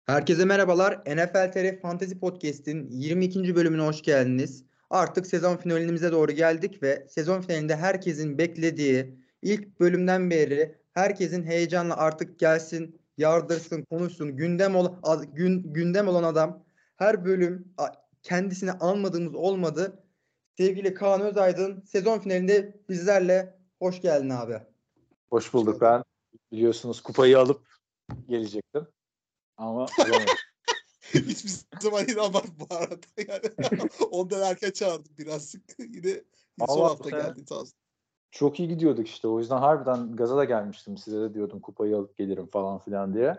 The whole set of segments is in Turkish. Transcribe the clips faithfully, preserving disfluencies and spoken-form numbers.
Herkese merhabalar. N F L T R Fantasy Podcast'in yirmi ikinci bölümüne hoş geldiniz. Artık sezon finalimize doğru geldik ve sezon finalinde herkesin beklediği ilk bölümden beri herkesin heyecanla artık gelsin, yardırsın, konuşsun, gündem ol gün, gündem olan adam her bölüm a- kendisini almadığımız olmadı. Sevgili Kaan Özaydın sezon finalinde bizlerle hoş geldin abi. Hoş bulduk. Ben biliyorsunuz kupayı alıp gelecektim. Ama alamadım. Hiçbir zaman inanmam bu arada. Yani ondan erken çağırdım birazcık. Yine son Ama hafta geldi sağ çok iyi gidiyorduk işte. O yüzden harbiden gaza da gelmiştim. Size de diyordum kupayı alıp gelirim falan filan diye.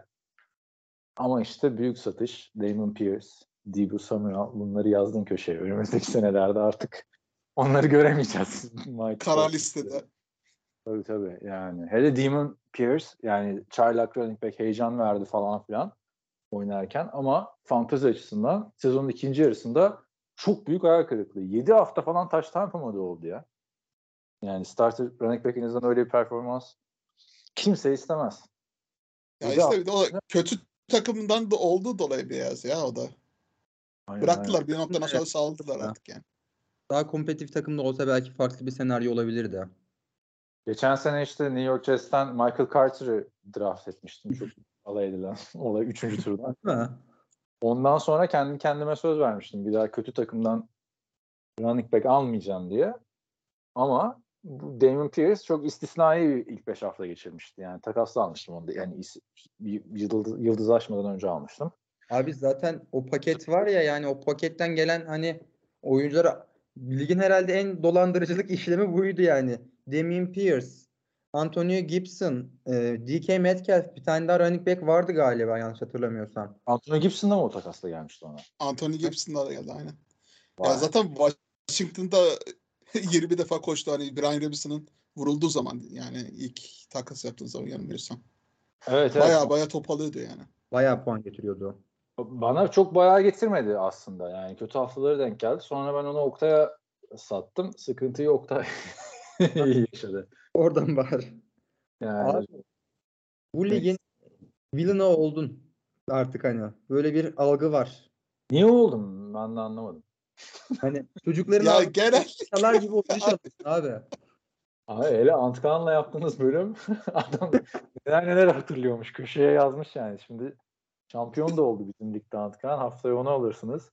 Ama işte büyük satış. Damon Pierce, Deebo Samuel, bunları yazdın köşeye. Önümüzdeki senelerde artık onları göremeyeceğiz. Kara listede. Tabii tabii yani. Hele Damon Pierce yani çaylak running back heyecan verdi falan filan oynarken ama fantezi açısından sezonun ikinci yarısında çok büyük hayal kırıklığı. yedi hafta falan touchdown yapamadı oldu ya. Yani starter running back'inizden öyle bir performans kimse istemez. Ya işte bir de o kötü takımından da olduğu dolayı biraz ya o da. Aynen, Bıraktılar aynen. bir noktadan sonra sağladılar artık yani. Daha kompetitif takımda olsa belki farklı bir senaryo olabilirdi. Geçen sene işte New York Jets'ten Michael Carter'ı draft etmiştim. Çok alay edilen olay üçüncü turdan. Ondan sonra kendi kendime söz vermiştim. Bir daha kötü takımdan running back almayacağım diye. Ama bu Damon Pierce çok istisnai bir ilk beş hafta geçirmişti. Yani takasla almıştım onu da. Yani yıldız, yıldızlaşmadan önce almıştım. Abi zaten o paket var ya, yani o paketten gelen hani oyunculara ligin herhalde en dolandırıcılık işlemi buydu yani. Damien Pierce, Antonio Gibson, e, D K Metcalf, bir tane daha running back vardı galiba yanlış hatırlamıyorsam. Antonio Gibson da mı o takasla gelmişti ona? Anthony Gibson'da da geldi aynen. Vay. Ya zaten Washington'da yirmi defa koştu hani Brian Robinson'ın vurulduğu zaman yani ilk takas yaptığı zaman yanılmıyorsam. Evet evet. Baya baya top alıyordu yani. Bayağı puan getiriyordu. Bana çok bayağı getirmedi aslında. Yani kötü haftaları denk geldi. Sonra ben onu Oktay'a sattım. Sıkıntıyı Oktay yaşadı. Oradan var. Yani Abi, bu ligin villain'ı oldun artık hani. Böyle bir algı var. niye oldum? Ben de anlamadım. Hani çocukların Ya ağzı genel çalar gibi oyuncu çalıyorsun abi. Abi hele Antkan'la yaptığınız bölüm adam neler neler hatırlıyormuş. Köşeye yazmış yani. Şimdi şampiyon da oldu bizim ligde Antkan. Haftaya onu alırsınız.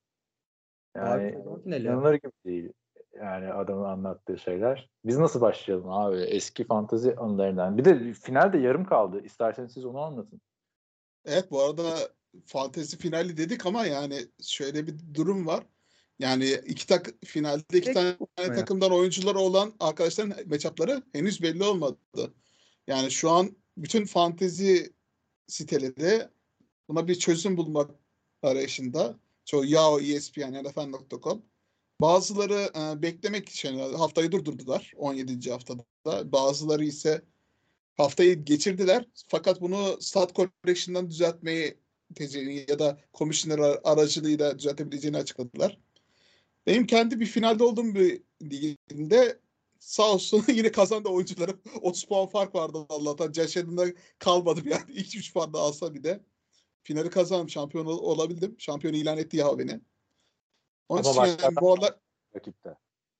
Abi Yani sezon finali. inanılır gibi değil. Yani adamın anlattığı şeyler. Biz nasıl başlayalım abi? Eski fantezi anılarından. Bir de finalde yarım kaldı. İsterseniz siz onu anlatın. Evet bu arada fantezi finali dedik ama yani şöyle bir durum var. Yani iki tak finalde iki tane takımdan oyuncuları olan arkadaşların matchup'ları henüz belli olmadı. Yani şu an bütün fantezi siteleri buna bir çözüm bulmak arayışında. Çoğu Yahoo, E S P N, N F L nokta com. Bazıları e, beklemek için haftayı durdurdular on yedinci haftada. Bazıları ise haftayı geçirdiler. Fakat bunu Stat Correction'dan düzeltmeyi tecrübeli ya da komisyoner aracılığıyla düzeltebileceğini açıkladılar. Benim kendi bir finalde olduğum bir liginde sağ olsun yine kazandı oyuncularım. otuz puan fark vardı Allah'tan. Josh Allen'da kalmadım yani. iki üç puan da alsa bir de. Finali kazandım. Şampiyon olabildim. Şampiyon ilan etti ya beni. Onun Ama için başka yani bu aralar rakipte.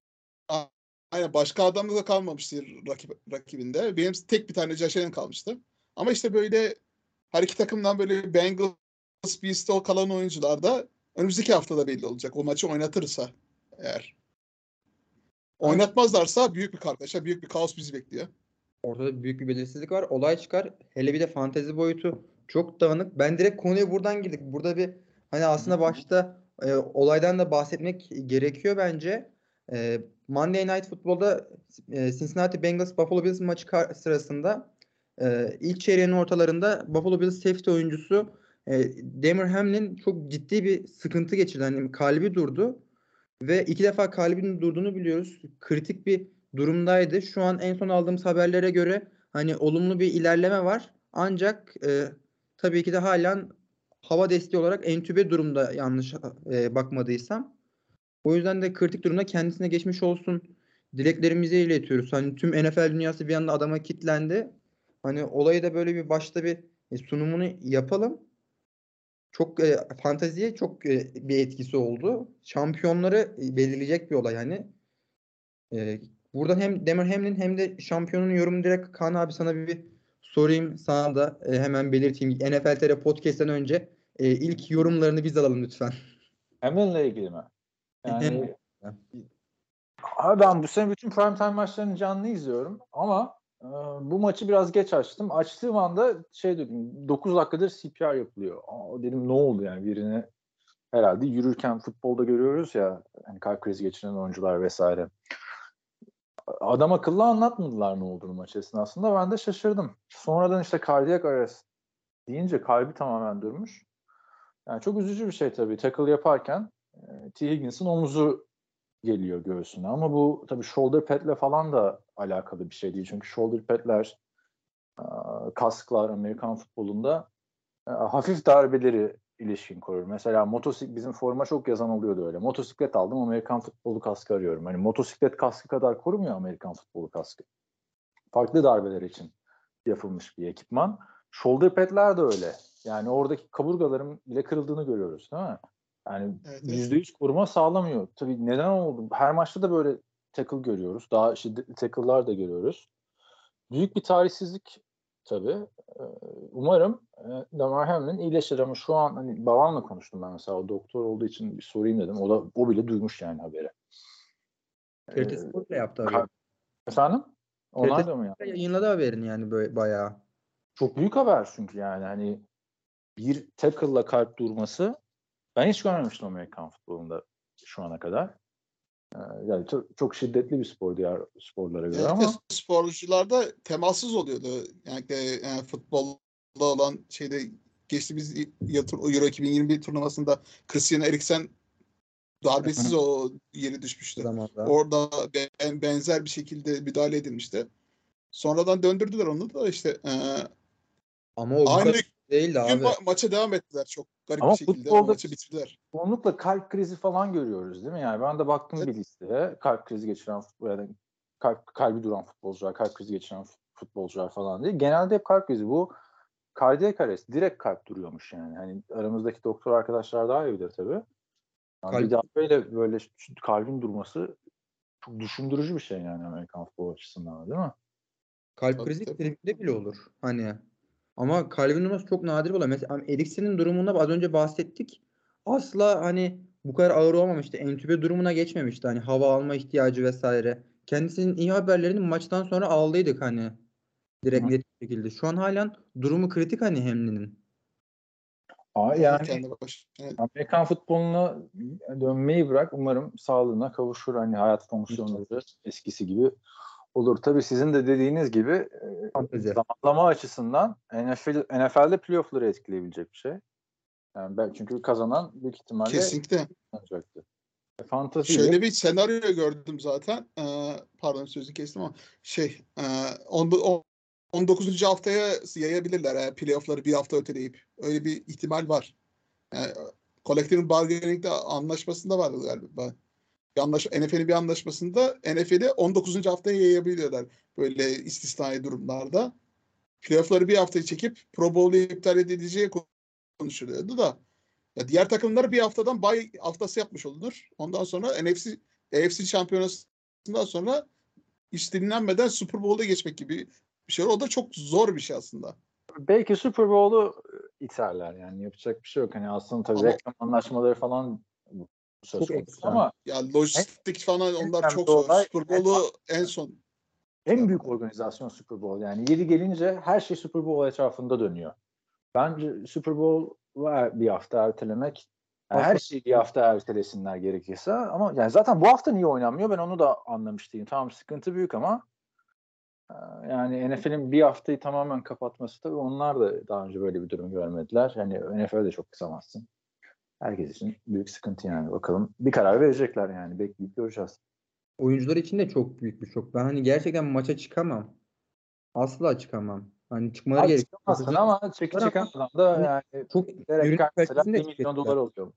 aynen başka adamda da kalmamıştı rakip, rakibinde. Benim tek bir tane Josh Allen kalmıştı. Ama işte böyle her iki takımdan böyle Bengals, Beast'te o kalan oyuncular da önümüzdeki haftada belli olacak. O maçı oynatırsa eğer. Oynatmazlarsa büyük bir kargaşa, büyük bir kaos bizi bekliyor. Ortada büyük bir belirsizlik var. Olay çıkar. Hele bir de fantezi boyutu çok dağınık. Ben direkt konuya buradan girdik. Burada bir hani aslında başta e, olaydan da bahsetmek gerekiyor bence. E, Monday Night Football'da e, Cincinnati Bengals Buffalo Bills maçı sırasında e, ilk çeyreğin ortalarında Buffalo Bills safety oyuncusu e, Damar Hamlin çok ciddi bir sıkıntı geçirdi. Hani kalbi durdu. Ve iki defa kalbinin durduğunu biliyoruz. Kritik bir durumdaydı. Şu an en son aldığımız haberlere göre hani olumlu bir ilerleme var. Ancak e, tabii ki de halen hava desteği olarak entübe durumda, yanlış e, bakmadıysam. O yüzden de kritik durumda, kendisine geçmiş olsun dileklerimizi iletiyoruz. Hani tüm N F L dünyası bir anda adama kitlendi. Hani olayı da böyle bir başta bir e, sunumunu yapalım. çok e, fanteziye çok e, bir etkisi oldu. Şampiyonları belirleyecek bir olay hani. E, buradan hem Damar Hamlin hem de şampiyonun yorumu direkt Kaan abi sana bir, bir sorayım. Sana da e, hemen belirteyim. N F L T R Podcast'ten önce e, ilk yorumlarını biz alalım lütfen. Hamlin'le ilgili mi? Yani Hem- abi ben bu sene bütün primetime maçlarını canlı izliyorum ama e, bu maçı biraz geç açtım. Açtığım anda şey dedim, dokuz dakikadır C P R yapılıyor. Aa, dedim ne oldu yani, birini herhalde yürürken futbolda görüyoruz ya, hani kalp krizi geçiren oyuncular vesaire. Adam akıllı anlatmadılar ne olduğunu maç esnasında. Ben de şaşırdım. Sonradan işte cardiac arrest deyince kalbi tamamen durmuş. Yani çok üzücü bir şey tabii. Tackle yaparken e, T. Higgins'in omuzu geliyor göğsüne. Ama bu tabii shoulder pad'le falan da alakalı bir şey değil. Çünkü shoulder pad'ler, e, kasklar Amerikan futbolunda e, hafif darbeleri ilişkin korur. Mesela motosiklet, bizim forma çok yazan oluyordu öyle. Motosiklet aldım, Amerikan futbolu kaskı arıyorum. Hani motosiklet kaskı kadar korumuyor Amerikan futbolu kaskı. Farklı darbeler için yapılmış bir ekipman. Shoulder pad'ler de öyle. Yani oradaki kaburgaların bile kırıldığını görüyoruz, değil mi? Yani Evet, evet. yüzde yüz koruma sağlamıyor. Tabii neden oldu? Her maçta da böyle tackle görüyoruz. Daha şiddetli tackle'lar da görüyoruz. Büyük bir talihsizlik tabii. Ee, Umarım e, Damar Hamlin iyileşir ama şu an hani babamla konuştum ben mesela. O doktor olduğu için bir sorayım dedim. O da o bile duymuş yani haberi. T R T Ee, Spor ile yaptı ka- haberi. Efendim? Onlar T R T da mı ya? Spor yayınladı haberini yani böyle bayağı. Çok büyük haber çünkü yani hani bir tackle'la kalp durması ben hiç görmemiştim Amerikan futbolunda şu ana kadar. Ee, yani çok, çok şiddetli bir spor diğer sporlara göre Genellikle ama sporcularda temassız oluyordu. Yani, yani futbolda olan şeyde geçtiğimiz yıl Euro iki bin yirmi bir turnuvasında Christian Eriksen darbesiz o yeri düşmüştü. Zamanda. Orada ben, benzer bir şekilde müdahale edilmişti. Sonradan döndürdüler onu da işte e, Ama o bu aynı kadar değildi gün abi. ma- maça devam ettiler çok garip bir ama şekilde ama futbolda maçı bitirdiler. çoğunlukla kalp krizi falan görüyoruz değil mi? Yani ben de baktım Evet. bir listeye, kalp krizi geçiren futbol, yani kalp, kalbi duran futbolcular, kalp krizi geçiren futbolcular falan diye. Genelde hep kalp krizi. Bu kardiyak arrest, direkt kalp duruyormuş yani. Hani aramızdaki doktor arkadaşlar daha iyi bilir tabii. Yani bir Kalp, daha böyle böyle kalbin durması çok düşündürücü bir şey yani Amerikan futbol açısından, değil mi? kalp Tabii, krizi tabii. tribünde bile olur. Hani ama kalbin durması çok nadir bir olay. Mesela Eriksen'in durumunda az önce bahsettik. Asla hani bu kadar ağır olmamıştı. Entübe durumuna geçmemişti. Hani hava alma ihtiyacı vesaire. Kendisinin iyi haberlerini maçtan sonra aldıydık hani. Hı Direkt hı. net bir şekilde. Şu an halen durumu kritik hani Hamlin'in. Ama Evet, yani kendi başına. Evet. Amerikan futboluna dönmeyi bırak, umarım sağlığına kavuşur. Hani hayat fonksiyonları eskisi gibi olur. Tabii sizin de dediğiniz gibi e, Fantezi. zamanlama açısından N F L, N F L'de playoff'ları etkileyebilecek bir şey. Yani ben, çünkü kazanan büyük ihtimalle Kesinlikle. olacaktı. E, fantaziyle Şöyle bir senaryo gördüm zaten. Ee, pardon sözü kestim ama şey e, on, on dokuzuncu haftaya yayabilirler. Yani playoff'ları bir hafta öteleyip. Öyle bir ihtimal var. Yani, Collective Bargaining'de anlaşmasında var galiba. Bir anlaş N F L'in bir anlaşmasında N F L'i on dokuzuncu haftaya yayabiliyorlar. Böyle istisnai durumlarda. Playoff'ları bir haftayı çekip Pro Bowl'u iptal edileceği konuşuluyordu da. Ya diğer takımlar bir haftadan bay haftası yapmış olunur. Ondan sonra N F C A F C şampiyonasından sonra hiç dinlenmeden Super Bowl'a geçmek gibi bir şey. O da çok zor bir şey aslında. belki Super Bowl'u e, iterler yani, yapacak bir şey yok. Hani aslında tabii Ama reklam anlaşmaları falan söz Çok konusu ekstra. ama ya en, lojistik falan en onlar önemli çok zor. olay Super en, Bowl'u en son şey en büyük yapmaları. organizasyon Super Bowl. Yani yeri gelince her şey Super Bowl etrafında dönüyor. Bence Super Bowl'u bir hafta ertelemek, yani her Asla. şeyi bir hafta ertelesinler gerekirse, ama yani zaten bu hafta niye oynanmıyor ben onu da anlamış değilim. Tamam, sıkıntı büyük ama e, yani N F L'in bir haftayı tamamen kapatması, tabii onlar da daha önce böyle bir durum görmediler. Yani N F L'de çok kısamazsın. Herkes için büyük sıkıntı yani. Bakalım, bir karar verecekler yani. Bekleyip göreceğiz. Oyuncular için de çok büyük bir şok. Ben hani gerçekten maça çıkamam. Asla çıkamam. Hani çıkmaları Abi gerekiyor. çıkamazsın ama çeki Ama çeken adam da hani yani çok direkt ürün kart mesela kalitesini de bir milyon dolar etkilediler. alıyor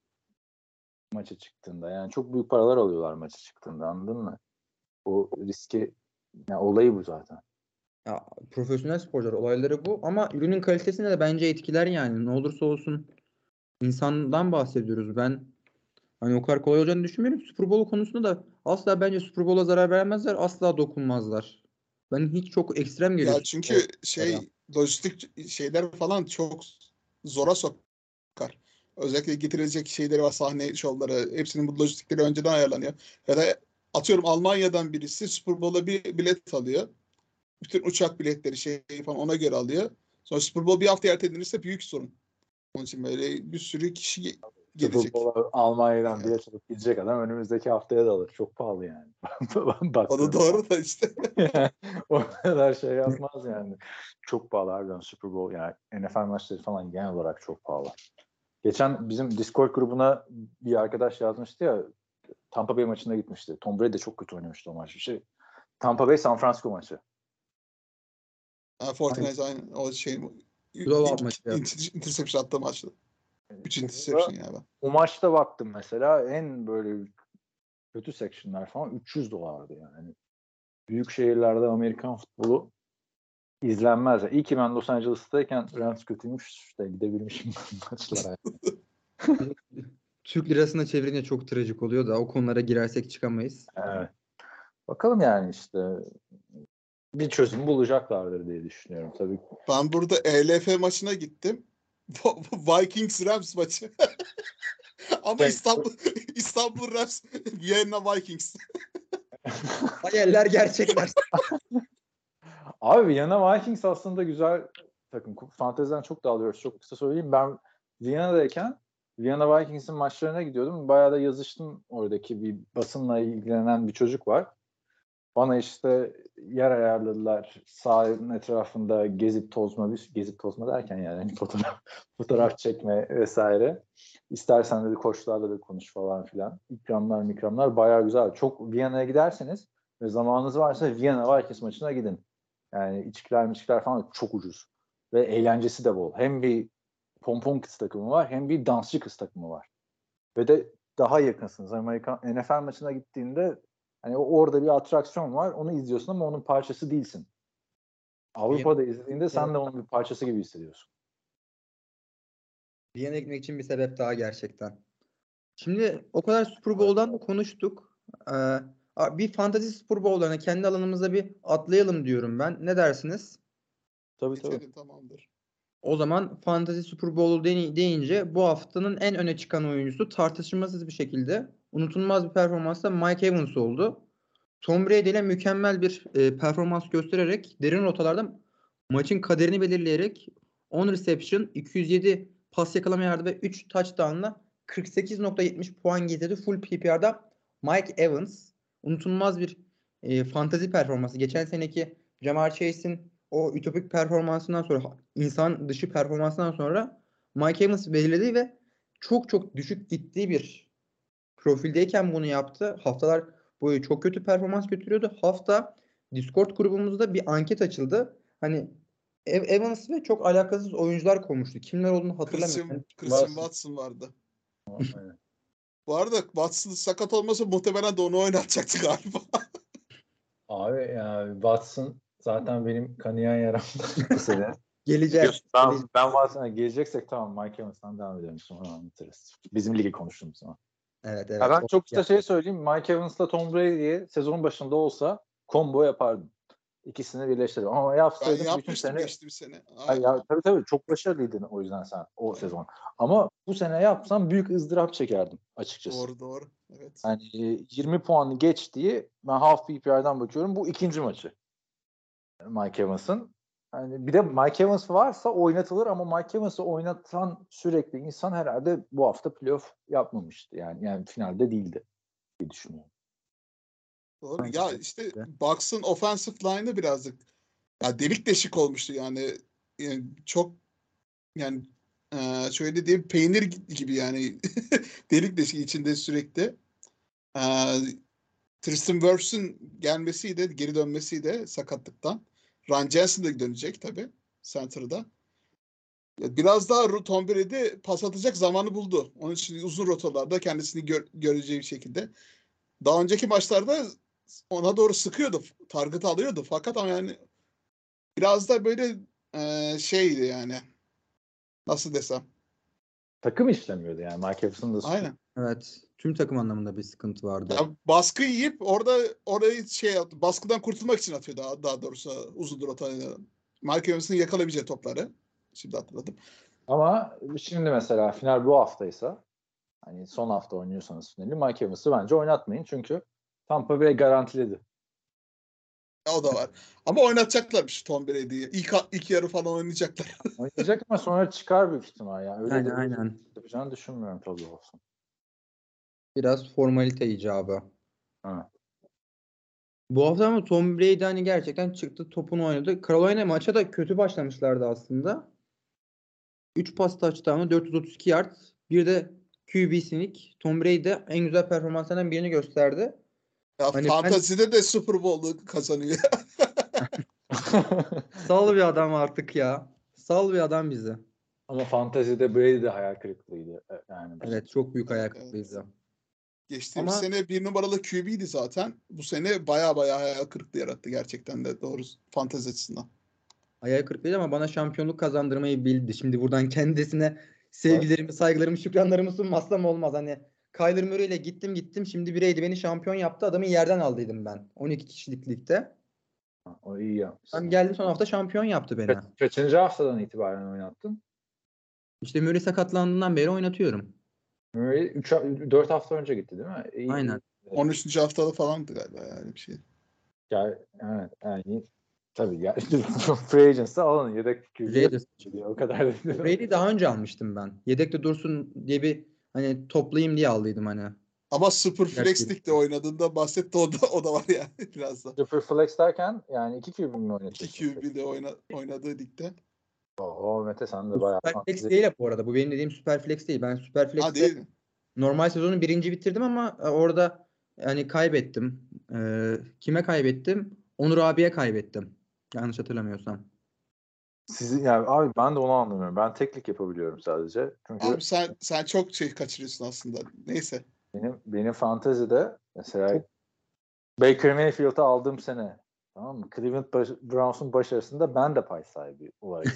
maça çıktığında. Yani çok büyük paralar alıyorlar maça çıktığında, anladın mı? O riski, yani olayı bu zaten. Ya, profesyonel sporcular olayları bu ama ürünün kalitesine de bence etkiler yani. Ne olursa olsun insandan bahsediyoruz. Ben hani o kadar kolay olacağını düşünmüyorum. Super Bowl konusunda da asla bence Super Bowl'a zarar vermezler. Asla dokunmazlar. Ben hiç çok ekstrem geliyor Ya Super Bowl çünkü bana. şey lojistik şeyler falan çok zora sokar. Özellikle getirilecek şeyleri var, sahne şovları. Hepsinin bu lojistikleri önceden ayarlanıyor. Ya da atıyorum Almanya'dan birisi Super Bowl'a bir bilet alıyor. Bütün uçak biletleri şey falan ona göre alıyor. Sonra Super Bowl bir hafta ertelenirse büyük sorun. Onun için böyle bir sürü kişi ge- Super gelecek. Bowl'a Almanya'dan Yani, bilet alıp gidecek adam önümüzdeki haftaya da alır. Çok pahalı yani. o da Baktığın zaman. doğru da işte. O kadar şey yapmaz yani. Çok pahalı harbiden Super Bowl. Yani N F L maçları falan genel olarak çok pahalı. Geçen bizim Discord grubuna bir arkadaş yazmıştı ya, Tampa Bay maçına gitmişti. Tom Brady de çok kötü oynamıştı o maçı. Şey, Tampa Bay San Francisco maçı. Ha, Fortnite aynı. O şey Blowout ilk maçı yaptı. inter- interception attığı maçta. Üç Orada interception yani. o maçta baktım mesela en böyle kötü sectionlar falan üç yüz dolardı yani. Büyük şehirlerde Amerikan futbolu izlenmez. İyi ki ben Los Angeles'tayken Rams kötüymüş işte gidebilmişim maçlara. Türk lirasına çevirince çok trajik oluyor da o konulara girersek çıkamayız. Evet. Bakalım yani işte bir çözüm bulacaklardır diye düşünüyorum tabii. Ben burada E L F maçına gittim. Vikings Rams maçı. Ama İstanbul İstanbul Rams, Vienna Vikings. Hayaller gerçekler. Abi Vienna Vikings aslında güzel takım. Fanteziden çok dağılıyoruz. Çok kısa söyleyeyim. Ben Viyana'dayken Vienna Vikings'in maçlarına gidiyordum. Bayağı da yazıştım, oradaki bir basınla ilgilenen bir çocuk var. Bana işte yer ayarladılar. Sahanın etrafında gezip tozma, bir gezip tozma derken yani hani fotoğraf fotoğraf çekme vesaire. İstersen dedi koçlarla da konuş falan filan. İkramlar mikramlar bayağı güzel. Çok Viyana'ya giderseniz ve zamanınız varsa Viyana Vikings maçına gidin. Yani içkiler içkiler falan çok ucuz. Ve eğlencesi de bol. Hem bir pompon kız takımı var hem bir dansçı kız takımı var. Ve de daha yakınsınız. Amerikan N F L maçına gittiğinde hani orada bir atraksiyon var. Onu izliyorsun ama onun parçası değilsin. Avrupa'da izlediğinde sen de onun bir parçası gibi hissediyorsun. Viyana'ya gitmek için bir sebep daha gerçekten. Şimdi o kadar Super Bowl'dan da konuştuk. Ee, bir fantasy Super Bowl'larına kendi alanımıza bir atlayalım diyorum ben. Ne dersiniz? Tabii tabii. Geçelim, tamamdır. O zaman Fantasy Super Bowl deyince bu haftanın en öne çıkan oyuncusu tartışmasız bir şekilde unutulmaz bir performansla Mike Evans oldu. Tom Brady ile mükemmel bir e, performans göstererek derin rotalarda maçın kaderini belirleyerek on reception, iki yüz yedi pas yakalama yardı ve üç touchdown'la kırk sekiz nokta yetmiş puan getirdi. Full P P R'da Mike Evans unutulmaz bir e, fantazi performansı. Geçen seneki Jamar Chase'in o ütopik performansından sonra, insan dışı performansından sonra Mike Evans belirledi ve çok çok düşük gittiği bir profildeyken bunu yaptı. Haftalar boyu çok kötü performans götürüyordu. Hafta Discord grubumuzda bir anket açıldı. Hani Evans ve çok alakasız oyuncular konmuştu. Kimler olduğunu hatırlamıyorum. Christian, Yani Christian Watson vardı. Bu arada Watson sakat olmasa muhtemelen de onu oynatacaktı galiba. Abi yani Watson zaten benim kanayan yaramda bu sene. geleceğiz. Ben, geleceğiz. ben Watson'a geleceksek tamam Mike Evans'tan devam edelim, sonra anlatırız. Bizim ligi konuştuğumuz zaman. Evet Ha, evet. ben O- çok kısa ya, şey söyleyeyim. Mike Evans'la Tom Brady'ye sezon başında olsa combo yapardım. İkisini birleştirdim. Ama Ben yapsaydım bütün yapmıştım sene. geçtiğim sene. Ay ya, tabii tabii çok başarılıydın o yüzden sen o sezon. Ama bu sene yapsam büyük ızdırap çekerdim açıkçası. Doğru doğru. Evet. Yani yirmi puanı geçtiği, ben half P P R'dan bakıyorum, bu ikinci maçı Mike Evans'ın. Yani bir de Mike Evans varsa oynatılır ama Mike Evans'ı oynatan sürekli insan herhalde bu hafta playoff yapmamıştı. Yani yani finalde değildi diye düşünüyorum. Doğru. Ya işte Bucks'ın offensive line'ı birazcık ya delik deşik olmuştu yani, yani çok yani e, şöyle diyeyim, peynir gibi yani delik deşik içinde sürekli. E, Tristan Wirfs'ün gelmesiyle, geri dönmesiyle sakatlıktan. Ron Jensen de dönecek tabii center'da. Biraz daha Tom Brady pas atacak zamanı buldu. Onun için uzun rotalarda kendisini gör, göreceği bir şekilde. Daha önceki maçlarda ona doğru sıkıyordu. Target alıyordu. Fakat ama yani biraz da böyle e, şeydi yani. Nasıl desem. takım işlemiyordu yani. Mike Evans'ın da Aynen. Evet. Tüm takım anlamında bir sıkıntı vardı. Ya baskı yiyip orada orayı şey yaptı. Baskıdan kurtulmak için atıyor daha, daha doğrusu uzun rotayla. Mike Evans'ın yakalayabileceği topları. Şimdi hatırladım. Ama şimdi mesela final bu haftaysa, hani son hafta oynuyorsanız finali, Mike Evans'ı bence oynatmayın çünkü Tampa Bay garantiledi. O da var. Ama oynatacaklarmış Tom Brady'yi. İlk, ilk yarı falan oynayacaklar. Oynayacak ama sonra çıkar büyük ihtimal yani. Öyle Aynen de aynen. yapacağını düşünmüyorum tabii olsun. Biraz formalite icabı. Evet. Bu hafta ama Tom Brady hani gerçekten çıktı, topunu oynadı. Carolina maça da kötü başlamışlardı aslında. üç pas touchdown'u, dört yüz otuz iki yard. Bir de Q B sneak. Tom Brady de en güzel performanslarından birini gösterdi. Ya Hani ben Fantasy'de de Super Bowl'u kazanıyor. sal bir adam artık ya. Sal bir adam bizi. Ama fantezide Brady de hayal kırıklığıydı. E, Yani Evet, çok büyük Evet, ayak evet. kırıklığıydı. Geçtiğimiz Ama sene bir numaralı Q B'ydi zaten. Bu sene baya baya hayal kırıklığı yarattı gerçekten de doğru fantezi açısından. ayak kırıklığıydı ama bana şampiyonluk kazandırmayı bildi. Şimdi buradan kendisine Evet. sevgilerimi, saygılarımı, şükranlarımı sunmazsam olmaz. Hani Kyler Murray ile gittim gittim. Şimdi Brady beni şampiyon yaptı. Adamı yerden aldıydım ben. on iki kişilik ligde. O iyi yapmışsın. Tam geldi son hafta şampiyon yaptı beni. Kaç, kaçıncı haftadan itibaren oynattın? İşte Murray sakatlandığından beri oynatıyorum. Murray üç, dört hafta önce gitti değil mi? İyi, Aynen. iyi. on üçüncü haftada falandı galiba yani bir şey. Yani, evet, yani tabii ya. Free agency alın. Yedek Q B Raiders. diyor. O kadar değil. Brady'yi daha önce almıştım ben. Yedekte dursun diye bir hani toplayayım diye aldıydım hani. Ama Super Flex Gerçi- Lig'de oynadığında bahsetti o da, o da var ya biraz da. Super flex derken yani iki Q B mi İki oynatıyorsun? Q B'de oyna, oynadığı ligde. O, o Mete sen de Bu bayağı Super flex fantezi. değil bu arada. Bu benim dediğim Super flex değil. Ben Super Ha flex'te değil. normal sezonu birinci bitirdim ama e, orada yani kaybettim. Ee, kime kaybettim? Onur abiye kaybettim. Yanlış hatırlamıyorsam. Sizin yani abi ben de onu anlamıyorum. Ben teklik yapabiliyorum sadece. Çünkü Abi sen sen çok şey kaçırıyorsun aslında. Neyse. benim benim fantezide mesela Çok- Baker Mayfield'ı aldığım sene, tamam mı? Cleveland baş, Browns'un başarısında ben de pay sahibi olarak.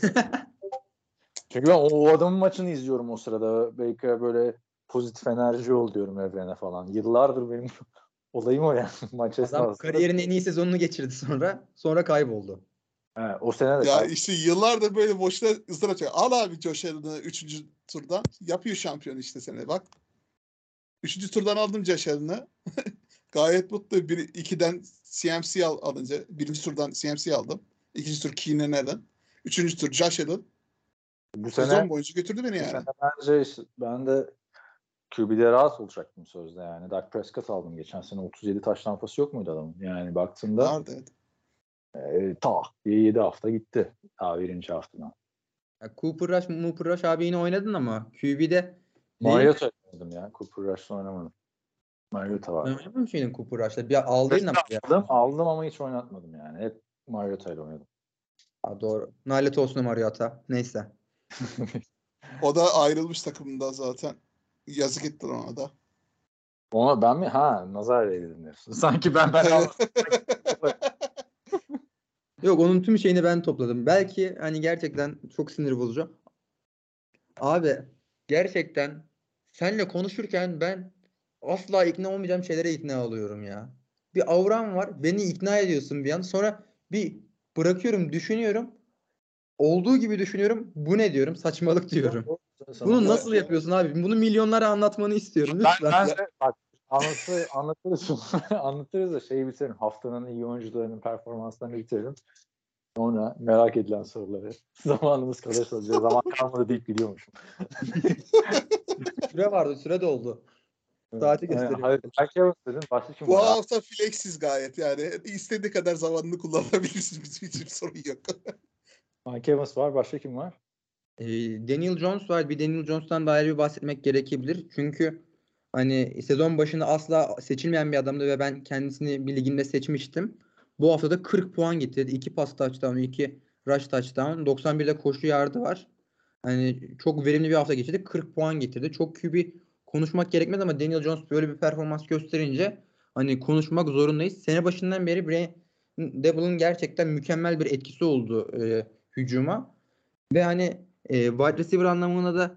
Çünkü ben o, o adamın maçını izliyorum o sırada. Baker böyle pozitif enerji ol diyorum evrene falan. Yıllardır benim olayım o yani maç Adam esnasında. kariyerin en iyi sezonunu geçirdi sonra. Sonra kayboldu. He, o sene de Ya kay- işte yıllardır böyle boşuna ızdırap çekiyor. Al abi Josh Allen'ı üçüncü turdan. Yapıyor şampiyon işte sene bak. Üçüncü turdan aldım Josh Allen'ı. Gayet mutlu. Bir, ikiden C M C al, alınca. Birinci turdan C M C aldım. İkinci tur Keenan Allen. Üçüncü tur Josh Allen. bu Sezon sene boyunca götürdü beni bu yani. sene bence işte ben de Q B'de rahat olacaktım sözde yani. Dak Prescott aldım geçen sene. otuz yedi taş tampası yok muydu adamın? Yani baktığımda Vardı evet. e, ta diye yedi hafta gitti. Ta birinci haftadan. Ya Cooper Rush, Cooper Rush abi yine oynadın ama Q B'de Mariota oynadım ya. Cooper Rush'la oynamadım. Mariota vardı. oynamamış mıydın Cooper Rush'ta? Bir aldıydın ama ya. Aldım, aldım ama hiç oynatmadım yani. Hep Mariota ile oynadım. Ha, doğru. Nalet olsun Mariota. Neyse. O da ayrılmış takımından zaten. Yazık ettiler ona da. Ona ben mi? Ha, nazar değdirdim diyorsun. Sanki ben ben aldım. Yok, onun tüm şeyini ben topladım. Belki hani gerçekten çok sinir bozucu. Abi gerçekten senle konuşurken ben asla ikna olmayacağım şeylere ikna oluyorum ya. Bir avram var. Beni ikna ediyorsun bir an. Sonra bir bırakıyorum, düşünüyorum. Olduğu gibi düşünüyorum. Bu ne diyorum? Saçmalık diyorum. Bunu Ya- nasıl yapıyorsun abi? Bunu milyonlara anlatmanı istiyorum Ben, lütfen. ben de bak anlatır, anlatırız anlatırız da şeyi bitirelim. Haftanın iyi oyuncularının performanslarını bitirelim. Sonra merak edilen soruları. Zamanımız kalırsa diye zaman kalmadı deyip gidiyormuşum. Süre vardı, süre doldu. Saati Aynen. gösteriyor. Hayır, belki Evans dedin. Başka kim Bu var? hafta flexiz gayet yani. İstediği kadar zamanını kullanabilirsiniz. Hiçbir sorun yok. Mike Evans var. Başka kim var? Ee, Daniel Jones var. Bir Daniel Jones'tan da ayrı bir bahsetmek gerekebilir. Çünkü hani sezon başında asla seçilmeyen bir adamdı ve ben kendisini bir liginde seçmiştim. Bu hafta da kırk puan getirdi. iki pas touchdown, iki rush touchdown. doksan birde koşu yardı var. Hani çok verimli bir hafta geçirdi. kırk puan getirdi. Çok Q B konuşmak gerekmez ama Daniel Jones böyle bir performans gösterince hani konuşmak zorundayız. Sene başından beri Brian Daboll'un gerçekten mükemmel bir etkisi oldu e, hücuma. Ve hani e, wide receiver anlamında da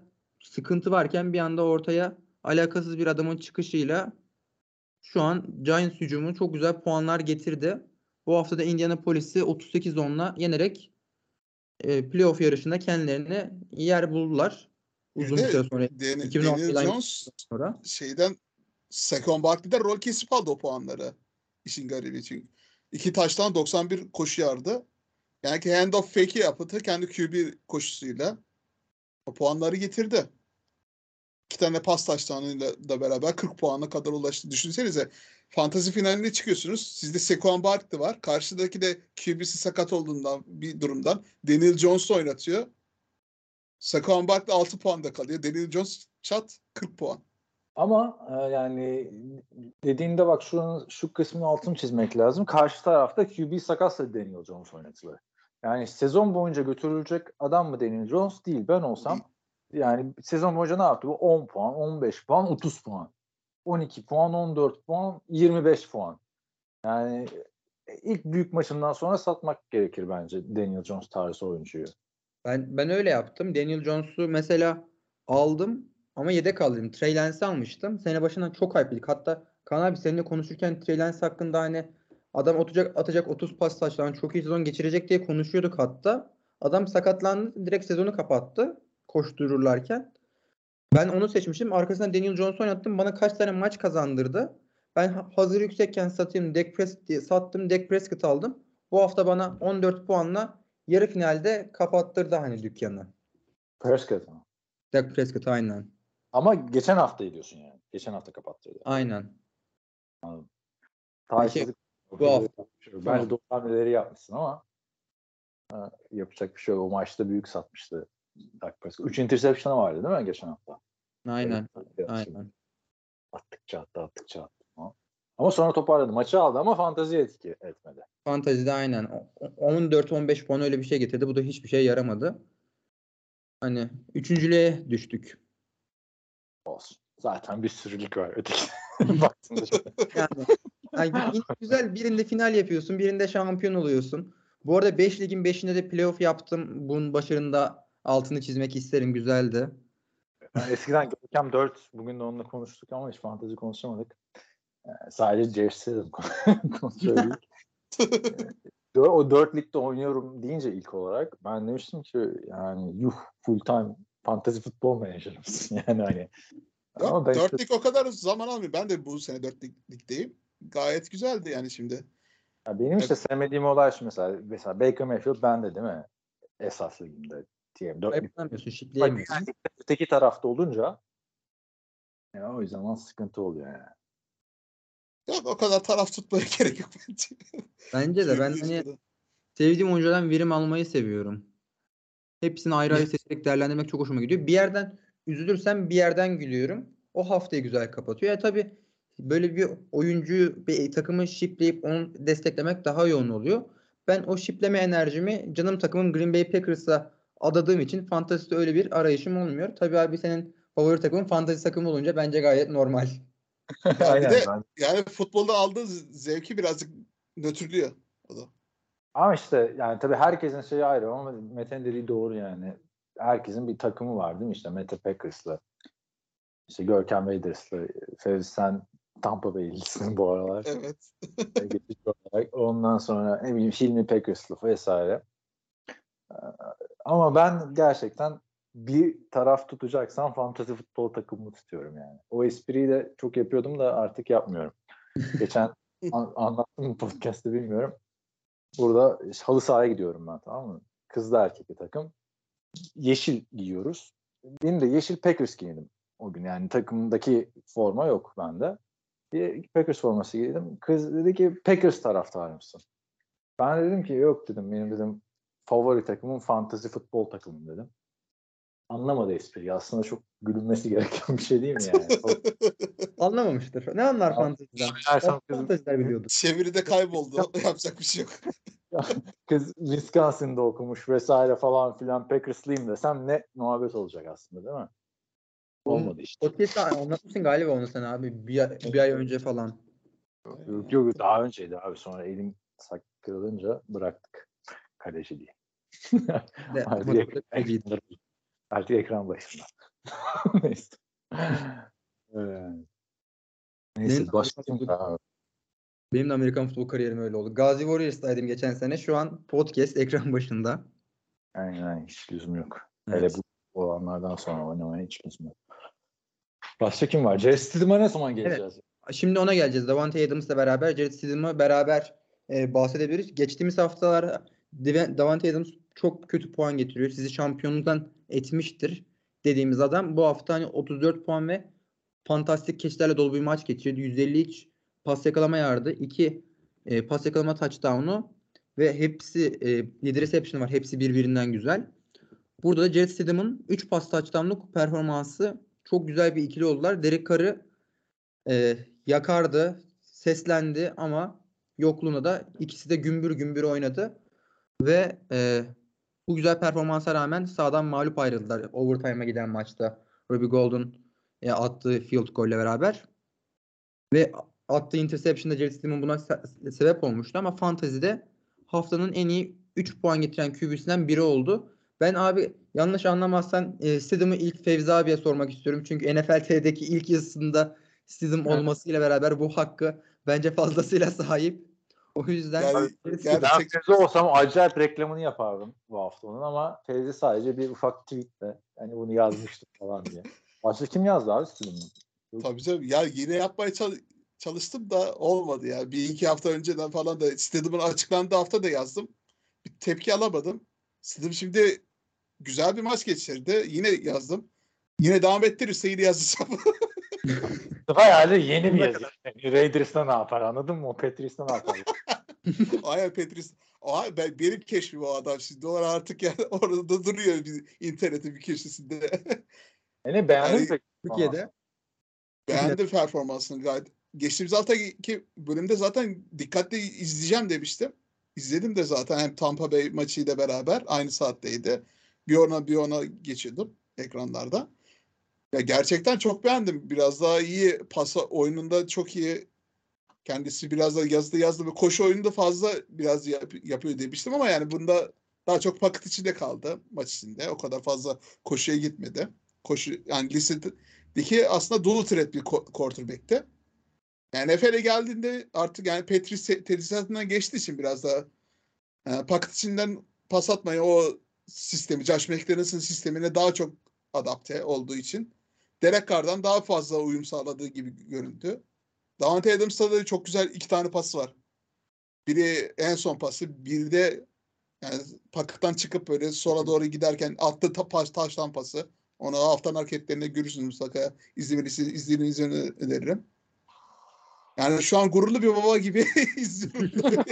sıkıntı varken bir anda ortaya alakasız bir adamın çıkışıyla şu an Giants hücumu çok güzel puanlar getirdi. Bu hafta da Indianapolis'i otuz sekiz onla yenerek e, playoff yarışında kendilerine yer buldular. Uzun bir Bir süre de sonra. Dan- iki bin on Daniel yıldan Jones sonra. şeyden Saquon Barkley'den rol kesip aldı o puanları. İşin garibi çünkü. İki taştan doksan bir koşu yardı. Yani ki handoff fake'i yaptı kendi Q B koşusuyla. O puanları getirdi. İki tane pas taştanıyla da beraber kırk puana kadar ulaştı. Düşünsenize fantasy finaline çıkıyorsunuz. Sizde Saquon Barkley var. Karşıdaki de Q B'si sakat olduğundan bir durumdan Daniel Jones oynatıyor. Saquon Barkley altı puanda kalıyor. Daniel Jones çat kırk puan. Ama e, yani dediğinde bak şu, şu kısmın altını çizmek lazım. Karşı tarafta Q B sakatsa Daniel Jones oynatılır. Yani sezon boyunca götürülecek adam mı Daniel Jones değil. Ben olsam yani sezon boyunca ne yaptı? Bu on puan, on beş puan, otuz puan. on iki puan, on dört puan, yirmi beş puan. Yani ilk büyük maçından sonra satmak gerekir bence Daniel Jones tarzı oyuncuyu. Ben ben öyle yaptım. Daniel Jones'u mesela aldım ama yedek aldım. Trey Lance'i almıştım. Sene başından çok hype'liydik. Hatta Kaan abi seninle konuşurken Trey Lance hakkında hani adam atacak atacak otuz pas taşlan çok iyi sezon geçirecek diye konuşuyorduk hatta. Adam sakatlandı. Direkt sezonu kapattı koştururlarken. Ben onu seçmişim. Arkasından Daniel Jones'u oynattım. Bana kaç tane maç kazandırdı. Ben ha- hazır yüksekken satayım. Dak Prescott diye sattım. Dak Prescott aldım. Bu hafta bana on dört puanla yarı finalde kapattırdı hani dükkanı. Prescott mı? Dak Prescott aynen. Ama geçen hafta diyorsun yani. Geçen hafta kapattırdı. Aynen. Peki Talihsizlik. bu hafta. Bence doğru hamleleri yapmışsın ama ha, yapacak bir şey yok. O maçta büyük satmıştı Dak Prescott. üç interception'ı vardı değil mi geçen hafta? Aynen. Evet. Aynen. Attıkça attı, attıkça attı. Ama sonra toparladı. Maçı aldı ama fantezi etki etmedi. Fantezide aynen. O- on dört on beş puan öyle bir şey getirdi. Bu da hiçbir şey yaramadı. Hani üçüncülüğe düştük. Olsun. Zaten bir sürü lig var öteki. Baktığında çok. Yani, yani yine güzel birinde final yapıyorsun, birinde şampiyon oluyorsun. Bu arada beş ligin beşinde de playoff yaptım. Bunun başarında altını çizmek isterim. Güzeldi. Yani eskiden Görkem dört, bugün de onunla konuştuk ama hiç fantezi konuşamadık. Yani sadece Jersey'de konuşabildik. O dört ligde oynuyorum deyince ilk olarak ben demiştim ki yani yuh full time fantasy futbol manager mısın yani hani. Ama ben dört işte, lig o kadar zaman almıyor. Ben de bu sene dört lig, ligdeyim. Gayet güzeldi yani şimdi. ya benim işte sevmediğim olay şu mesela mesela Baker Mayfield bende değil mi? Esas ligimde diyelim. dört lig. Yapamıyorsun, şipleyemiyorsun. Öteki tarafta olunca ya o yüzden sıkıntı oluyor yani. Yok o kadar taraf tutmaya gerek yok bence. Bence de ben hani sevdiğim oyunculardan verim almayı seviyorum. Hepsini ayrı ayrı seçerek değerlendirmek çok hoşuma gidiyor. Bir yerden üzülürsem bir yerden gülüyorum. O haftayı güzel kapatıyor. Ya tabii böyle bir oyuncuyu bir takımı shipleyip onu desteklemek daha yoğun oluyor. Ben o shipleme enerjimi canım takımım Green Bay Packers'a adadığım için fantezide öyle bir arayışım olmuyor. Tabii abi senin favori takımın fantezi takımı olunca bence gayet normal. Ya bir Aynen de ben. yani futbolda aldığı zevki birazcık nötrlüyor o da. Ama işte yani tabii herkesin şeyi ayrı ama Mete'nin dediği doğru yani. Herkesin bir takımı var değil mi? İşte Mete Packers'lı, işte Görkem Raiders'lı, Fevzi sen Tampa Bay'lisin bu aralar. Evet. Geçici olarak. Ondan sonra ne bileyim Hilmi Packers'lı vesaire. Ama ben gerçekten bir taraf tutacaksam fantasy futbol takımını tutuyorum yani. O espriyi de çok yapıyordum da artık yapmıyorum. Geçen an- anlattım mı podcast'te bilmiyorum. Burada halı sahaya gidiyorum ben, tamam mı? Kızlı erkekli takım. Yeşil giyiyoruz. Benim de yeşil Packers giydim o gün. Yani takımdaki forma yok bende. Bir Packers forması giydim. Kız dedi ki Packers taraftarı mısın? Ben dedim ki yok dedim. Benim dedim favori takımım fantasy futbol takımım dedim. Anlamadı espriyi. Aslında çok gülünmesi gereken bir şey değil mi yani? Anlamamıştır. Ne anlar fanteziden? Meğersem kız, Fanteziler biliyordur. Çeviride kayboldu. Yapacak bir şey yok. kız Wisconsin'da okumuş vesaire falan filan Packerslıyım desem ne muhabbet olacak aslında değil mi? Olmadı işte. Podcast'te anlatmışsın galiba onu sen abi. Bir, ay- bir ay önce falan. Yok yok daha önceydi abi. Sonra elim sak kırılınca bıraktık. Kaleci diye. De, artık, hatırladım ek- gibiydi. ekran, artık ekran başında. Neyse. Ee, Benim Neyse de başka Amerikan kim futbol, var? benim de Amerikan futbol kariyerim öyle oldu. Gazi Warriors'taydım geçen sene. Şu an podcast ekran başında. Aynen hiç lüzum yok. Hele Evet. bu olanlardan sonra oynamaya hiç lüzum yok. Başka kim var? Jared Stidham'a ne zaman Evet. geleceğiz? Şimdi ona geleceğiz. Davante Adams'la beraber Jared Stidham'ı beraber e, bahsedebiliriz. Geçtiğimiz haftalar Div- Davante Adams çok kötü puan getiriyor. Sizi şampiyonluktan etmiştir dediğimiz adam bu hafta hani otuz dört puan ve fantastik keçlerle dolu bir maç geçirdi. yüz elli üç pas yakalama yardı. iki e, pas yakalama touchdown'u ve hepsi e, yedi reception var. Hepsi birbirinden güzel. Burada da Jared Stidham'ın üç pas touchdown'luk performansı çok güzel bir ikili oldular. Derek Carr'ı e, yakardı, seslendi ama yokluğuna da ikisi de gümbür gümbür oynadı ve e, bu güzel performansa rağmen sahadan mağlup ayrıldılar overtime'a giden maçta. Robbie Gold'un e, attığı field goal'le beraber ve attığı interception'da Jared Stidham buna se- sebep olmuştu ama Fantasy'de haftanın en iyi üç puan getiren Q B'sinden biri oldu. Ben abi yanlış anlamazsan e, Stidham'ı ilk Fevzi abiye sormak istiyorum. Çünkü N F L T V'deki ilk yazısında Stidham Evet. olmasıyla beraber bu hakkı bence fazlasıyla sahip. O yüzden Yani Jared Stidham. Ben gerçek Fevzi olsam acayip reklamını yapardım bu hafta onun ama Fevzi sadece bir ufak tweetle yani bunu yazmıştım falan diye. Başka kim yazdı abi Stidham'ı? tabii canım. Ya yine yapmaya çal- çalıştım da olmadı ya. Bir iki hafta önceden falan da Stidham'ın açıklandığı hafta da yazdım. Bir tepki alamadım. Stidham şimdi güzel bir maç geçirdi. Yine yazdım. Yine devam ettirirse yine yazacağım. Bayağı yeni bir Sonuna yazı. Yani Raiders'da ne yapar anladın mı? O Patriots'ta ne yapar? Aynen Petris. Aa, ben, benim keşfim o adam şimdi. O artık yani orada duruyor bir internetin bir köşesinde. Yani beğendin mi Yani peki? Türkiye'de beğendim performansını gayet. Geçtiğimiz haftaki bölümde zaten dikkatli izleyeceğim demiştim. İzledim de zaten hem Tampa Bay maçıyla beraber aynı saatteydi. Bir ona bir ona geçiyordum ekranlarda. Ya gerçekten çok beğendim. Biraz daha iyi pas oyununda çok iyi. Kendisi biraz da yazdı yazdı ve koşu oyununda fazla biraz yap, yapıyor demiştim ama yani bunda daha çok paket içinde kaldı maç içinde. O kadar fazla koşuya gitmedi. Koşu yani lisedeki aslında dual threat bir quarterback'ti. Yani N F L'e geldiğinde artık yani Patrice tesisatından geçtiği için biraz daha yani paket içinden pas atmayı o sistemi, Josh McDaniels'ın sistemine daha çok adapte olduğu için Derek Carr'dan daha fazla uyum sağladığı gibi göründü. Davante Adams'ta da çok güzel iki tane pası var. Biri en son pası, biri de yani pakettan çıkıp böyle sola doğru giderken attığı ta, taştan pası. Onu haftanın hareketlerinde görürsünüz mutlaka. İzlemenizi, izlemenizi öneririm. Yani şu an gururlu bir baba gibi izliyorum.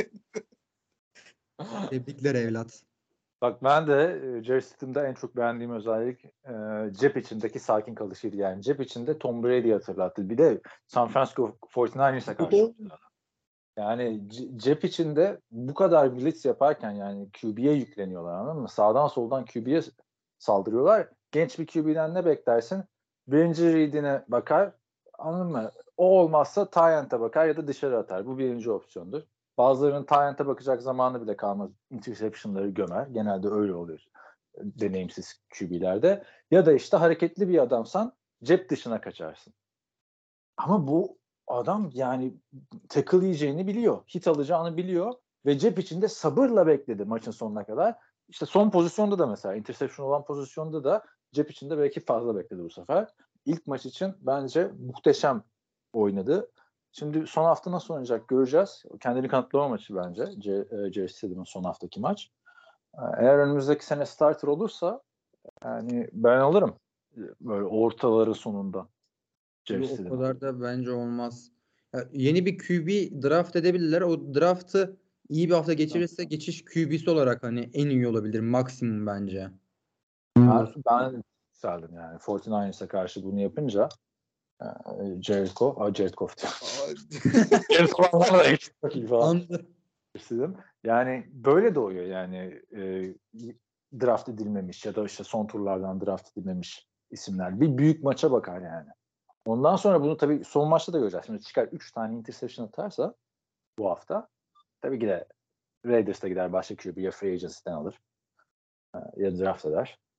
tebrikler evlat. Bak ben de e, Jared Stidham'da en çok beğendiğim özellik e, cep içindeki sakin kalışıydı. Yani cep içinde Tom Brady'yi hatırlattı. Bir de San Francisco kırk dokuzlar'a karşı. Yani c- cep içinde bu kadar blitz yaparken yani Q B'ye yükleniyorlar anladın mı? Sağdan soldan Q B'ye saldırıyorlar. Genç bir Q B'den ne beklersin? Birinci read'ine bakar anladın mı? O olmazsa Tyent'e bakar ya da dışarı atar. Bu birinci opsiyondur. Bazılarının Tyent'e bakacak zamanı bile kalmaz. Interception'ları gömer. Genelde öyle oluyor deneyimsiz Q B'lerde. Ya da işte hareketli bir adamsan cep dışına kaçarsın. Ama bu adam yani tackle yiyeceğini biliyor. Hit alacağını biliyor ve cep içinde sabırla bekledi maçın sonuna kadar. İşte son pozisyonda da mesela interception olan pozisyonda da cep içinde belki fazla bekledi bu sefer. İlk maç için bence muhteşem oynadı. Şimdi son hafta nasıl oynayacak göreceğiz. Kendini kanıtlama maçı bence. Jared Stidham'ın son haftaki maç. Eğer önümüzdeki sene starter olursa yani ben alırım. Böyle ortaları sonunda. Jared O Stidham'ı. kadar da bence olmaz. Ya, yeni bir Q B draft edebilirler. O draftı iyi bir hafta geçirirse geçiş Q B'si olarak hani en iyi olabilir. Maksimum bence. Ben, ben yükseldim yani. kırk dokuzlar'a karşı bunu yapınca e, Jared Goff, a, Jared Goff diyorum. Jared Goff'la eşit çok iyi falan Anladım. istedim. Yani böyle doğuyor yani e, draft edilmemiş ya da işte son turlardan draft edilmemiş isimler. Bir büyük maça bakar yani. Ondan sonra bunu tabii son maçta da göreceğiz. Şimdi çıkar üç tane interception atarsa bu hafta tabii ki de Raiders'ta gider başka Q B ya free agency'den alır e, ya draft eder.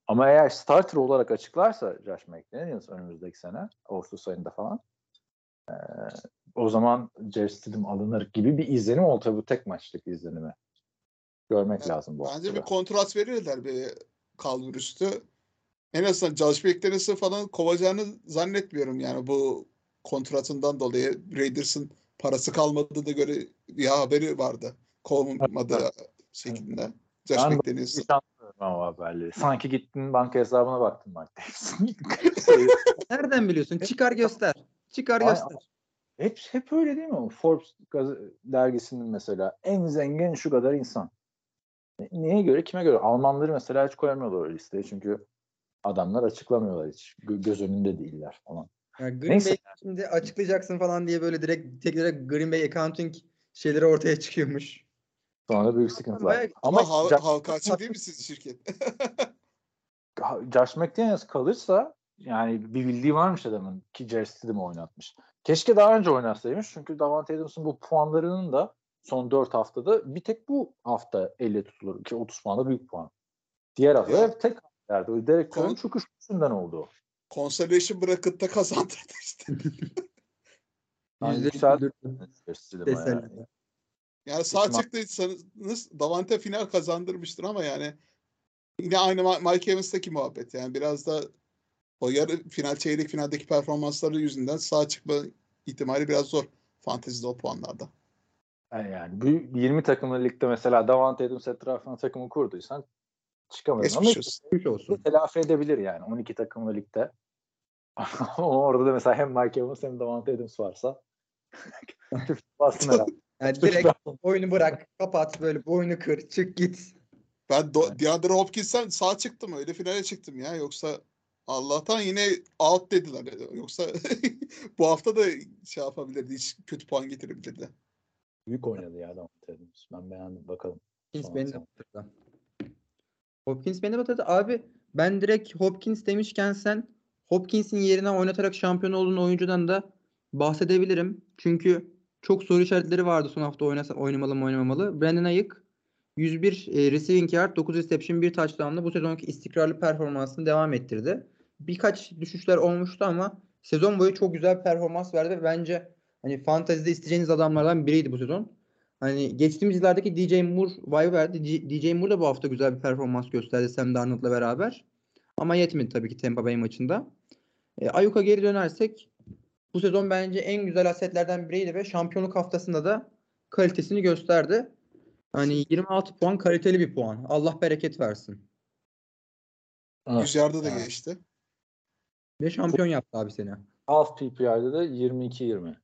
Ama eğer starter olarak açıklarsa Josh McDaniels önümüzdeki sene Ağustos ayında falan e, o zaman Jarrett Stidham alınır gibi bir izlenim oldu. Tabii bu tek maçlık izlenimi. Görmek Yani lazım bu bence haftada. bir kontrat verirler bir kalbur üstü. En azından Josh McDaniels'ı falan kovacağını zannetmiyorum yani bu kontratından dolayı. Raiders'ın parası kalmadığına göre bir haberi vardı. Kovulmadığı şeklinde. Josh Ben McDaniels'ın. şanslıyorum ama haberleri. Sanki gittin banka hesabına baktın Mark Davis'in. Nereden biliyorsun? Çıkar göster. Çıkar Ay, göster. hep, hep öyle değil mi? Forbes dergisinin mesela en zengin şu kadar insan. Neye göre? Kime göre? Almanları mesela hiç koyamıyorlar o listeye. Çünkü adamlar açıklamıyorlar hiç. Gö- göz önünde değiller falan. Ya Green Neyse. Bay şimdi açıklayacaksın falan diye böyle direkt tek direkt Green Bay accounting şeyleri ortaya çıkıyormuş. Sonra büyük sıkıntılar. Bayağı- Ama Ama ha- Josh, halka açık değil mi sizin şirket? Josh McDaniels kalırsa yani bir bildiği varmış adamın ki Jarrett Stidham'ı oynatmış. Keşke daha önce oynatsaymış. Çünkü Davante Adams'ın bu puanlarının da son dört haftada bir tek bu hafta elle tutulur. Ki otuz puan da büyük puan. Diğer hafta Ya, hep tek yerdi. O Derek Carr'ın kon- çöküşünden oldu. consolation bracket'ta kazandırdı işte. Yani Yüzde yükseldi güldürdü. Jarrett Stidham'a yani. Teselli. Yani sağ İhtimal- çıktıysanız Davante final kazandırmıştır ama yani yine aynı Ma- Mike Evans'taki muhabbet. Yani biraz da o yarı final, çeyrek finaldeki performansları yüzünden sağ çıkma ihtimali biraz zor fantezide o puanlarda. Yani, yani bu yirmi takımlı ligde mesela Davante Adams etrafına takımı kurduysan çıkamıyorsun. Ama Geçmiş işte olsun. Güç olsun. telafi edebilir yani on iki takımlı ligde. Ama orada da mesela hem Mike Evans hem Davante Adams varsa bastın herhalde. Yani direkt oyunu bırak, kapat böyle boynu kır, çık git. Ben Do- Evet. DeAndre Hopkins'ten sağ çıktım öyle finale çıktım ya. Yoksa Allah'tan yine out dediler. Yoksa bu hafta da şey yapabilirdi. Hiç kötü puan getirebilirdi. Büyük oynadı ya Davante Adams. Ben beğendim bakalım. Hopkins Son beni de hafta. batırdı. Hopkins beni de batırdı. Abi ben direkt Hopkins demişken sen Hopkins'in yerine oynatarak şampiyon olduğun oyuncudan da bahsedebilirim. Çünkü çok soru işaretleri vardı son hafta oynasa, oynamalı mı oynamamalı. Brandon Ayuk yüz bir e, receiving yard, dokuz reception, bir touchdown'la bu sezonki istikrarlı performansını devam ettirdi. Birkaç düşüşler olmuştu ama sezon boyu çok güzel bir performans verdi ve bence hani fantezide isteyeceğiniz adamlardan biriydi bu sezon. Hani geçtiğimiz yıllardaki D J Moore vibe verdi. D J Moore da bu hafta güzel bir performans gösterdi Sam Darnold'la beraber. Ama yetmedi tabii ki Tampa Bay maçında. E, Ayuk'a geri dönersek bu sezon bence en güzel asetlerden biriydi ve şampiyonluk haftasında da kalitesini gösterdi. Hani yirmi altı puan kaliteli bir puan. Allah bereket versin. yüz yarda da Evet. geçti. Ve şampiyon yaptı abi seni. Half P P R'de de yirmi iki yirmi.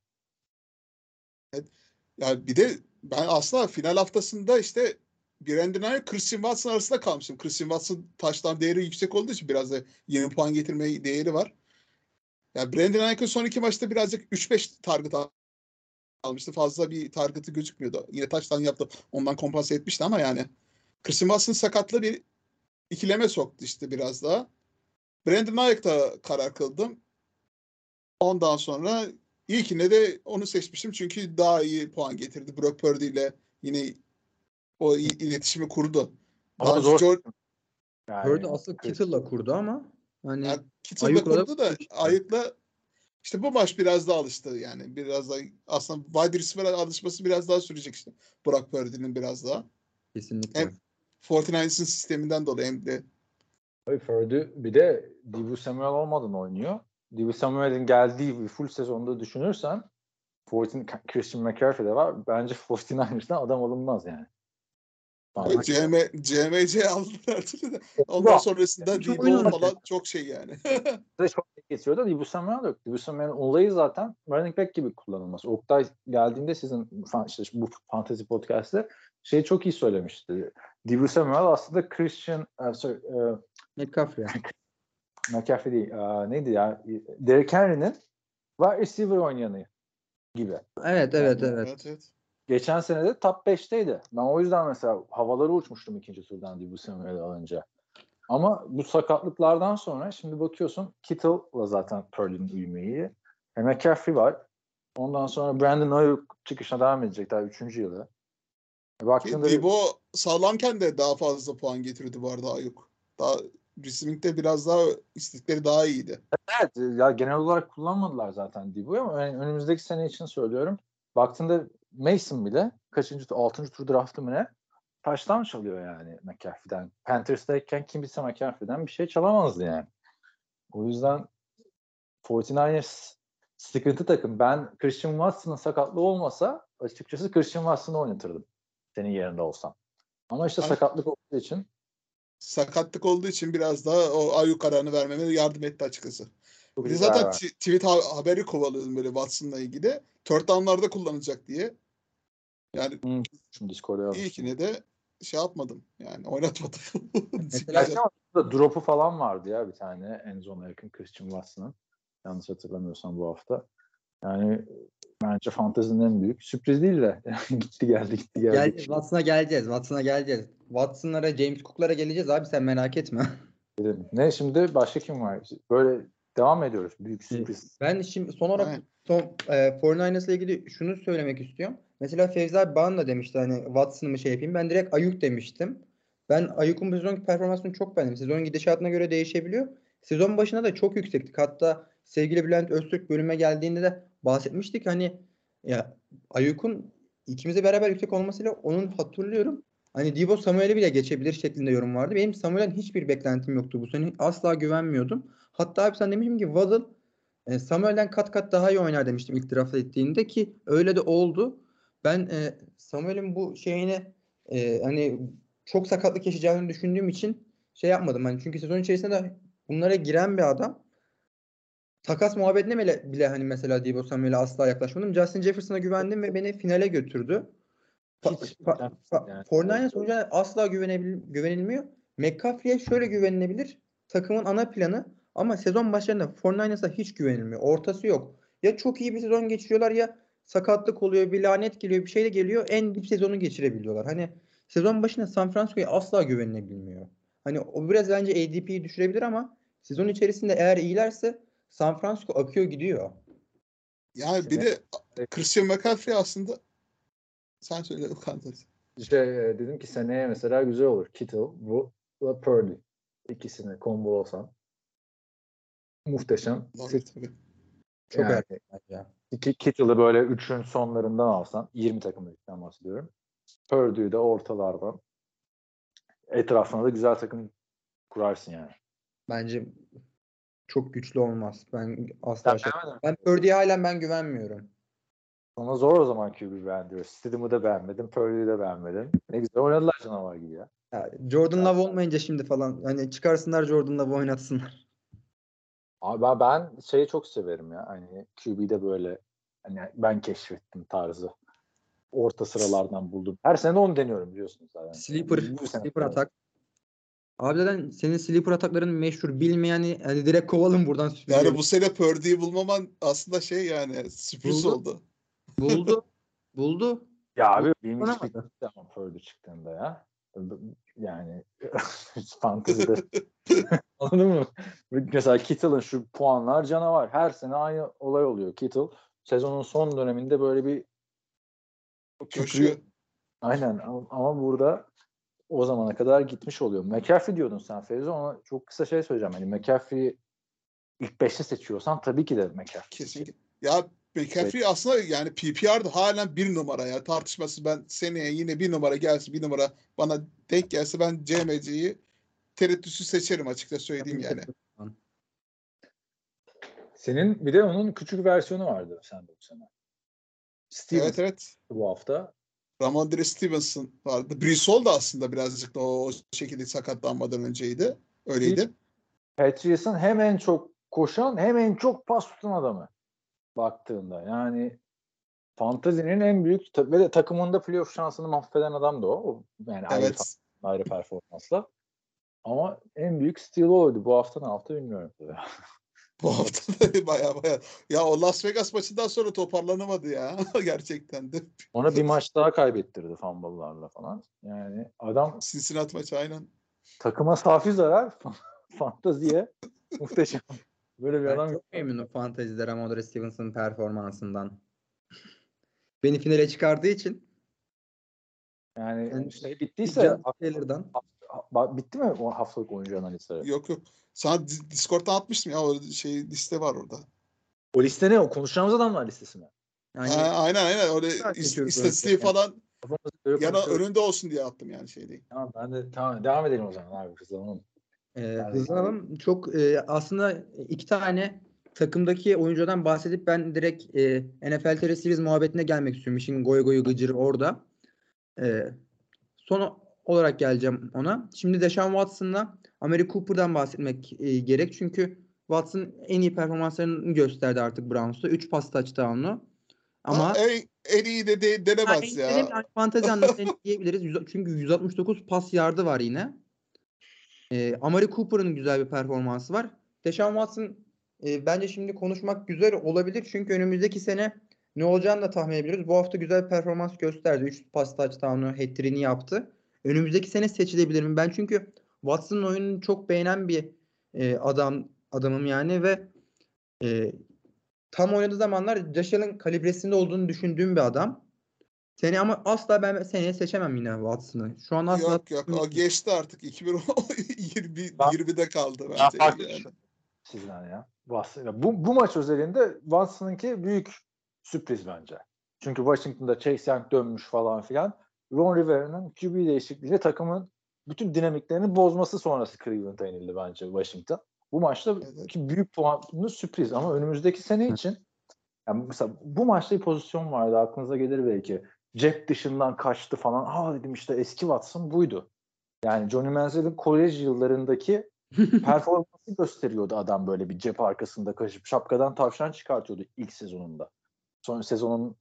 Yani bir de ben aslında final haftasında işte Brandon Ayuk, Christian Watson arasında kalmışım. Christian Watson taştan değeri yüksek olduğu için biraz da yirmi puan getirme değeri var. Yani Brandon Ayuk'un son iki maçta birazcık üç beş target almıştı. Fazla bir target'ı gözükmüyordu. Yine taştan yaptı. Ondan kompanse etmişti ama yani Christian Watson sakatlı bir ikileme soktu işte biraz daha. Brandon Ayuk'ta karar kıldım. Ondan sonra ilkine de onu seçmiştim. Çünkü daha iyi puan getirdi. Brock Purdy ile yine o iletişimi kurdu. Daha Ama önce zor. George, Yani Purdy asıl Kittle'la kurdu ama hani yani Kittle'la Ayuk'la da kurdu da Ayuk'la işte bu maç biraz daha alıştı yani. Biraz daha aslında wide receiver'a alışması biraz daha sürecek işte. Brock Purdy'nin biraz daha. kesinlikle. Hem kırk dokuz'ın sisteminden dolayı hem de Purdy bir de Deebo Samuel olmadan oynuyor. Deebo Samuel'in geldiği bir full sezonda düşünürsen Christian McCaffrey de var. Bence kırk dokuz'dan adam alınmaz yani. evet, C M, C M C aldılar. Ondan Yok. sonrasında Çok Debo oynamayacak. falan çok şey yani. de çok getiriyor da Deebo Samuel yok. Deebo Samuel'in olayı zaten running back gibi kullanılması. Oktay geldiğinde sizin işte bu fantasy podcast'te şeyi çok iyi söylemişti. Deebo Samuel aslında Christian uh, sorry, uh, McCaffrey. McCaffrey değil. Uh, neydi ya? Derrick Henry'nin wide receiver oynayanı gibi. Evet evet evet. Evet, evet. Geçen sene de top beşteydi. Ben o yüzden mesela havaları uçmuştum ikinci turdan Deebo Samuel'i alınca. Ama bu sakatlıklardan sonra şimdi bakıyorsun Kittle'la zaten Purdy'nin uyumu iyi. E, McCaffrey var. Ondan sonra Brandon Ayuk çıkışına devam edecek daha üçüncü yılı. E, baktığında bir, Debo sağlamken de daha fazla puan getirdi bu arada Ayuk. Daha receiving'de biraz daha istekleri daha iyiydi. Evet ya genel olarak kullanmadılar zaten Debo'yu ama yani önümüzdeki sene için söylüyorum. Baktığında Mason bile kaçıncı altıncı tur draftı mı ne? Taştan çalıyor yani McCaffrey'den. Panthers'tayken kimse McCaffrey'den bir şey çalamazdı yani. O yüzden kırk dokuzers sıkıntı takım. Ben Christian Watson'ın sakatlığı olmasa açıkçası Christian Watson'ı oynatırdım senin yerinde olsam. Ama işte Ay. sakatlık olduğu için Sakatlık olduğu için biraz daha o Ayuk kararını vermeme yardım etti açıkçası. çok Bir de iyi zaten var. t- tweet ha- haberi kovalıyordum böyle Watson'la ilgili. Third down'larda kullanacak diye. Yani Hmm, şimdi Discord'a iyi yazmıştım. ki de şey yapmadım. Yani oynatmadım. Mesela- Gerçi ama burada drop'u falan vardı ya bir tane en zone'a yakın Christian Watson'ın. Yanlış hatırlamıyorsam bu hafta. Yani bence fantezinin en büyük. Sürpriz değil de gitti geldi gitti geldi. Geleceğiz. Watson'a geleceğiz. Watson'a geleceğiz. Watson'lara, James Cook'lara geleceğiz abi, sen merak etme. Ne şimdi başka kim var? Böyle devam ediyoruz. Büyük sürpriz. Ben şimdi son olarak Aynen. son, e, kırk dokuzers'la ilgili şunu söylemek istiyorum. Mesela Fevzi abi bana da demişti hani Watson'ı mı şey yapayım. Ben direkt Ayuk demiştim. Ben Ayuk'un bu sezonki performansını çok beğendim. Sezon gidişatına göre değişebiliyor. Sezon başında da çok yüksektik. Hatta sevgili Bülent Öztürk bölüme geldiğinde de bahsetmiştik. Hani ya Ayuk'un ikimize beraber yüksek olmasıyla onun hatırlıyorum. Hani Deebo Samuel'i bile geçebilir şeklinde yorum vardı. Benim Samuel'den hiçbir beklentim yoktu bu sene. Asla güvenmiyordum. Hatta abi sen demiştim ki Waddle e, Samuel'den kat kat daha iyi oynar demiştim ilk draft ettiğinde ki öyle de oldu. Ben e, Samuel'in bu şeyini e, hani çok sakatlık yaşayacağını düşündüğüm için şey yapmadım. Hani çünkü sezon içerisinde de bunlara giren bir adam. Takas muhabbetine bile, bile hani mesela Deebo Samuel'e asla yaklaşmadım. Justin Jefferson'a güvendim ve beni finale götürdü. Hiç Fa- fa- fa- yani. kırk dokuzers oyuncularına asla güvenebil güvenilmiyor. McCaffrey'e şöyle güvenilebilir. Takımın ana planı ama sezon başlarında kırk dokuzers'a hiç güvenilmiyor. Ortası yok. Ya çok iyi bir sezon geçiriyorlar ya sakatlık oluyor, bir lanet geliyor, bir şey de geliyor. En dip sezonu geçirebiliyorlar. Hani sezon başında San Francisco'ya asla güvenilebilmiyor. Hani o biraz bence A D P'yi düşürebilir ama sezon içerisinde eğer iyilerse San Francisco akıyor gidiyor. Yani bir de Christian McCaffrey aslında sen söyle Okan. Şey, dedim ki seneye mesela güzel olur. Kittle, bu ve Purdy. İkisini combo olsan. Muhteşem. Tabii tabii. Çok Yani erken bence. iki Kittle'ı böyle üçün sonlarından alsan yirmi takımlıktan bahsediyorum. Purdy'yi de ortalardan. Etrafına da güzel takım kurarsın yani. Bence çok güçlü olmaz. Ben Sen asla şey. beğenmedin mi? Ben Purdy'ye halen ben güvenmiyorum. Sana zor o zaman Q B beğendiriyor. Stidham'ı da beğenmedim. Purdy'yi de beğenmedim. Ne güzel oynadılar canavar gibi ya. Ya Jordan Love olmayınca şimdi falan hani çıkarsınlar Jordan Love oynatsınlar. Abi ben, ben şeyi çok severim ya. Hani Q B'de böyle hani ben keşfettim tarzı. Orta sıralardan buldum. Her sene onu deniyorum biliyorsunuz zaten. Sleeper, Bu sene sleeper atak. Abi zaten senin sleeper atakların meşhur. Bilmeyeni hani direkt kovalım buradan. Yani bu sene Purdy'yi bulmaman aslında şey yani sürpriz Buldu. oldu. Buldu. Buldu. Ya Buldu. abi benim iş bitti Bulamadı. ama Purdy çıktığında ya. Yani fantezide anladın mı? Mesela Kittle'ın şu puanlar canavar. Her sene aynı olay oluyor. Kittle sezonun son döneminde böyle bir kükrüyor. Coşuyor. Aynen ama, ama burada o zamana kadar gitmiş oluyor. McCaffrey diyordun sen Feyzo. Ona çok kısa şey söyleyeceğim. Hani McCaffrey'i ilk beşte seçiyorsan tabii ki de McCaffrey. Kesinlikle. Ya McCaffrey aslında yani P P R'da halen bir numara ya. Tartışması ben seneye yine bir numara gelsin bir numara bana denk gelse ben C M C'yi tereddütsüz seçerim açıkça söyleyeyim yani. Senin bir de onun küçük versiyonu vardı sende bu sene. Stevenson Evet evet. bu hafta. Ramondre Stevenson vardı. Brissol da aslında birazcık da o şekilde sakatlanmadan önceydi. Öyleydi. Patriots'ın hem en çok koşan hem en çok pas tutan adamı baktığında. Yani fantazinin en büyük ve de takımında playoff şansını mahveden adam da o. Yani ayrı, Evet. ayrı performansla. Ama en büyük steal oydu. Bu hafta ne yaptı bilmiyorum. Bu hafta da baya baya. Ya o Las Vegas maçından sonra toparlanamadı ya. Gerçekten de. Ona bir maç daha kaybettirdi fumble'larla falan. Yani adam Cincinnati maçı aynen. takıma safi zarar, fantaziye muhteşem. Böyle bir Ben adam yok. çok memnunum fantezide Ramondre Stevenson'ın performansından. Beni finale çıkardığı için. Yani Yani şey bittiyse Taylor'dan. ba- bitti mi o haftalık oyuncu analizleri? Yok yok. Sana Discord'dan atmıştım ya, o şey liste var orada. O liste ne? O konuşacağımız adamlar listesi mi? Yani Ha, aynen aynen. Öyle is- istatistiği falan yana önünde olsun diye attım yani, şey değil. Tamam, ben de tamam devam edelim o zaman abi, hızlanalım. e, Yani- hızlanalım. Çok e, aslında iki tane takımdaki oyuncudan bahsedip ben direkt e, N F L T R Series muhabbetine gelmek istiyorum. İşin goy goyu gıcırı orada. E, son olarak geleceğim ona. Şimdi Deshaun Watson'la Amari Cooper'dan bahsetmek e, gerek. Çünkü Watson en iyi performanslarını gösterdi artık Browns'ta. üç pas touchdown'lu. Ama Ha, en, en iyi de, de denemez yani, ya. yani fantezi anlamında diyebiliriz. Yüz- çünkü yüz altmış dokuz pas yardı var yine. E, Amari Cooper'ın güzel bir performansı var. Deshaun Watson e, bence şimdi konuşmak güzel olabilir. Çünkü önümüzdeki sene ne olacağını da tahmin edebiliriz. Bu hafta güzel bir performans gösterdi. üç pas touchdown'u, hat-trick'ini yaptı. Önümüzdeki sene seçilebilir mi? Ben çünkü Watson'ın oyununu çok beğenen bir e, adam adamım yani ve e, tam oynadığı zamanlar Josh Allen kalibresinde olduğunu düşündüğüm bir adam. Seni ama asla ben seneye seçemem yine Watson'ı. Şu an asla Yok yok, o geçti artık. iki bin yirmi, Ben- yirmide kaldı Ben bence. farklı Yani. düşünüyorum sizden ya. Watson'la. Bu, bu maç özelinde Watson'ınki büyük sürpriz bence. Çünkü Washington'da Chase Young dönmüş falan filan. Ron Rivera'nın Q B değişikliğiyle takımın bütün dinamiklerini bozması sonrası Cleveland'a yenildi bence Washington. Bu maçta Evet. ki büyük puanlı sürpriz ama önümüzdeki sene için yani mesela bu maçta bir pozisyon vardı, aklınıza gelir belki. Cep dışından kaçtı falan. Aa dedim, işte eski Watson buydu. Yani Johnny Manziel'in kolej yıllarındaki performansı gösteriyordu adam, böyle bir cep arkasında kaçıp şapkadan tavşan çıkartıyordu ilk sezonunda. Son sezonun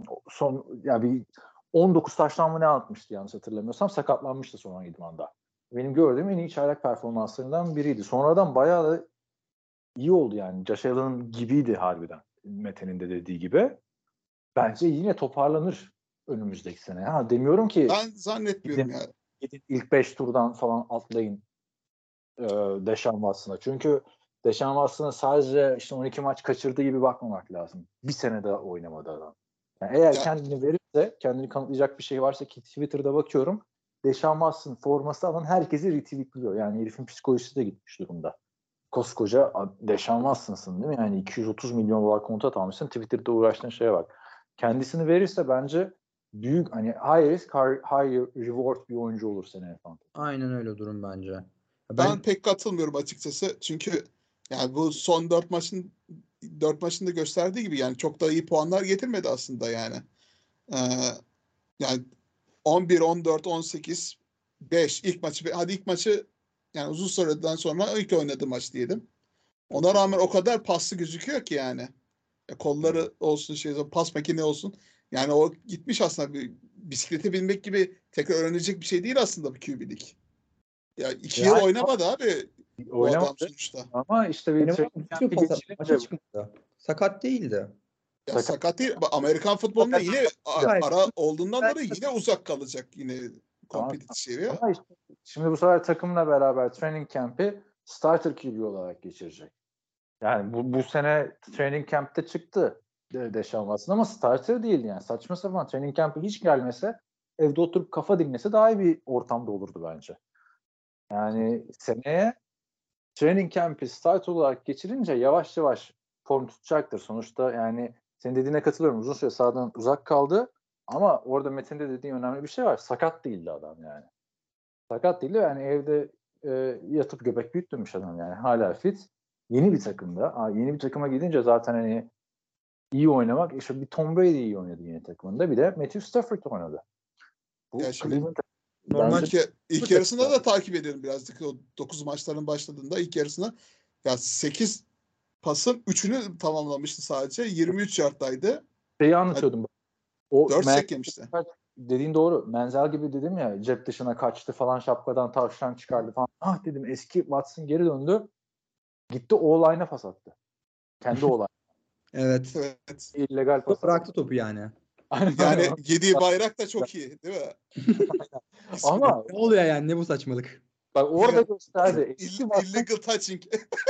son yani bir on dokuz taştan mı ne atmıştı yanlış hatırlamıyorsam, sakatlanmıştı son idmanda. Benim gördüğüm en iyi çaylak performanslarından biriydi. Sonradan bayağı da iyi oldu yani. Josh Allen gibiydi harbiden. Mete'nin de dediği gibi. Bence yine toparlanır önümüzdeki sene. Ha, demiyorum ki Ben zannetmiyorum gidin, ya. gidin ilk beş turdan falan atlayın e, Deshaun Watson'a. Çünkü Deshaun Watson'a sadece işte on iki maç kaçırdığı gibi bakmamak lazım. Bir sene daha oynamadı adam. Yani eğer Ya, kendini verirse, kendini kanıtlayacak bir şey varsa, ki Twitter'da bakıyorum, Deshaun Watson forması alan herkesi retweetliyor. Yani herifin psikolojisi de gitmiş durumda. Koskoca Deshaun Watson'sın değil mi? Yani iki yüz otuz milyon dolar kontrat almışsın. Twitter'da uğraştığın şeye bak. Kendisini verirse bence büyük, hani high risk high reward bir oyuncu olur seneye falan. Aynen öyle durum bence. ben Ben pek katılmıyorum açıkçası. Çünkü yani bu son dört maçın dört maçında gösterdiği gibi yani çok da iyi puanlar getirmedi aslında yani. Ee, yani on bir, on dört, on sekiz, beş ilk maçı, hadi ilk maçı yani uzun süreden sonra ilk oynadığı maç diyelim. Ona rağmen o kadar paslı gözüküyor ki yani. E, kolları Evet. olsun, şey pas makine olsun. Yani o gitmiş aslında, bir bisiklete binmek gibi tekrar öğrenecek bir şey değil aslında bu Q B'lik. Ya iki yıl Yani oynamadı abi bu adam oynamadı sonuçta. ama işte bir benim training maçı camp'i pas maça geçirince çıkmadı. Sakat değildi. Ya sakat. sakat değil. Bak, Amerikan futbolunda yine a- Gayet ara olduğundan dolayı gayet yine uzak kalacak yine Tamam. kompetitif seviye. Ama işte şimdi bu sefer takımla beraber training camp'i starter Q B olarak geçirecek. Yani bu, bu sene training camp'te çıktı de, Deshaun Watson ama starter değildi yani. Saçma sapan, training camp'e hiç gelmese, evde oturup kafa dinlese daha iyi bir ortamda olurdu bence. Yani seneye training camp'i start olarak geçirince yavaş yavaş form tutacaktır. Sonuçta yani senin dediğine katılıyorum. Uzun süre sahadan uzak kaldı ama orada Metin'in de dediği önemli bir şey var. Sakat değildi adam yani. Sakat değildi yani, evde e, yatıp göbek büyütmemiş adam yani. Hala fit. Yeni bir takımda. Aa, yeni bir takıma gidince zaten hani iyi oynamak. İşte bir Tom Brady iyi oynadı yeni takımında. Bir de Matthew Stafford oynadı. Bu Ya şimdi Cleveland normal bence ilk, ilk yarısında da takip edelim birazcık. O dokuz maçların başladığında ilk yarısına ya sekiz pasın üçünü tamamlamıştı sadece. yirmi üç yarddaydı. şeyi anlatıyordum. O dört Men- sek yemişti. dediğin doğru. Menzel gibi dedim ya, cep dışına kaçtı falan, şapkadan tavşan çıkardı falan. Ah dedim, eski Watson geri döndü. Gitti O-line'a pas attı. Kendi O-line. Evet. Evet. İllegal pas attı. Bıraktı topu yani. Aynen, Yani aynen. yediği bayrak da çok iyi değil mi? Ama Ne oluyor yani? Ne bu saçmalık? bak orada gösterdi. Eski İll- Watson, illegal touching.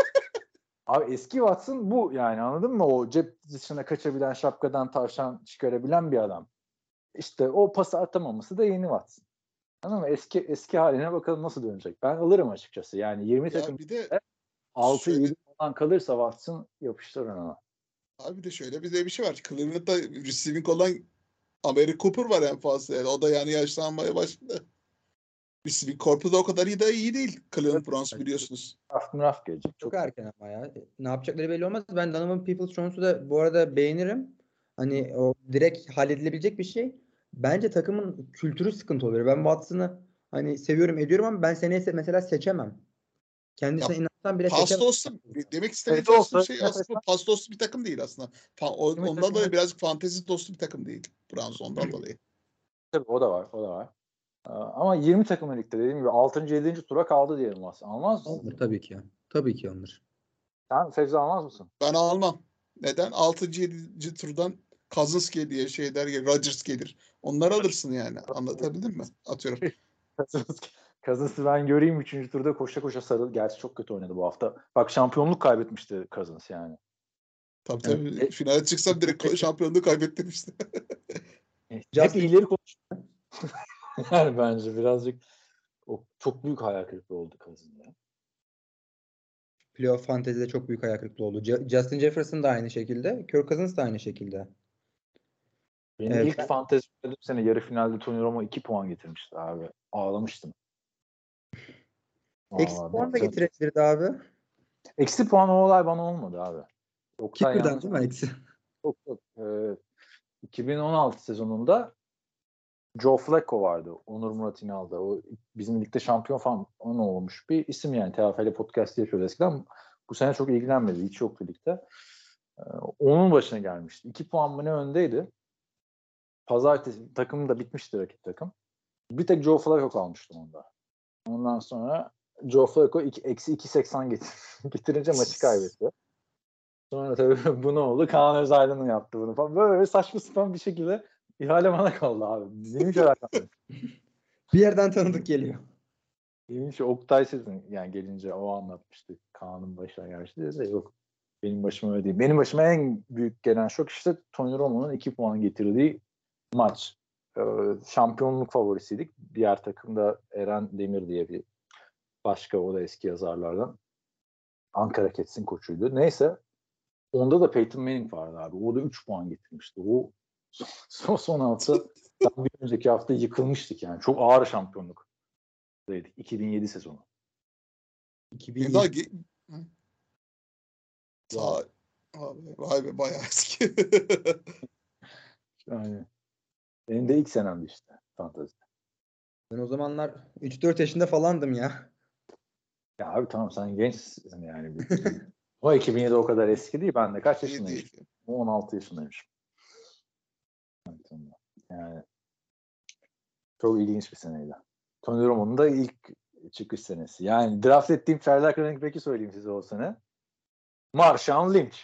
abi eski Watson bu yani, anladın mı? O cep dışına kaçabilen, şapkadan tavşan çıkarabilen bir adam. İşte o pası atamaması da yeni Watson. Ama eski eski haline bakalım nasıl dönecek. Ben alırım açıkçası. Yani yirmi Ya takım bir de altı şöyle yedi falan kalırsa Watson yapıştır ona. abi bir de şöyle bir de bir şey var. Cleveland'da receiving olan Amari Cooper var en fazla. Yani o da yani yaşlanmaya başladı. Receiving korpu da o kadar iyi de iyi değil. Cleveland Browns biliyorsunuz. Draft draft gelecek. Çok Çok erken ama ya. E, Ne yapacakları belli olmaz. Ben Donovan Peoples-Jones'u da bu arada beğenirim. Hani o direkt halledilebilecek bir şey. Bence takımın kültürü sıkıntı oluyor. Ben Watson'ı hani seviyorum ediyorum ama ben seneye se- mesela seçemem. Ya Kendisine inansam bile pas seçemem. dostu demek istemeye evet çalıştığım olsa şey nefes aslında pas dostu bir takım değil aslında. Pa- o- yirmi ondan takım dolayı birazcık fantezi dostu bir takım değil. Browns ondan dolayı. tabii o da var. O da var. Ee, Ama yirmi takım ligde dediğim gibi altıncı yedinci tura kaldı diyelim aslında. Almaz mısın? Alınır tabii ki. Tabii ki alınır. Sen Fevzi almaz mısın? Ben almam. Neden? altıncı yedinci turdan Cousins geliyor, şeyler gelir, Rodgers gelir. Onları alırsın yani. Anlatabildim mi? Atıyorum. Cousins, Cousins'ı ben göreyim üçüncü turda koşa koşa sarıl. Gerçi çok kötü oynadı bu hafta. Bak şampiyonluk kaybetmişti Cousins yani. Tabii Evet. tabii. Finale çıksam direkt şampiyonluğu kaybettim işte. Hep Justin ileri koş. Yani bence birazcık o çok büyük hayal kırıklığı oldu Cousins ya. Playoff fantezide çok büyük hayal kırıklığı oldu. Je- Justin Jefferson da aynı şekilde. Kirk Cousins da aynı şekilde. Benim Ee, ilk ben- fantezi oynadığım sene yarı finalde Tony Romo iki puan getirmişti abi. Ağlamıştım. Eksi Vallahi puan da ben- getirebilirdi abi. Eksi puan o olay bana olmadı abi. Oktay Kicker'dan yanlış. değil mi eksi? Çok çok. Ee, iki bin on altı sezonunda Joe Flacco vardı. Onur Murat İnal'da. O bizim ligde şampiyon falan olmuş bir isim yani. T F L podcast yapıyordu eskiden. Bu sene çok ilgilenmedi. Hiç yoktu ligde. Ee, onun başına gelmişti. İki puan mı ne öndeydi. Pazartesi takım da bitmişti rakip takım. Bir tek Joe Flacco kalmıştı onda. Ondan sonra Joe Flacco iki, eksi iki seksen getir, getirince maçı kaybetti. Sonra tabii bu ne oldu? Kaan Özaydın'ın yaptı bunu falan. Böyle saçma sapan bir şekilde ihale bana kaldı abi. Benim hiç alakam yok. Bir yerden tanıdık geliyor. Benim hiç Oktay sizin yani gelince o anlatmıştı. Kaan'ın başına gelmişti. Dedi, yok benim başıma öyle değil. Benim başıma en büyük gelen şok işte Tony Romo'nun iki puan getirdiği maç. Ee, şampiyonluk favorisiydik. Diğer takımda Eren Demir diye bir başka, o da eski yazarlardan. Ankara Cats'in koçuydu. Neyse. Onda da Peyton Manning vardı abi. O da üç puan getirmişti. O son, son hafta bir önceki hafta yıkılmıştık yani. Çok ağır şampiyonluk. iki bin yedi sezonu. Benim daha iki bin yedi. ge- Ta abi, vay be bayağı eski. Yani benim de ilk senemdi işte fantezide. Ben o zamanlar üç dört yaşında falandım ya. Ya abi tamam sen gençsin yani. O iki bin yedi o kadar eski değil. Ben de kaç İyi yaşındaymışım? değil. on altı yaşındaymışım. Yani çok ilginç bir seneydi. Tony Romo'nun da ilk çıkış senesi. Yani draft ettiğim Ferdi Running Back'i söyleyeyim size o sene. Marshawn Lynch.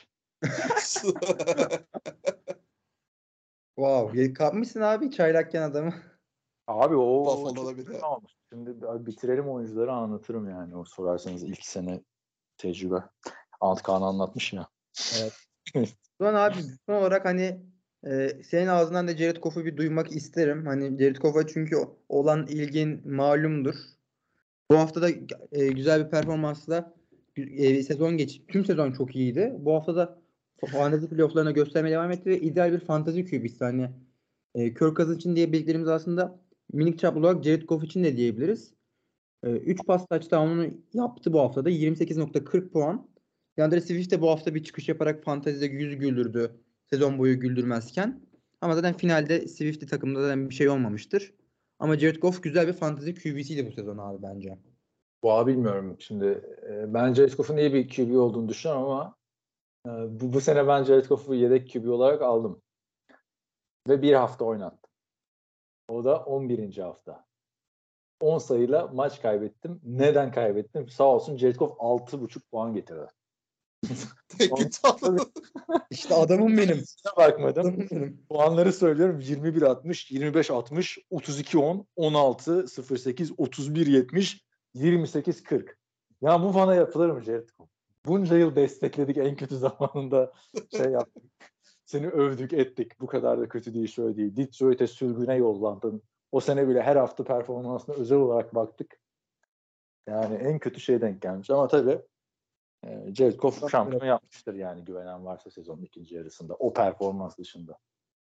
Wow. ye- Kapmışsın abi çaylakken adamı. Abi o, o çok Buffalo'da bir fena de. olmuş. Şimdi abi bitirelim oyuncuları anlatırım yani. O sorarsanız ilk sene tecrübe. Antkan anlatmış ya. Evet. Şu an abi son olarak hani e, senin ağzından da Jared Goff'u bir duymak isterim. Hani Jared Goff'a çünkü olan ilgin malumdur. Bu hafta da e, güzel bir performansla e, sezon geç. Tüm sezon çok iyiydi. Bu hafta da fantezi playofflarına göstermeye devam etti ve ideal bir fantezi Q B'si. Hani e, Kirk Cousins için diyebileceklerimiz aslında minik çaplı olarak Jared Goff için de diyebiliriz. üç pas touchdown'unu yaptı bu haftada. yirmi sekiz nokta kırk puan. DeAndre Swift de bu hafta bir çıkış yaparak fantezide yüz güldürdü. Sezon boyu güldürmezken. Ama zaten finalde Swift'li takımda zaten bir şey olmamıştır. Ama Jared Goff güzel bir fantezi Q B'siydi bu sezon abi bence. Bu abi bilmiyorum şimdi. E, ben Jared Goff'un iyi bir Q B olduğunu düşünüyorum ama e, bu, bu sene ben Jared Goff'u yedek Q B olarak aldım. Ve bir hafta oynattım. O da on birinci hafta. on sayıyla maç kaybettim. Neden kaybettim? Sağ olsun Jared Goff altı buçuk puan getirdi. Tek bir tane. İşte adamım benim. Bakmadım. Adamım benim. Puanları söylüyorum. yirmi bir altmış, yirmi beş altmış, otuz iki on, on altı sıfır sekiz, otuz bir yetmiş, yirmi sekiz kırk. Ya bu bana yapılır mı Jared Goff? Bunca yıl destekledik, en kötü zamanında şey yaptık. Seni övdük ettik. Bu kadar da kötü değil, şöyle değil. Detroit'e sürgüne yollandın. O sene bile her hafta performansına özel olarak baktık. Yani en kötü şey denk gelmiş. Ama tabii e, Jared Goff şampiyon yapmıştır yani güvenen varsa sezonun ikinci yarısında. O performans dışında.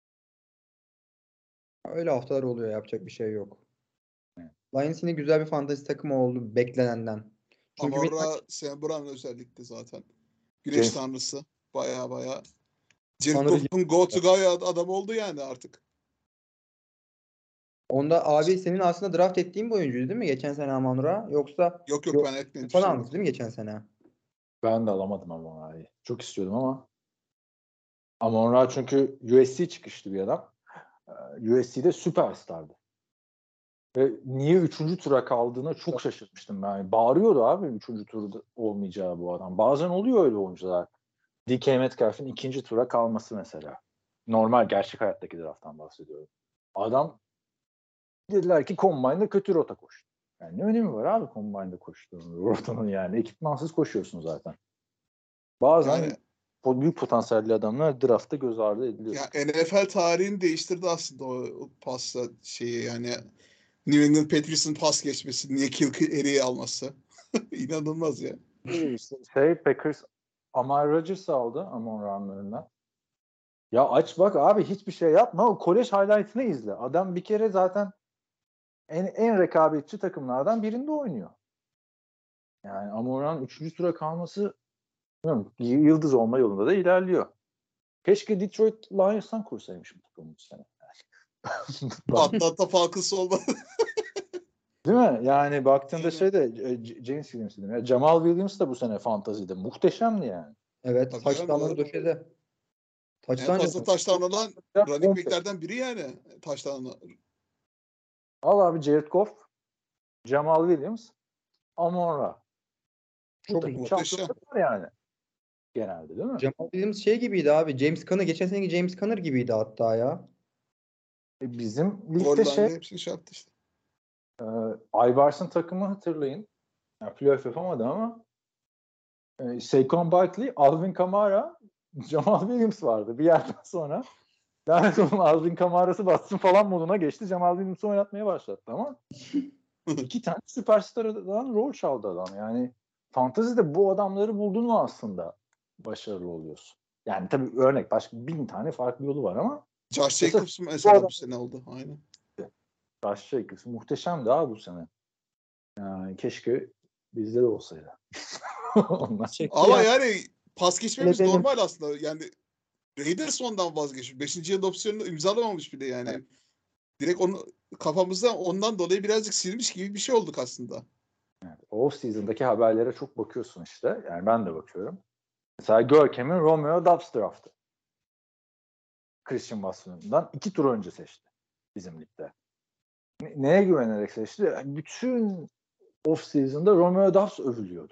Öyle haftalar oluyor. Yapacak bir şey yok. Evet. Lions yine güzel bir fantasy takımı oldu beklenenden. Çünkü Amon-Ra, Sam Brown özellikle zaten. Güneş James, tanrısı. Baya baya. Jared Tanrı Goff'un go to guy adam oldu yani artık. onda abi senin aslında draft ettiğin bir oyuncuydu değil mi? Geçen sene Amon-Ra. Yoksa Yok yok yok, ben etmedim. falan almıştı değil mi geçen sene? ben de alamadım Amon-Ra'yı. Çok istiyordum ama Amon-Ra çünkü U S C çıkıştı bir adam. U S C'de süperstardı. Ve niye üçüncü tura kaldığına çok şaşırmıştım ben. Bağırıyordu abi üçüncü turda olmayacağı bu adam. Bazen oluyor öyle oyuncular. D K Metcalf'in ikinci tura kalması mesela. Normal gerçek hayattaki drafttan bahsediyorum. Adam dediler ki Combine'da kötü rota koştu. Yani ne önemi var abi Combine'da koştuğunun rotanın yani. Ekipmansız koşuyorsun zaten. Bazen Yani büyük potansiyelli adamlar draftta göz ardı ediliyor. ya N F L tarihini değiştirdi aslında o, o pasla şeyi yani New England Patriots'ın pas geçmesi, niye Kilkeary'i alması. İnanılmaz ya. Şey Packers Amar Rodgers'ı aldı Amon-Ra'nın önünden. Ya aç bak abi hiçbir şey yapma. O kolej highlight'ını izle. Adam bir kere zaten en, en rekabetçi takımlardan birinde oynuyor. Yani Amon-Ra'nın üçüncü tura kalması bilmiyorum, yıldız olma yolunda da ilerliyor. Keşke Detroit Lions'tan kursaymış bu takımı bu sene. Atlanta Falcons olmadı. Değil mi? Yani baktığında şeyde James Williams dedim ya. Jamal Williams da bu sene fantazide muhteşemdi yani. Evet. Tabii canım, Taştanları doğru. döşedi. En Taştan fazla taştan olan Ya, running back'lerden biri yani. Taştan. Al abi Jared Goff, Jamal Williams, Amon-Ra. çok Takım zor. şampiyonluk var yani. Genelde değil mi? Jamal Williams şey gibiydi abi. James Conner. Geçen seneki James Conner gibiydi hatta ya. E bizim Goal ligde şey line'de hepsini şey yaptı işte. e, Aybars'ın takımı hatırlayın. Yani playoff yapamadı ama e, Saquon Barkley, Alvin Kamara, Jamal Williams vardı. Bir yerden sonra lanet olsun Alvin Kamara'sı batsın falan moduna geçti. Jamal Williams'ı oynatmaya başlattı ama iki tane süperstardan rol çaldı adam. Yani fantezide bu adamları buldun mu aslında başarılı oluyorsun. Yani tabii örnek başka bin tane farklı yolu var ama Josh Jacobs mesela, bu bu, adam, bu sene oldu. Aynen. Josh Jacobs muhteşemdi abi bu sene. Yani keşke bizde de olsaydı. Onlar. Ama yani pas geçmemiz Benim- normal aslında. Yani Raiders ondan vazgeçmiş. Beşinci yıl opsiyonunu imzalamamış bile yani. Evet. Direkt onu kafamızda ondan dolayı birazcık silmiş gibi bir şey olduk aslında. Evet, off season'daki haberlere çok bakıyorsun işte. Yani ben de bakıyorum. Mesela Görkem'in Romeo Doubs draftı. Christian Watson'dan iki tur önce seçti bizim ligde. Ne, neye güvenerek seçti? Bütün off season'da Romeo Doubs övülüyordu.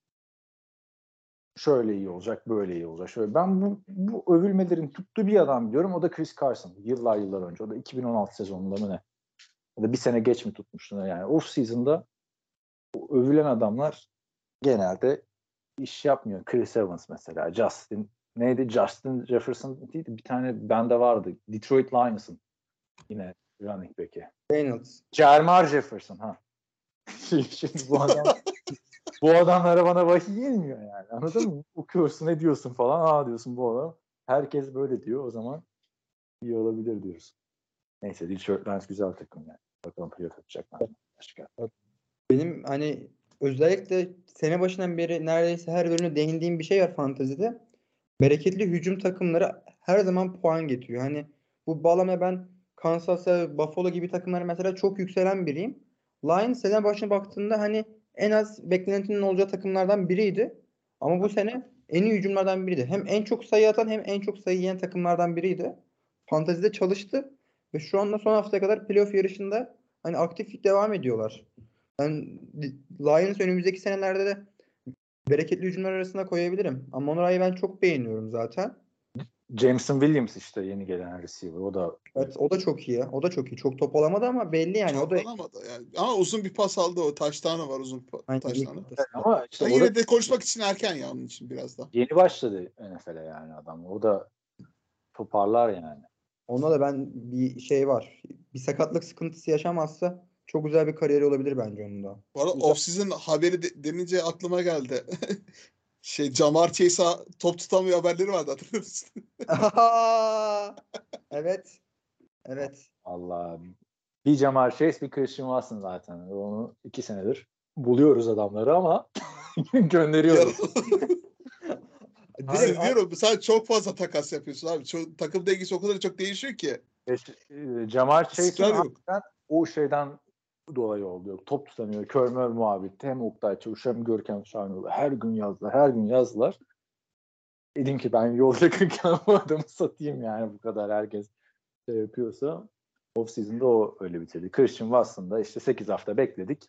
Şöyle iyi olacak, böyle iyi olacak. Şöyle ben bu, bu övülmelerin tuttuğu bir adam biliyorum. O da Chris Carson. Yıllar yıllar önce. O da iki bin on altı sezonunda mı ne? O da bir sene geç mi tutmuştu? Yani off season'da övülen adamlar genelde iş yapmıyor. Chris Evans mesela. Justin neydi? Justin Jefferson değil. Bir tane bende vardı. Detroit Lions'ın yine running back'i. Reynolds. Jermar Jefferson ha. Şimdi bu adam bu adamlara bana vahiy gelmiyor yani. Anladın mı? Okuyorsun ne diyorsun falan. Aa diyorsun bu adam. Herkes böyle diyor. O zaman iyi olabilir diyoruz. Neyse Detroit Lions güzel takım yani. Bakalım playoff yapacaklar. Başka. Benim hani özellikle sene başından beri neredeyse her bölümde değindiğim bir şey var fantezide. Bereketli hücum takımları her zaman puan getiriyor. Hani bu bağlamaya ben Kansas ve Buffalo gibi takımlara mesela çok yükselen biriyim. Lions sene başına baktığında hani en az beklentinin olacağı takımlardan biriydi. Ama bu sene en iyi hücumlardan biriydi. Hem en çok sayı atan hem en çok sayı yiyen takımlardan biriydi. Fantezide çalıştı ve şu anda son haftaya kadar playoff yarışında hani aktif devam ediyorlar. Ben Lions önümüzdeki senelerde de bereketli hücumlar arasında koyabilirim. Ama Onuray'ı ben çok beğeniyorum zaten. Jameson Williams işte yeni gelen receiver. O da Evet, o da çok iyi. O da çok iyi. Çok top alamadı ama belli yani. Çok O da alamadı yani. Ama uzun bir pas aldı o. Taştanı var, uzun aynen, taştanı. ama işte Ya o da yine de konuşmak için erken ya onun için biraz da. yeni başladı N F L'e yani adam. O da toparlar yani. Onda da ben bir şey var. Bir sakatlık sıkıntısı yaşamazsa çok güzel bir kariyeri olabilir bence onun da. Bu arada off-season haberi de, denince aklıma geldi. Şey Jamar Chase'a top tutamıyor haberleri vardı, hatırlıyor musun? Evet. Evet. Allah. Bir Jamar Chase, bir Christian Watson zaten. Onu iki senedir buluyoruz adamları ama gönderiyoruz. Direkt Direkt diyorum sen çok fazla takas yapıyorsun abi. Çok, takım dengesi o kadar çok değişiyor ki. E, Jamar İstikrar Chase'in yok. o şeyden dolayı oluyor. Top tutamıyor. Körmör muhabbeti. Hem Oktay Çavuş hem Görkem Şahinoğlu. Her gün yazdılar. Her gün yazdılar. Dedim ki ben yol yakınken bu adamı satayım yani, bu kadar herkes şey yapıyorsa. Off-season'da o öyle bitirdi. Christian Watson'da işte sekiz hafta bekledik.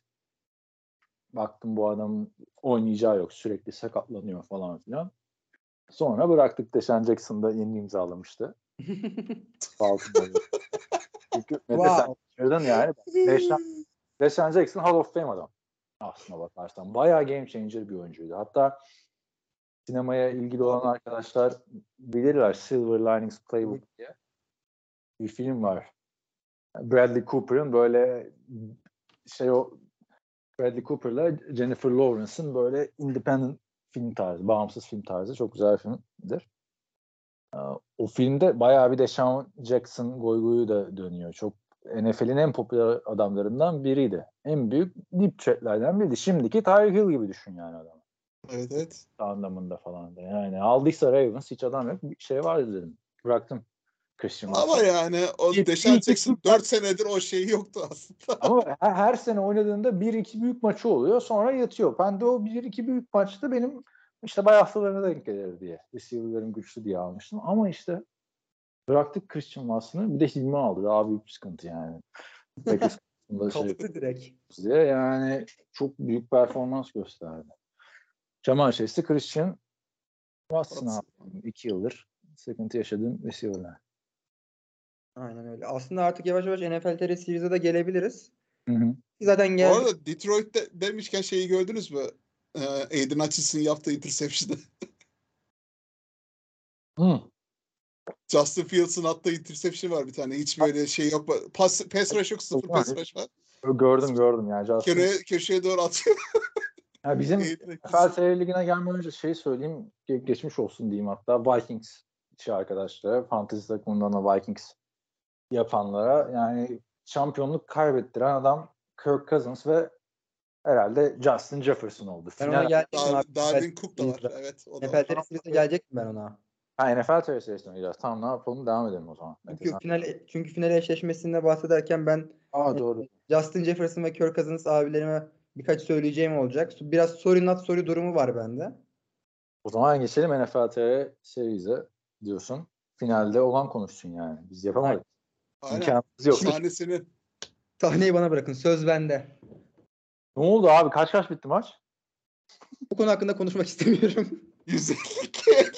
Baktım bu adamın oynayacağı yok. Sürekli sakatlanıyor falan filan. Sonra bıraktık. Deshaun Jackson'da yeni imzalamıştı. Baltimore'da. Çünkü Mete sen wow. şuradan yani Deshaun, Deshaun Jackson Hall of Fame adam. Aslına bakarsan. Bayağı game changer bir oyuncuydu. Hatta sinemaya ilgili olan arkadaşlar bilirler. Silver Linings Playbook diye bir film var. Bradley Cooper'ın böyle şey o Bradley Cooper'la Jennifer Lawrence'ın böyle independent film tarzı, bağımsız film tarzı çok güzel bir filmdir. O filmde bayağı bir Deshaun Jackson goygoyu da dönüyor. Çok N F L'in en popüler adamlarından biriydi. En büyük deep threatlerden biriydi. Şimdiki Tyreek Hill gibi düşün yani adam. Evet evet. Anlamında falan da. Yani aldıysa Ravens hiç adam yok. Bir şey vardı dedim. Bıraktım Christian Ama Watson. yani o Bir- Deshaun bir- Jackson dört senedir o şeyi yoktu aslında. Ama her, her sene oynadığında bir iki büyük maçı oluyor. Sonra yatıyor. Ben de o bir iki büyük maçta benim işte bay haftalarına denk gelir diye. Receiver'ların güçlü diye almıştım. Ama işte bıraktık Christian Watson'ı. Bir de Hilmi aldı. Daha büyük bir sıkıntı yani. Packers şey Kaptı direkt. diye yani çok büyük performans gösterdi. Jamal Chase'de Christian Watson abi. iki yıldır sıkıntı yaşadığım receiver'lar. Aynen öyle. Aslında artık yavaş yavaş N F L T R Series'e de gelebiliriz. Hı hı. Zaten Bu geldi. arada Detroit'te demişken şeyi gördünüz mü? Ee, Aiden Hutchinson'ın yaptığı interception'ı. Hı. Justin Fields'ın attığı interception var bir tane. Hiç böyle şey yok. Pass, pass rush yok. Sıfır pass rush var. Gördüm gördüm yani. Justin. Köşeye, köşeye doğru atıyor. Ya bizim Aiden N F L Hutchinson. T R Ligi'ne gelmeden önce şey söyleyeyim. ge- Geçmiş olsun diyeyim hatta. Vikings şey arkadaşlara. Fantasy takımından da Vikings yapanlara. Yani şampiyonluk kaybettiren adam Kirk Cousins ve herhalde Justin Jefferson oldu. Ben Final ona gelecektim Dar, abi. Darwin Cook da var. Evet o da N F L var. T R Series'e gelecektim ben ona. Ha, N F L T R serisine gideceğiz. Tamam, ne yapalım? Devam edelim o zaman. Mete, Çünkü sen- final çünkü final eşleşmesinde bahsederken ben Aa, e, doğru. Justin Jefferson ve Kirk Cousins abilerime birkaç söyleyeceğim olacak. Biraz sorry not sorry durumu var bende. O zaman geçelim N F L T R serize diyorsun. Finalde olan konuşsun yani. Biz yapamadık. Aynen. İmkanımız yok. Sahnesini. Sahneyi bana bırakın. Söz bende. Ne oldu abi? Kaç kaç bitti maç? Bu konu hakkında konuşmak istemiyorum. yüz elli iki.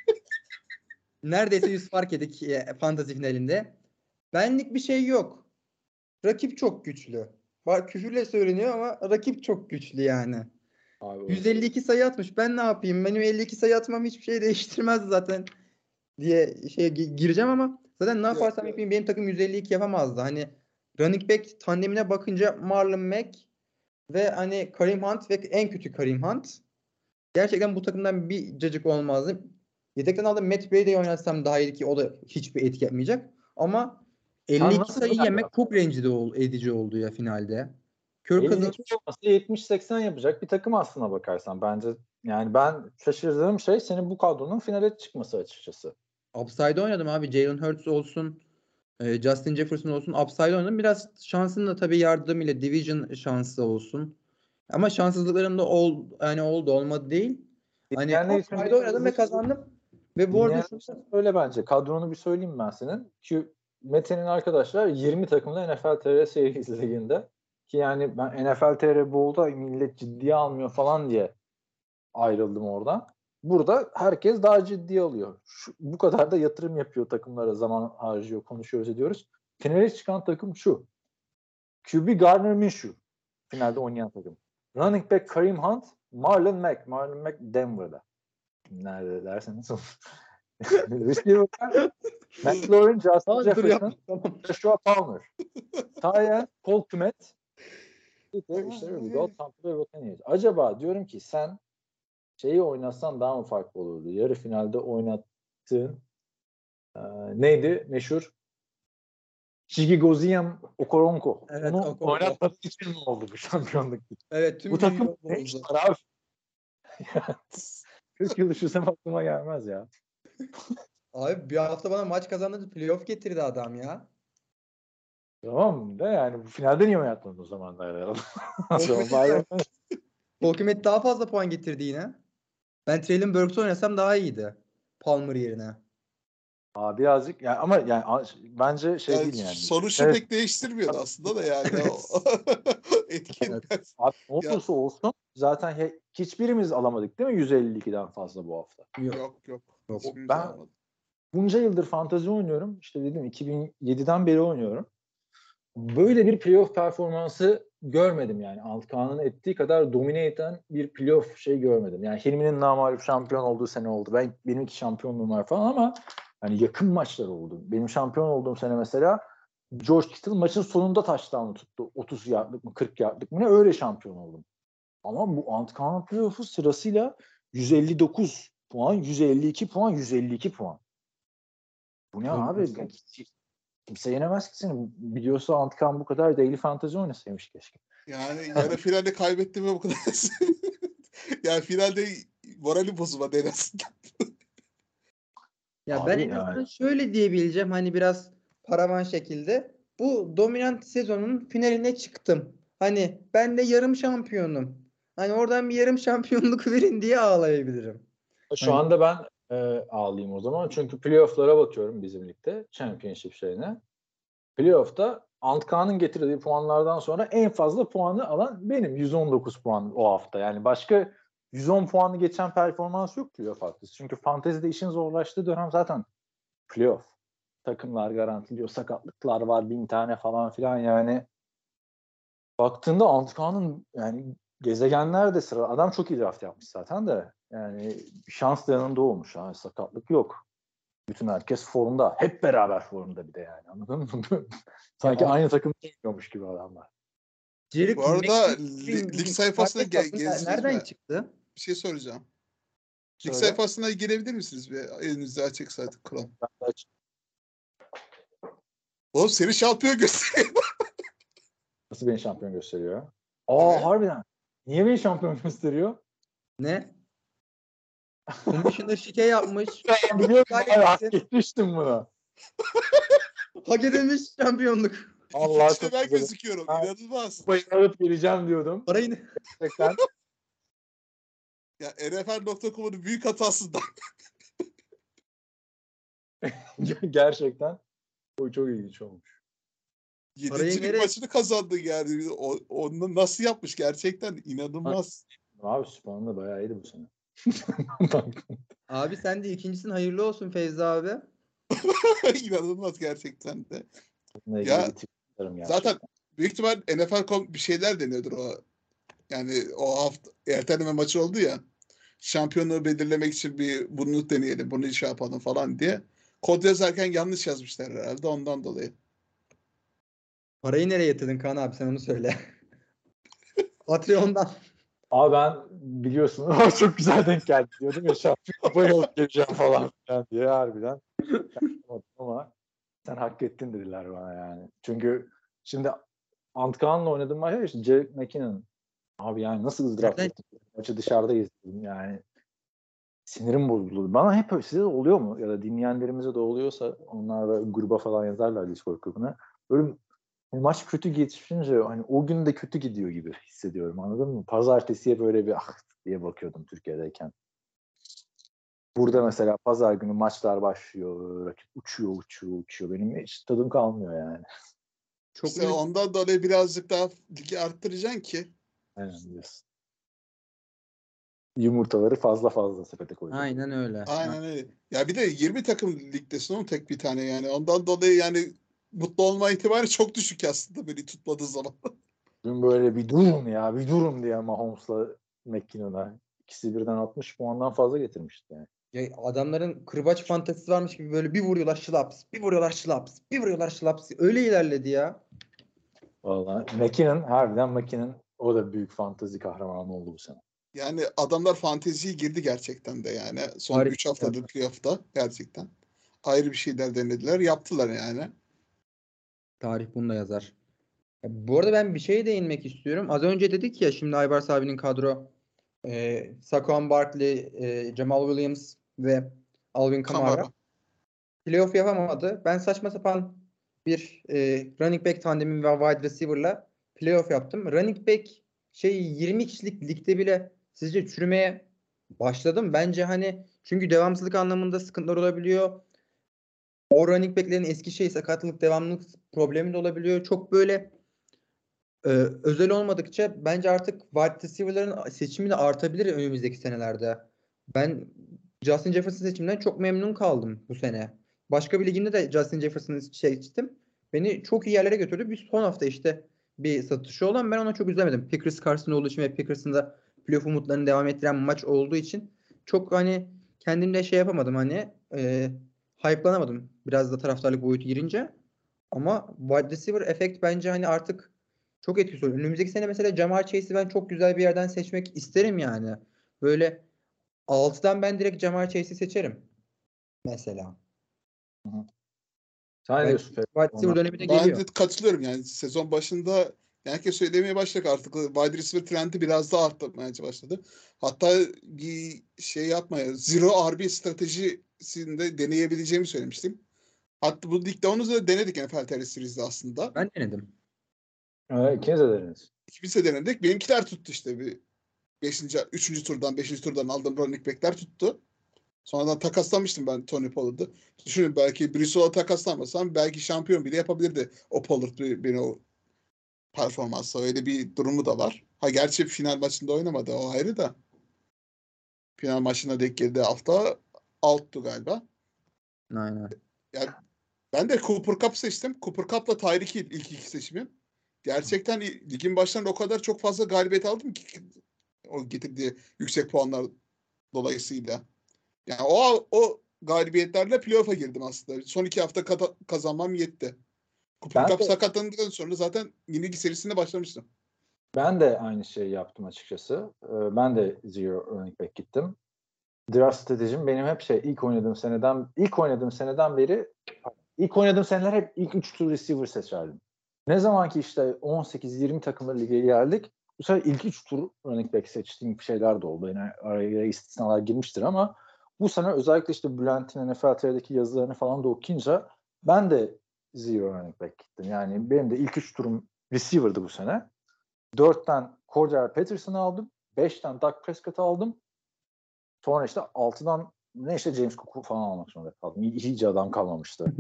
Neredeyse yüz fark yedik e, fantasy finalinde. Benlik bir şey yok. Rakip çok güçlü. Bak küfürle söyleniyor ama rakip çok güçlü yani. Abi, yüz elli iki sayı atmış. Ben ne yapayım? Benim elli iki sayı atmam hiçbir şey değiştirmez zaten diye şeye gi- gireceğim ama zaten ne yaparsam Evet. yapayım benim takım yüz elli iki yapamazdı. Hani running back tandemine bakınca Marlon Mack ve hani Kareem Hunt ve en kötü Kareem Hunt. Gerçekten bu takımdan bir cacık olmazdı. Yedekten aldığım Matt Brady'yi oynatsam daha iyi ki o da hiçbir etki yapmayacak. Ama Sen elli iki nasıl sayı yani? yemek çok rencide ol, edici oldu ya finalde. Kirk Cousins elli iki olması yetmiş seksen yapacak bir takım aslına bakarsan. Bence yani ben şaşırdığım şey senin bu kadronun finale çıkması açıkçası. upside oynadım abi. Jalen Hurts olsun, e, Justin Jefferson olsun. Upside oynadım. Biraz şansın da tabii yardımıyla division şansı olsun. Ama şanssızlıklarım da ol, yani oldu olmadı değil. Hani Dinleyenler için upside bir oynadım ve kazandım. Ve bu arada dinleyenler için söyle bence. Kadronu bir söyleyeyim ben senin. Ki Mete'nin arkadaşlar yirmi takımda N F L T R Series Ligi'nde. Ki yani ben N F L T R Bowl'da millet ciddiye almıyor falan diye ayrıldım oradan. Burada herkes daha ciddiye alıyor. Şu, bu kadar da yatırım yapıyor takımlara, zaman harcıyor, konuşuyoruz ediyoruz. Finale çıkan takım şu. Q B Gardner Minshew finalde oynayan takım. Running back Kareem Hunt, Marlon Mack. Marlon Mack Denver'da. Nerede derseniz. Receiver McLaurin, Justin Aa, dur Jefferson, yapma. Tamam. Joshua Palmer. Tyen, Cole Kmet. İşte we go Tampa Bay Buccaneers. Acaba diyorum ki sen şeyi oynatsan daha mı farklı olurdu? Yarı finalde oynattığın e, neydi meşhur? Chigoziem Okoronko. Evet, Onu Okonkwo. oynatmak için mi oldu bu şampiyonluk? Evet, tüm Bu takım dünya ne bozdu. iş var abi? kırk yıl düşünsem aklıma gelmez ya. Abi bir hafta bana maç kazandırdı. Playoff getirdi adam ya. Tamam da yani bu finalde niye oynatmadın o zaman da herhalde? Polkimet daha fazla puan getirdi yine. Ben Traylon Burks oynasam daha iyiydi. Palmer yerine. Aa, birazcık yani ama yani a- bence şey Yani değil yani. sonuçu Evet. pek değiştirmiyordu aslında da yani. O etki Evet. etmez. Abi, ne Ya- olursa olsun zaten he- hiçbirimiz alamadık değil mi yüz elli ikiden fazla bu hafta. Yok. Yok yok. Yok. Hiçbirimiz Ben alamadı. bunca yıldır fantezi oynuyorum. İşte dedim iki bin yediden beri oynuyorum. Böyle bir playoff performansı görmedim yani. Altkan'ın ettiği kadar domine eden bir playoff şey görmedim. Yani Hilmi'nin namağlup şampiyon olduğu sene oldu. Ben benim iki şampiyonluğum var falan ama hani yakın maçlar oldu. Benim şampiyon olduğum sene mesela George Kittle maçın sonunda touchdown'u tuttu. otuz yardlık mı kırk yardlık mı ne öyle şampiyon oldum. Ama bu Antkan'ın playoff'u sırasıyla yüz elli dokuz puan, yüz elli iki puan, yüz elli iki puan. Bu ne abi? Kimse yenemez ki seni. Biliyorsa Antkan bu kadar daily fantasy oynasaymış keşke. Yani yarı finalde kaybettim ve bu kadar. Yani finalde morali bozulmadı en azından. Ya Abi ben en yani. azından şöyle diyebileceğim hani biraz paravan şekilde. Bu dominant sezonun finaline çıktım. Hani ben de yarım şampiyonum. Hani oradan bir yarım şampiyonluk verin diye ağlayabilirim. Şu Hani anda ben e, ağlayayım o zaman. Çünkü playoff'lara bakıyorum bizim ligde. Championship şeyine. Playoff'ta Antkan'ın getirdiği puanlardan sonra en fazla puanı alan benim. yüz on dokuz puan o hafta. Yani başka yüz on puanı geçen performans yok playoff haftası. Çünkü fantezide işin zorlaştığı dönem zaten playoff. Takımlar garantiliyor. Sakatlıklar var. Bin tane falan filan yani. Baktığında Antkan'ın yani gezegenler de sıra. Adam çok iyi draft yapmış zaten de. Yani şans da yanında olmuş. Yani sakatlık yok. Bütün herkes formda. Hep beraber formda bir de yani. Anladın mı? Sanki ya, aynı takımda oynuyormuş gibi adamlar. Bu Jerick arada McKinnon li- lig sayfasına target ge- aslında gezdiniz mi? nereden çıktı? Bir şey soracağım. Lig Söyle. sayfasına girebilir misiniz? Bir elinizde açık zaten Chrome. Ben de aç- Oğlum seni şampiyon gösteriyor. Nasıl beni şampiyon gösteriyor? Aa Evet. harbiden. Niye beni şampiyon gösteriyor? Ne? Commissioner şike yapmış. Ben biliyorum. Gayet Abi, hak gitti. etmiştim bunu. Hak edilmiş şampiyonluk. Allah İşte çok ben güzel. gözüküyorum. Ha. İnanılmaz. Kupayı alıp geleceğim diyordum. Parayı ne? Gerçekten. Ya N F L nokta com'un büyük hatasından. Gerçekten. O çok ilginç olmuş. Parayı Yedincilik nereye? maçını kazandı yani. O, onu nasıl yapmış gerçekten inanılmaz. Abi Sübhan'ın da bayağı iyiydi bu sene. Abi sen de ikincisin, hayırlı olsun Feyzi abi. İnanılmaz gerçekten de. Bununla ilgili Ya bir tip atarım zaten gerçekten. büyük ihtimal N F L nokta com bir şeyler deniyordur o. Yani o hafta erteleme maçı oldu ya. Şampiyonluğu belirlemek için bir bunu deneyelim, bunu şey yapalım falan diye. Kod yazarken yanlış yazmışlar herhalde ondan dolayı. Parayı nereye yatırdın Kaan abi, sen onu söyle. Patreon'dan. Abi ben biliyorsun çok güzel denk geldi diyordum ya şampiyon kupayı alıp geleceğim falan filan diye harbiden. Ama sen hak ettin dediler bana yani. Çünkü şimdi Antkan'la oynadığım maç işte Jerick McKinnon. Abi yani nasıl ızdırap Nereden? çektim. Maçı dışarıda izledim yani. Sinirim bozuldu. Bana hep öyle, size de oluyor mu? Ya da dinleyenlerimize de oluyorsa onlar da gruba falan yazarlar Discord grubuna. Böyle maç kötü geçince hani o gün de kötü gidiyor gibi hissediyorum, anladın mı? Pazartesiye böyle bir ah diye bakıyordum Türkiye'deyken. Burada mesela pazar günü maçlar başlıyor. Rakip uçuyor, uçuyor, uçuyor. Benim hiç tadım kalmıyor yani. Çok İşte üzücü. ondan dolayı birazcık daha ligi arttıracaksın ki. Aynen diyorsun. Yumurtaları fazla fazla sepete koyacağım. Aynen öyle. Aynen öyle. Ya bir de yirmi takım ligdesin oğlum tek bir tane yani. Ondan dolayı yani mutlu olma ihtimali çok düşük aslında beni tutmadığı zaman. Dün böyle bir durun ya, bir durun diye Mahomes'la McKinnon'a. İkisi birden altmış puandan fazla getirmişti yani. Ya adamların kırbaç fantezisi varmış gibi böyle bir vuruyorlar şılaps, bir vuruyorlar şılaps, bir vuruyorlar şılaps. Öyle ilerledi ya. Vallahi McKinnon, harbiden McKinnon, o da büyük fantezi kahramanı oldu bu sene. Yani adamlar fanteziye girdi gerçekten de yani. Son Harika üç haftadır playoff'ta gerçekten. Ayrı bir şeyler denediler. Yaptılar yani. Tarih bunu da yazar. Ya bu arada ben bir şeye değinmek istiyorum. Az önce dedik ya şimdi Aybars abinin kadro e, Saquon Barkley, e, Jamal Williams ve Alvin Kamara Kamara. playoff yapamadı. Ben saçma sapan bir e, running back tandemi ve wide receiver'la playoff yaptım. Running back şey yirmi kişilik ligde bile sizce çürümeye başladım. Bence hani çünkü devamsızlık anlamında sıkıntılar olabiliyor. O running back'lerin eski şey sakatlık devamlılık problemi de olabiliyor. Çok böyle e, özel olmadıkça bence artık wide receiver'ların seçimi de artabilir önümüzdeki senelerde. Ben Justin Jefferson seçiminden çok memnun kaldım bu sene. Başka bir ligimde de Justin Jefferson'ı seçtim. Beni çok iyi yerlere götürdü. Bir son hafta işte bir satışı olan ben ona çok üzülemedim. Packers karşısında olduğu için ve Packers'ın da playoff umutlarını devam ettiren maç olduğu için çok hani kendimde şey yapamadım hani e, hype'lanamadım. Biraz da taraftarlık boyutu girince. Ama wide receiver efekt bence hani artık çok etkisi oluyor. Önümüzdeki sene mesela Ja'Marr Chase'i ben çok güzel bir yerden seçmek isterim yani. Böyle altıdan ben direkt Ja'Marr Chase'i seçerim mesela. Hı hı. Sen ne Ben diyorsun Ferhat? wide receiver Ona dönemi de Ben geliyor. de katılıyorum yani sezon başında herkes söylemeye başladık artık wide receiver trendi biraz daha artmaya başladı. Hatta bir şey yapmaya zero R B stratejisinde deneyebileceğimi söylemiştim. Hatta bu ligde onu da denedik N F L T R Series'de aslında. Ben denedim. evet, ikiniz de deriniz. İkimiz de denedik. Benimkiler tuttu işte bir beşinci üçüncü turdan beşinci turdan aldığım running back'ler tuttu. Sonradan takaslamıştım ben Tony Pollard'ı. Düşünün belki Brissow'a takaslanmasam belki şampiyon bile yapabilirdi o Pollard beni o performansla. Öyle bir durumu da var. Ha gerçi final maçında oynamadı o ayrı da. Final maçına denk geldiği hafta alttu galiba. Aynen. Yani ben de Cooper Kupp seçtim. Cooper Kupp'la Tyreek Hill ilk iki seçimim. Gerçekten ligin başlarında o kadar çok fazla galibiyet aldım ki o getirdiği yüksek puanlar dolayısıyla. Yani o o galibiyetlerle playoff'a girdim aslında. Son iki hafta kata- kazanmam yetti. Cooper Ben Kupp de sakatlandıktan sonra zaten yenilgi serisine başlamıştım. ben de aynı şeyi yaptım açıkçası. Ee, ben de zero running back gittim. Draft stratejim benim hep şey ilk oynadığım seneden ilk oynadığım seneden beri ilk oynadığım seneler hep ilk üç tur receiver seçerdim. Ne zaman ki işte on sekiz yirmi takımlı lige geldik, bu sefer ilk üç tur running back seçtiğim şeyler de oldu. Yani araya istisnalar girmiştir ama bu sene özellikle işte Bülent'in N F L T R'deki yazılarını falan da okuyunca ben de zero running back gittim. Yani benim de ilk üç turum receiver'dı bu sene. dörtten Cordell Patterson'ı aldım. beşten Dak Prescott'ı aldım. Sonra işte altıdan ne işte James Cook'u falan almak zorunda kaldım. İyice adam kalmamıştı.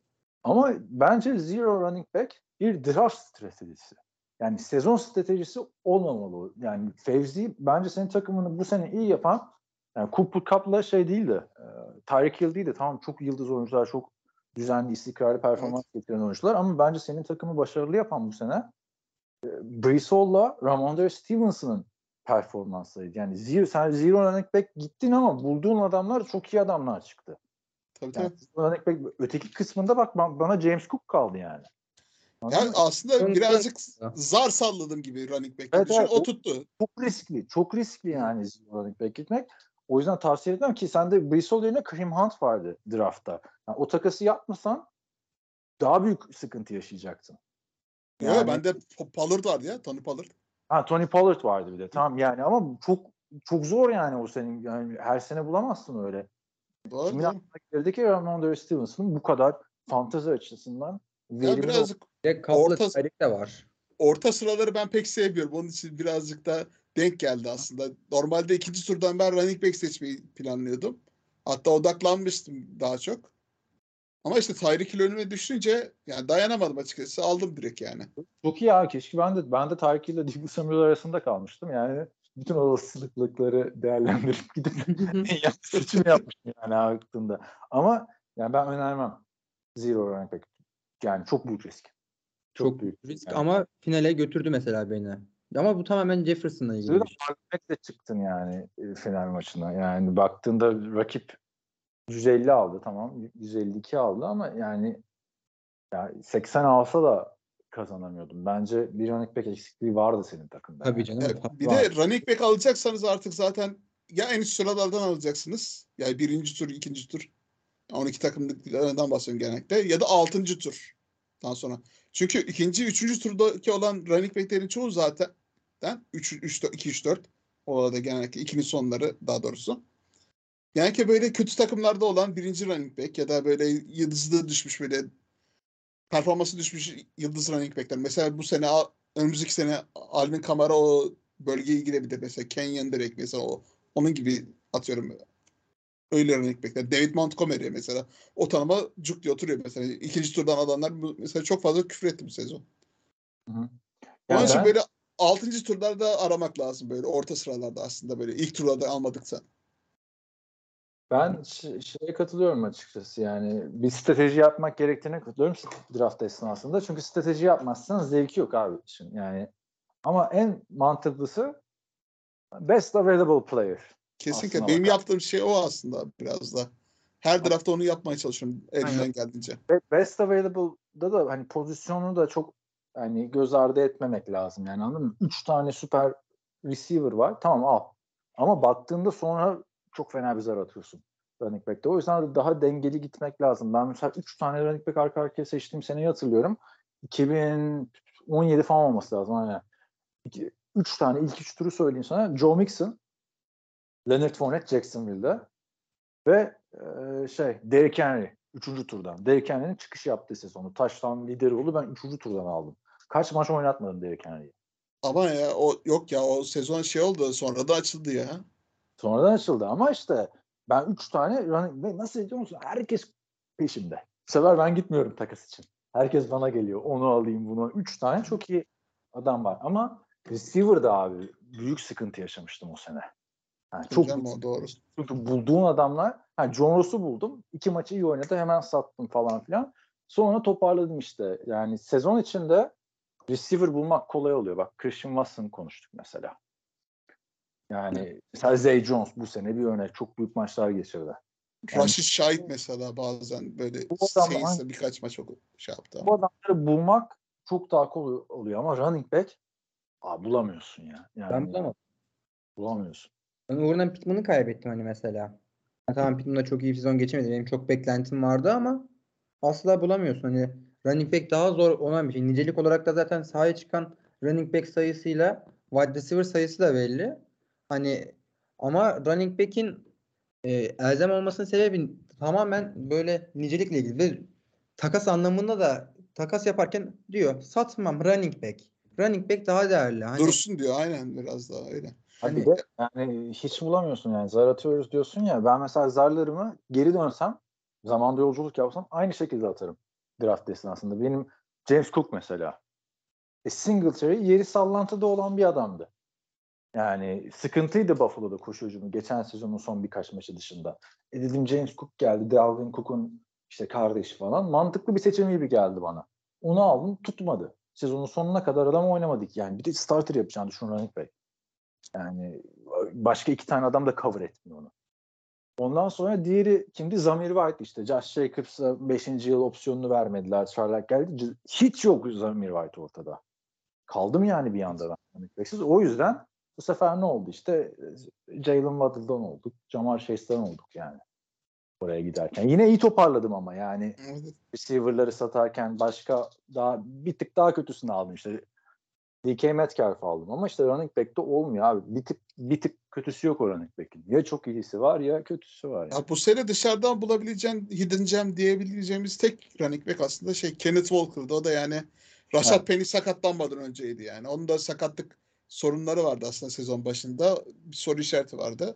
Ama bence zero running back bir draft stratejisi. Yani sezon stratejisi olmamalı. Yani Fevzi bence senin takımını bu sene iyi yapan yani Cooper Kupp'la şey değildi. E, Tyreek Hill değildi. Tamam çok yıldız oyuncular, çok düzenli, istikrarlı performans Evet. getiren oyuncular ama bence senin takımı başarılı yapan bu sene e, Breece Hall'la Ramondre Stevenson'ın performanslarıydı. Yani zero, sen zero running back gittin ama bulduğun adamlar çok iyi adamlar çıktı. Tabii Yani tabii. örnek bek öteki kısmında bak bana James Cook kaldı yani. Anladın Yani mı? aslında Sonuçta birazcık zar salladım gibi running back'te. Evet, Düşün evet, o o tuttu. çok riskli. Çok riskli Hı. yani running back gitmek. O yüzden tavsiye etmem ki sende Breece Hall yerine Kareem Hunt vardı draftta. Yani o takası yapmasan daha büyük sıkıntı yaşayacaksın. Yok yok Yani bende Pollard vardı ya. Tony Pollard. ha, Tony Pollard vardı bir de. Tamam yani ama çok çok zor yani o senin yani her sene bulamazsın öyle. Doğru Kimin doğru. aklına gelirdi ki Ramondre Stevenson'ın bu kadar fantezi açısından Ya verimli. birazcık direkt kaplı orta Tyreek de var. orta sıraları ben pek sevmiyorum. Onun için birazcık da denk geldi aslında. Normalde ikinci turdan ben running back seçmeyi planlıyordum. Hatta odaklanmıştım daha çok. Ama işte Tyreek Hill önüme düşünce yani dayanamadım açıkçası. Aldım direkt yani. Çok iyi ya. Keşke ben de ben de Tyreek ile Deebo Samuel arasında kalmıştım. Yani bütün olasılıkları değerlendirip gidip en yanlış seçimi yapmıştım yani aklımda. Ama yani ben önermem. Zero running back. Yani çok büyük risk. Çok Çok büyük. risk Yani. ama finale götürdü mesela beni. Ama bu tamamen Jefferson'la ilgili Zero bir şey. de çıktın yani e, final maçına. Yani baktığında rakip yüz elli aldı tamam. yüz elli iki aldı ama yani, yani seksen alsa da kazanamıyordum. Bence bir running back eksikliği vardı senin takımda. Tabii Yani. canım. Ya, tabii bir var. de running back alacaksanız artık zaten ya en üst sıralardan alacaksınız. Yani birinci tur, ikinci tur. on iki takımlıklarından bahsediyorum genellikle. Ya da altıncı turdan sonra. Çünkü ikinci, üçüncü turdaki olan running backlerin çoğu zaten üç, üç, iki, üç, dört. O arada genellikle ikinin sonları daha doğrusu. Yani ki böyle kötü takımlarda olan birinci running back ya da böyle yıldızı düşmüş böyle performansı düşmüş yıldız running backler. Mesela bu sene önümüzdeki sene Alvin Kamara o bölgeye girebilir. Mesela Kenyon direkt mesela o onun gibi atıyorum. Öyle running backler. David Montgomery mesela. O tanıma cuk diye oturuyor mesela. İkinci turdan adamlar mesela çok fazla küfür etti bu sezon. Hı hı. Onun Yani için ben, böyle altıncı turlarda aramak lazım böyle. Orta sıralarda aslında böyle. İlk turlarda almadıksa. ben ş- şeye katılıyorum açıkçası. Yani bir strateji yapmak gerektiğine katılıyorum draft esnasında. Çünkü strateji yapmazsan zevki yok abi işin. Yani ama en mantıklısı best available player Kesinlikle. aslına Benim bakar. yaptığım şey o aslında biraz da. Her draftta onu yapmaya çalışıyorum Aynen. elimden geldiğince. Be- Best available'da da hani pozisyonu da çok hani göz ardı etmemek lazım. Yani anladın mı? Üç tane süper receiver var. Tamam al. Ama baktığında sonra çok fena bir zar atıyorsun running back'te. O yüzden daha dengeli gitmek lazım. Ben mesela üç tane running back arka arkaya seçtiğim seneyi hatırlıyorum. iki bin on yedi falan olması lazım. Hani üç tane ilk üç turu söyleyeyim sana. Joe Mixon, Leonard Fournette Jacksonville'de ve e, şey Derrick Henry üçüncü turdan. Derrick Henry'nin çıkış yaptığı sezonu. Taştan lideri oldu. Ben üçüncü turdan aldım. Kaç maç oynatmadım Derrick Henry'yi. Ama ya o yok ya o sezon şey oldu sonra da açıldı ya. Sonradan açıldı ama işte ben üç tane running back nasıl ediyor musun? Herkes peşimde. Bu sefer ben gitmiyorum takas için. Herkes bana geliyor. Onu alayım bunu. Üç tane çok iyi adam var. Ama receiver'da abi büyük sıkıntı yaşamıştım o sene. Yani çok Hocam o doğru. çünkü bulduğun adamlar ha John Ross'u buldum. İki maçı iyi oynadı. Hemen sattım falan filan. Sonra toparladım işte. Yani sezon içinde receiver bulmak kolay oluyor. Bak Christian Watson konuştuk mesela. Yani mesela Zay Jones bu sene bir örnek. Çok büyük maçlar geçirdi. Yani Rashid Şahit mesela bazen böyle bu adamlar, Saints'te birkaç maç şey yaptı bu ama. adamları bulmak çok daha kolay oluyor ama running back aa, bulamıyorsun ya. Ben Yani bulamadım. bulamıyorsun. Ben uğruna Pittman'ı kaybettim hani mesela. Ha, tamam Pittman'da çok iyi bir sezon geçemedi. Benim çok beklentim vardı ama asla bulamıyorsun. Hani running back daha zor olan bir şey. Nicelik olarak da zaten sahaya çıkan running back sayısıyla wide receiver sayısı da belli. Hani ama running back'in e, elzem olmasının sebebi tamamen böyle nicelikle ilgili. Ve takas anlamında da takas yaparken diyor satmam running back. Running back daha değerli. Hani Dursun diyor aynen biraz daha öyle. Ha bir hani de yani hiç bulamıyorsun yani zar atıyoruz diyorsun ya ben mesela zarlarımı geri dönsem zamanda yolculuk yapsam aynı şekilde atarım draft esnasında. Benim James Cook mesela e, Singletary yeri sallantıda olan bir adamdı. Yani sıkıntıydı Buffalo'da koşu hücumu geçen sezonun son birkaç maçı dışında. E dedim James Cook geldi. Dalvin Cook'un işte kardeşi falan. Mantıklı bir seçim gibi geldi bana. Onu aldım tutmadı. Sezonun sonuna kadar adam oynamadık. Yani bir de starter yapacağını düşün running back. Yani başka iki tane adam da cover etmiyor onu. Ondan sonra diğeri kimdi? Zamir White işte. Josh Jacobs'a beşinci yıl opsiyonunu vermediler. Charlotte geldi. Hiç yok Zamir White ortada. Kaldım yani bir anda ben. O yüzden bu sefer ne oldu? İşte Jalen Waddle'dan olduk. Jamar Chase'den olduk yani. Oraya giderken. Yine iyi toparladım ama yani Evet. receiver'ları satarken başka daha bir tık daha kötüsünü aldım işte. D K Metcalf aldım ama işte running back'te olmuyor abi. Bir tık, bir tık kötüsü yok o running back'in. Ya çok iyisi var ya kötüsü var yani. Ya bu sene dışarıdan bulabileceğin hidden gem diyebileceğimiz tek running back aslında şey Kenneth Walker'dı. O da yani Rashad Evet. Penny sakatlanmadan önceydi yani. Onun da sakatlık sorunları vardı aslında sezon başında. Bir soru işareti vardı.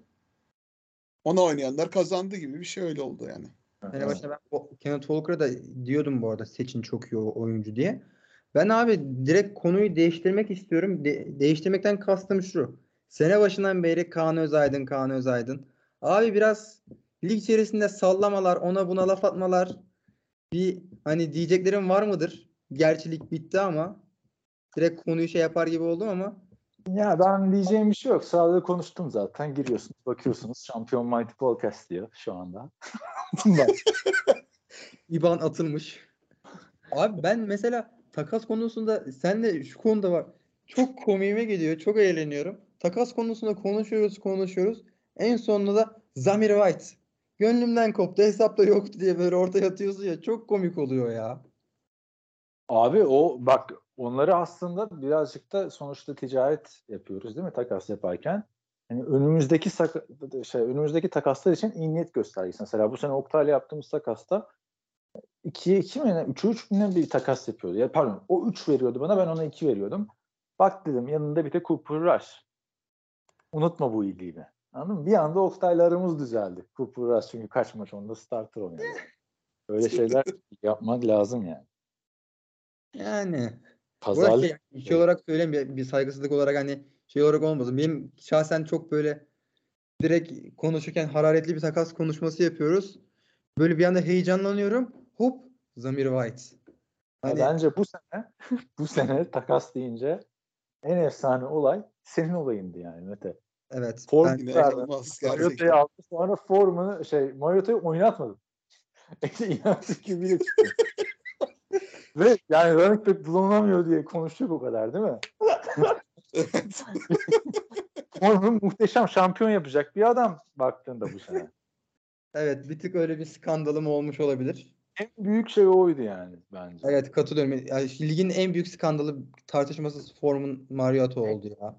Ona oynayanlar kazandı gibi bir şey öyle oldu yani. sene Evet. başında ben o Kenneth Walker'a da diyordum bu arada seçin çok iyi o- oyuncu diye. Ben abi direkt konuyu değiştirmek istiyorum. De- değiştirmekten kastım şu. Sene başından beri Kaan Özaydın, Kaan Özaydın. Abi biraz lig içerisinde sallamalar, ona buna laf atmalar bir hani diyeceklerim var mıdır? Gerçi lig bitti ama direkt konuyu şey yapar gibi oldum ama Ya ben diyeceğim bir şey yok. Sağlığı konuştum zaten. Giriyorsunuz, bakıyorsunuz. Şampiyon Mighty Podcast diyor şu anda. İban atılmış. Abi ben mesela takas konusunda senle şu konuda var. Çok komiğime geliyor. Çok eğleniyorum. Takas konusunda konuşuyoruz konuşuyoruz. En sonunda da Zamir White. Gönlümden koptu. Hesapta yoktu diye böyle ortaya atıyorsun ya. Çok komik oluyor ya. Abi o bak onları aslında birazcık da sonuçta ticaret yapıyoruz değil mi takas yaparken? Yani önümüzdeki sak- şey önümüzdeki takaslar için iyi niyet göstergesi. Mesela bu sene Oktay'la yaptığımız takasta ikiye iki mi ne? üçe üç mi ne bir takas yapıyordu. Ya pardon o üç veriyordu bana ben ona iki veriyordum. Bak dedim yanında bir de Cooper Rush. Unutma bu iyiliğini. Anladın mı? Bir anda Oktay'la aramız düzeldi. Cooper Rush çünkü kaç maç onda starter oynadı. Öyle şeyler yapmak lazım yani. Yani. Bu arada Pazarlık. şey, şey olarak söyleyeyim bir, bir saygısızlık olarak hani şey olarak olmasın. Benim şahsen çok böyle direkt konuşurken hararetli bir takas konuşması yapıyoruz. Böyle bir anda heyecanlanıyorum. Hop Zamir White. Ya Hani bence bu sene bu sene takas deyince en efsane olay senin olayındı yani Mete. evet Form ben verdi. İnanılmaz Mariota'yı gerçekten. aldı sonra formunu şey Mariota'yı oynatmadı. İnanılmaz gibi çıktı. Ve yani running back bulunamıyor diye konuştuk o kadar değil mi? Evet. Formu muhteşem şampiyon yapacak bir adam baktığında bu sene. evet bir tık öyle bir skandalım olmuş olabilir. En büyük şey oydu yani bence. Evet katılıyorum. Yani ligin en büyük skandalı tartışmasız formun Mariota oldu ya.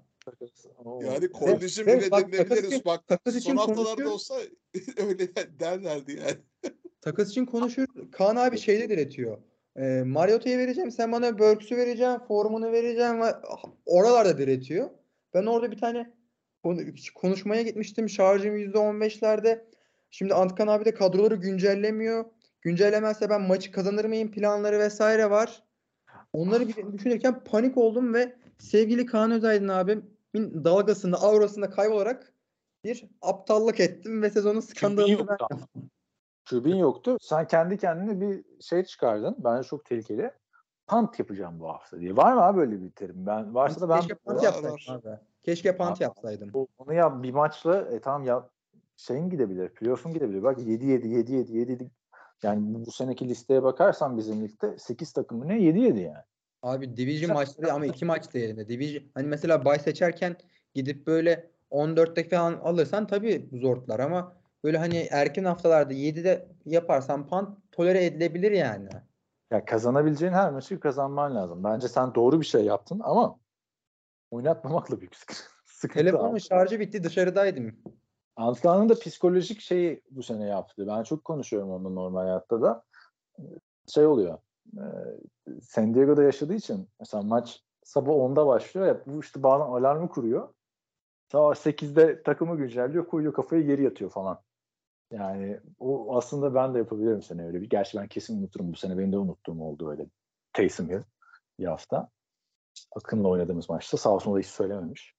Oo. Yani Ve, collision ve bile bak takas denilebiliriz. için, Bak takas son için haftalarda konuşuyoruz. olsa öyle derlerdi yani. Takas için konuşuyoruz. Kaan abi şeyde diretiyor. E, Mariota'yı vereceğim. Sen bana Burks'ü vereceksin. Formunu vereceğim. Ve oralarda diretiyor. Ben orada bir tane konu- konuşmaya gitmiştim. Şarjım yüzde on beşlerde. Şimdi Antkan abi de kadroları güncellemiyor. Güncellemezse ben maçı kazanır mıyım planları vesaire var. Onları bir düşünürken panik oldum ve sevgili Kaan Özaydın abimin dalgasında, aurasında kaybolarak bir aptallık ettim ve sezonun Kübin skandalını ben yoktu ama. Kübin yoktu. Sen kendi kendine bir şey çıkardın. Bence çok tehlikeli. Punt yapacağım bu hafta diye. Var mı abi böyle bir terim? Ben varsa da ben Keşke punt Var yapsaydım var. abi. Keşke punt abi, yapsaydım. o- onu ya bir maçla e, tamam ya şeyin gidebilir. Playoff'un gidebilir. Bak yedi yedi yedi yedi yedi yani bu, bu seneki listeye bakarsan bizim ligde sekiz takımı ne yedi yedi yani. Abi division maçları ama iki maç değerinde. Division hani mesela bay seçerken gidip böyle on dörtte falan alırsan tabii zortlar ama böyle hani erken haftalarda yedide yaparsan punt tolere edilebilir yani. Ya kazanabileceğin her maçı kazanman lazım. Bence sen doğru bir şey yaptın ama oynatmamakla büyük sıkıntı, sıkıntı Telefonun abi. şarjı bitti dışarıdaydım. Antkan'ın da psikolojik şeyi bu sene yaptı. Ben çok konuşuyorum onunla normal hayatta da. Şey oluyor. E, San Diego'da yaşadığı için mesela maç sabah onda başlıyor. Ya, bu işte bazen alarmı kuruyor. Sabah sekizde takımı güncelliyor. Koyuyor kafayı geri yatıyor falan. Yani o aslında ben de yapabilirim sene öyle bir. Gerçi ben kesin unuturum. Bu sene benim de unuttuğum oldu öyle. Taysom Hill bir hafta. Akın'la oynadığımız maçta. Sağ olsun o da hiç söylememiş.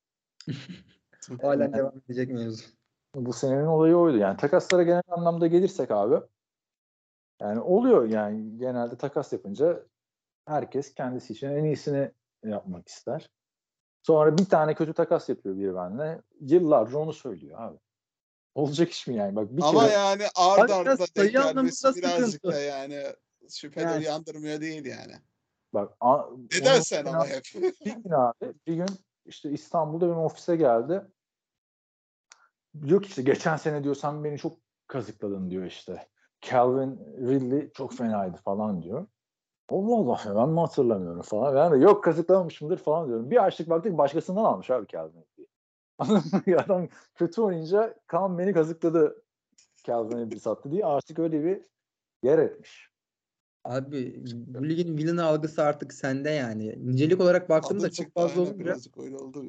Halen Yani devam edecek mevzu. bu senenin olayı oydu. Yani takaslara genel anlamda gelirsek abi yani oluyor yani genelde takas yapınca herkes kendisi için en iyisini yapmak ister. Sonra bir tane kötü takas yapıyor biri benimle. Yıllarca onu söylüyor abi. Olacak iş mi yani? Bak bir Ama kere yani ard Abi biraz arda denk sayı gelmesi anlamında birazcık da sıkıntı. yani şüpheleri Yani uyandırmıyor değil yani. bak a, Neden onu sen ama hep? bir gün abi bir gün işte İstanbul'da benim ofise geldi. Diyor ki işte geçen sene diyor sen beni çok kazıkladın diyor işte. Calvin Ridley çok fenaydı falan diyor. Allah Allah ya ben mi hatırlamıyorum falan. Ben de yok kazıklamamışımdır falan diyorum. Bir açtık baktık başkasından almış abi Calvin Ridley'i. Anladın mı? Adam kötü oynayınca Kaan beni kazıkladı Calvin Ridley sattı diye artık öyle bir yer etmiş. abi bu ligin villain algısı artık sende yani. Nicelik olarak baktığımda Adım çok çıktı fazla aynen olunca birazcık öyle oldu.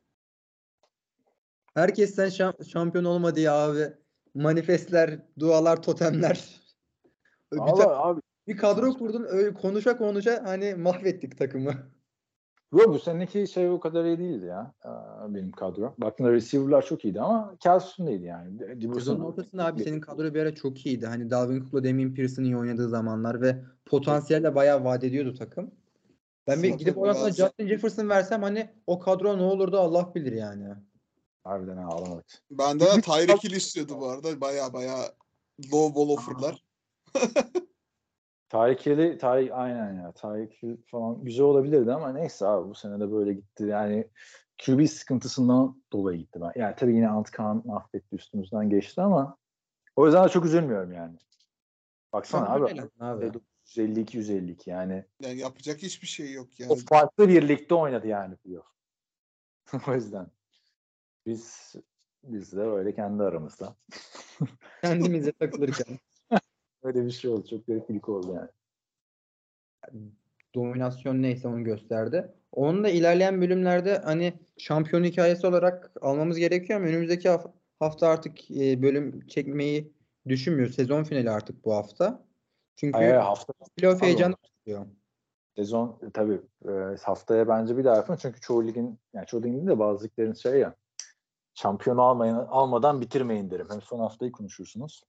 herkes sen şam- şampiyon olma diye abi manifestler, dualar, totemler. Bir, ta- Allah abi bir kadro kurdun öyle konuşa konuşa hani mahvettik takımı. yok bu seneki şey o kadar iyi değildi ya Aa, benim kadro. Baktığında receiver'lar çok iyiydi ama Kelson değildi yani. Sezonun Dibus'un ortasında abi senin kadro bir ara çok iyiydi. Hani Dalvin Cook'la Damien Pearson'ın iyi oynadığı zamanlar ve potansiyelle bayağı vaat ediyordu takım. Ben bir Zaten gidip oradan sonra biraz Justin Jefferson versem hani o kadro ne olurdu Allah bilir yani. Harbiden ha, alamadık. bende de Tyreek Hill istiyordu bu arada. Baya baya low ball offer'lar. Tyreek Hill'i, Tyreek, aynen ya. Tyreek Hill falan güzel olabilirdi ama neyse abi, bu sene de böyle gitti. Yani Q B sıkıntısından dolayı gitti ben. Yani tabii yine Antkan mahvetti, üstümüzden geçti ama o yüzden de çok üzülmüyorum yani. Baksana Şampiyon abi. eğlendin abi. yüz elli iki yüz elli iki yani. Yani yapacak hiçbir şey yok O yani. farklı bir ligde oynadı yani playoff. O yüzden. Biz biz de öyle kendi aramızda. Kendimize takılırken. Öyle bir şey oldu. Çok garip bir lig oldu yani. Dominasyon neyse onu gösterdi. Onun da ilerleyen bölümlerde hani şampiyon hikayesi olarak almamız gerekiyor ama önümüzdeki haf- hafta artık e, bölüm çekmeyi düşünmüyor. Sezon finali artık bu hafta. Ay, ay, Çünkü hafta playoff abi heyecanı onu. tutuyor. Sezon e, tabii e, haftaya bence bir daha yapın. Çünkü çoğu ligin, yani çoğu ligin de bazı liglerin şey ya, şampiyonu almayın, almadan bitirmeyin derim. Hem son haftayı konuşursunuz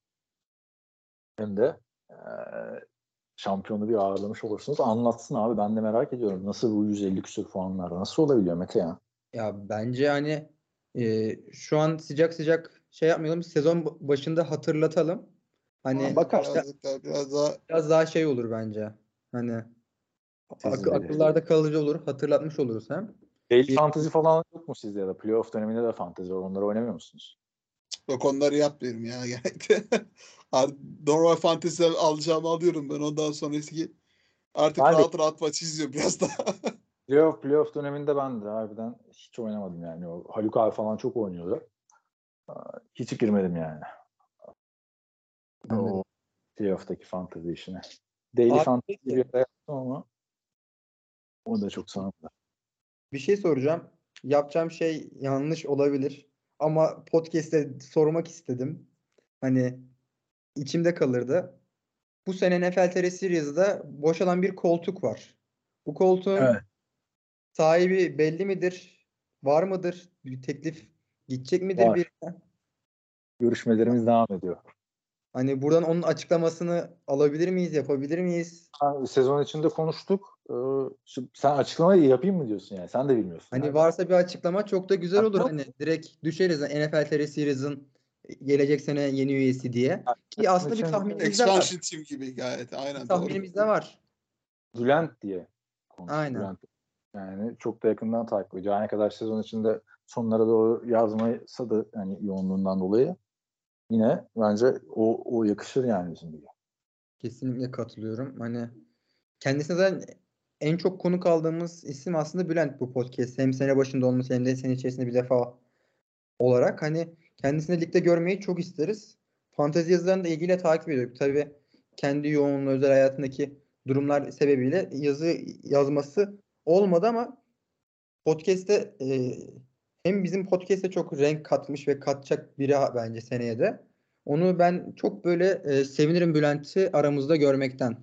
hem de e, şampiyonu bir ağırlamış olursunuz. Anlatsın abi, ben de merak ediyorum. Nasıl bu yüz elli küsur puanlar nasıl olabiliyor Mete ya? Ya bence hani e, şu an sıcak sıcak şey yapmayalım. Sezon b- başında hatırlatalım. Hani Aynen, Bakarsın. birazcık daha biraz daha biraz daha şey olur bence. Hani ak- Tecrübeli. akıllarda kalıcı olur. Hatırlatmış oluruz hem. Daily Bir, fantasy falan yok mu sizde, ya da playoff döneminde de fantasy var. Onları oynamıyor musunuz? yok, onları yapmıyorum ya genellikle. Ar- Normal fantezi alacağımı alıyorum ben, ondan sonraki artık Ben de rahat rahat maç izliyorum biraz daha. playoff, playoff döneminde ben de harbiden hiç oynamadım yani. O Haluk abi falan çok oynuyordu. Hiç girmedim yani. anladım. O playoff'taki fantasy işine. Daily Abi fantasy bir peki ara yaptım ama o da çok sarmadı. bir şey soracağım. Yapacağım şey yanlış olabilir. Ama podcast'te sormak istedim. Hani içimde kalırdı. Bu sene N F L T R Series'da boşalan bir koltuk var. Bu koltuğun Evet. sahibi belli midir? Var mıdır? Bir teklif gidecek midir Var. birine? Görüşmelerimiz devam ediyor. Hani buradan onun açıklamasını alabilir miyiz? Yapabilir miyiz? Ha, sezon içinde konuştuk. Ee, şu- sen açıklamayı yapayım mı diyorsun yani? Sen de bilmiyorsun Hani hala. varsa bir açıklama çok da güzel olur. Hani direkt düşeriz N F L T R Series'ın gelecek sene yeni üyesi diye. Ki Sezon aslında bir için tahminimiz de var. Expansion team gibi gayet. Bir Aynen, doğru. tahminimiz de var. Bülent diye konuştuk. Aynen. Bülent. Yani çok da yakından takip ediyor. Yani ne kadar sezon içinde sonlara doğru yazmaysa da yani yoğunluğundan dolayı yine bence o, o yakışır yani bizim gibi. Kesinlikle katılıyorum. Hani kendisine de en çok konuk aldığımız isim aslında Bülent bu podcast. Hem sene başında olması hem de sene içerisinde bir defa olarak. Hani kendisini ligde görmeyi çok isteriz. Fantezi yazılarını da ilgiyle takip ediyoruz. Tabii kendi yoğunluğu, özel hayatındaki durumlar sebebiyle yazı yazması olmadı ama podcast'te e, hem bizim podcast'e çok renk katmış ve katacak biri bence seneye de. Onu ben çok böyle e, sevinirim Bülent'i aramızda görmekten.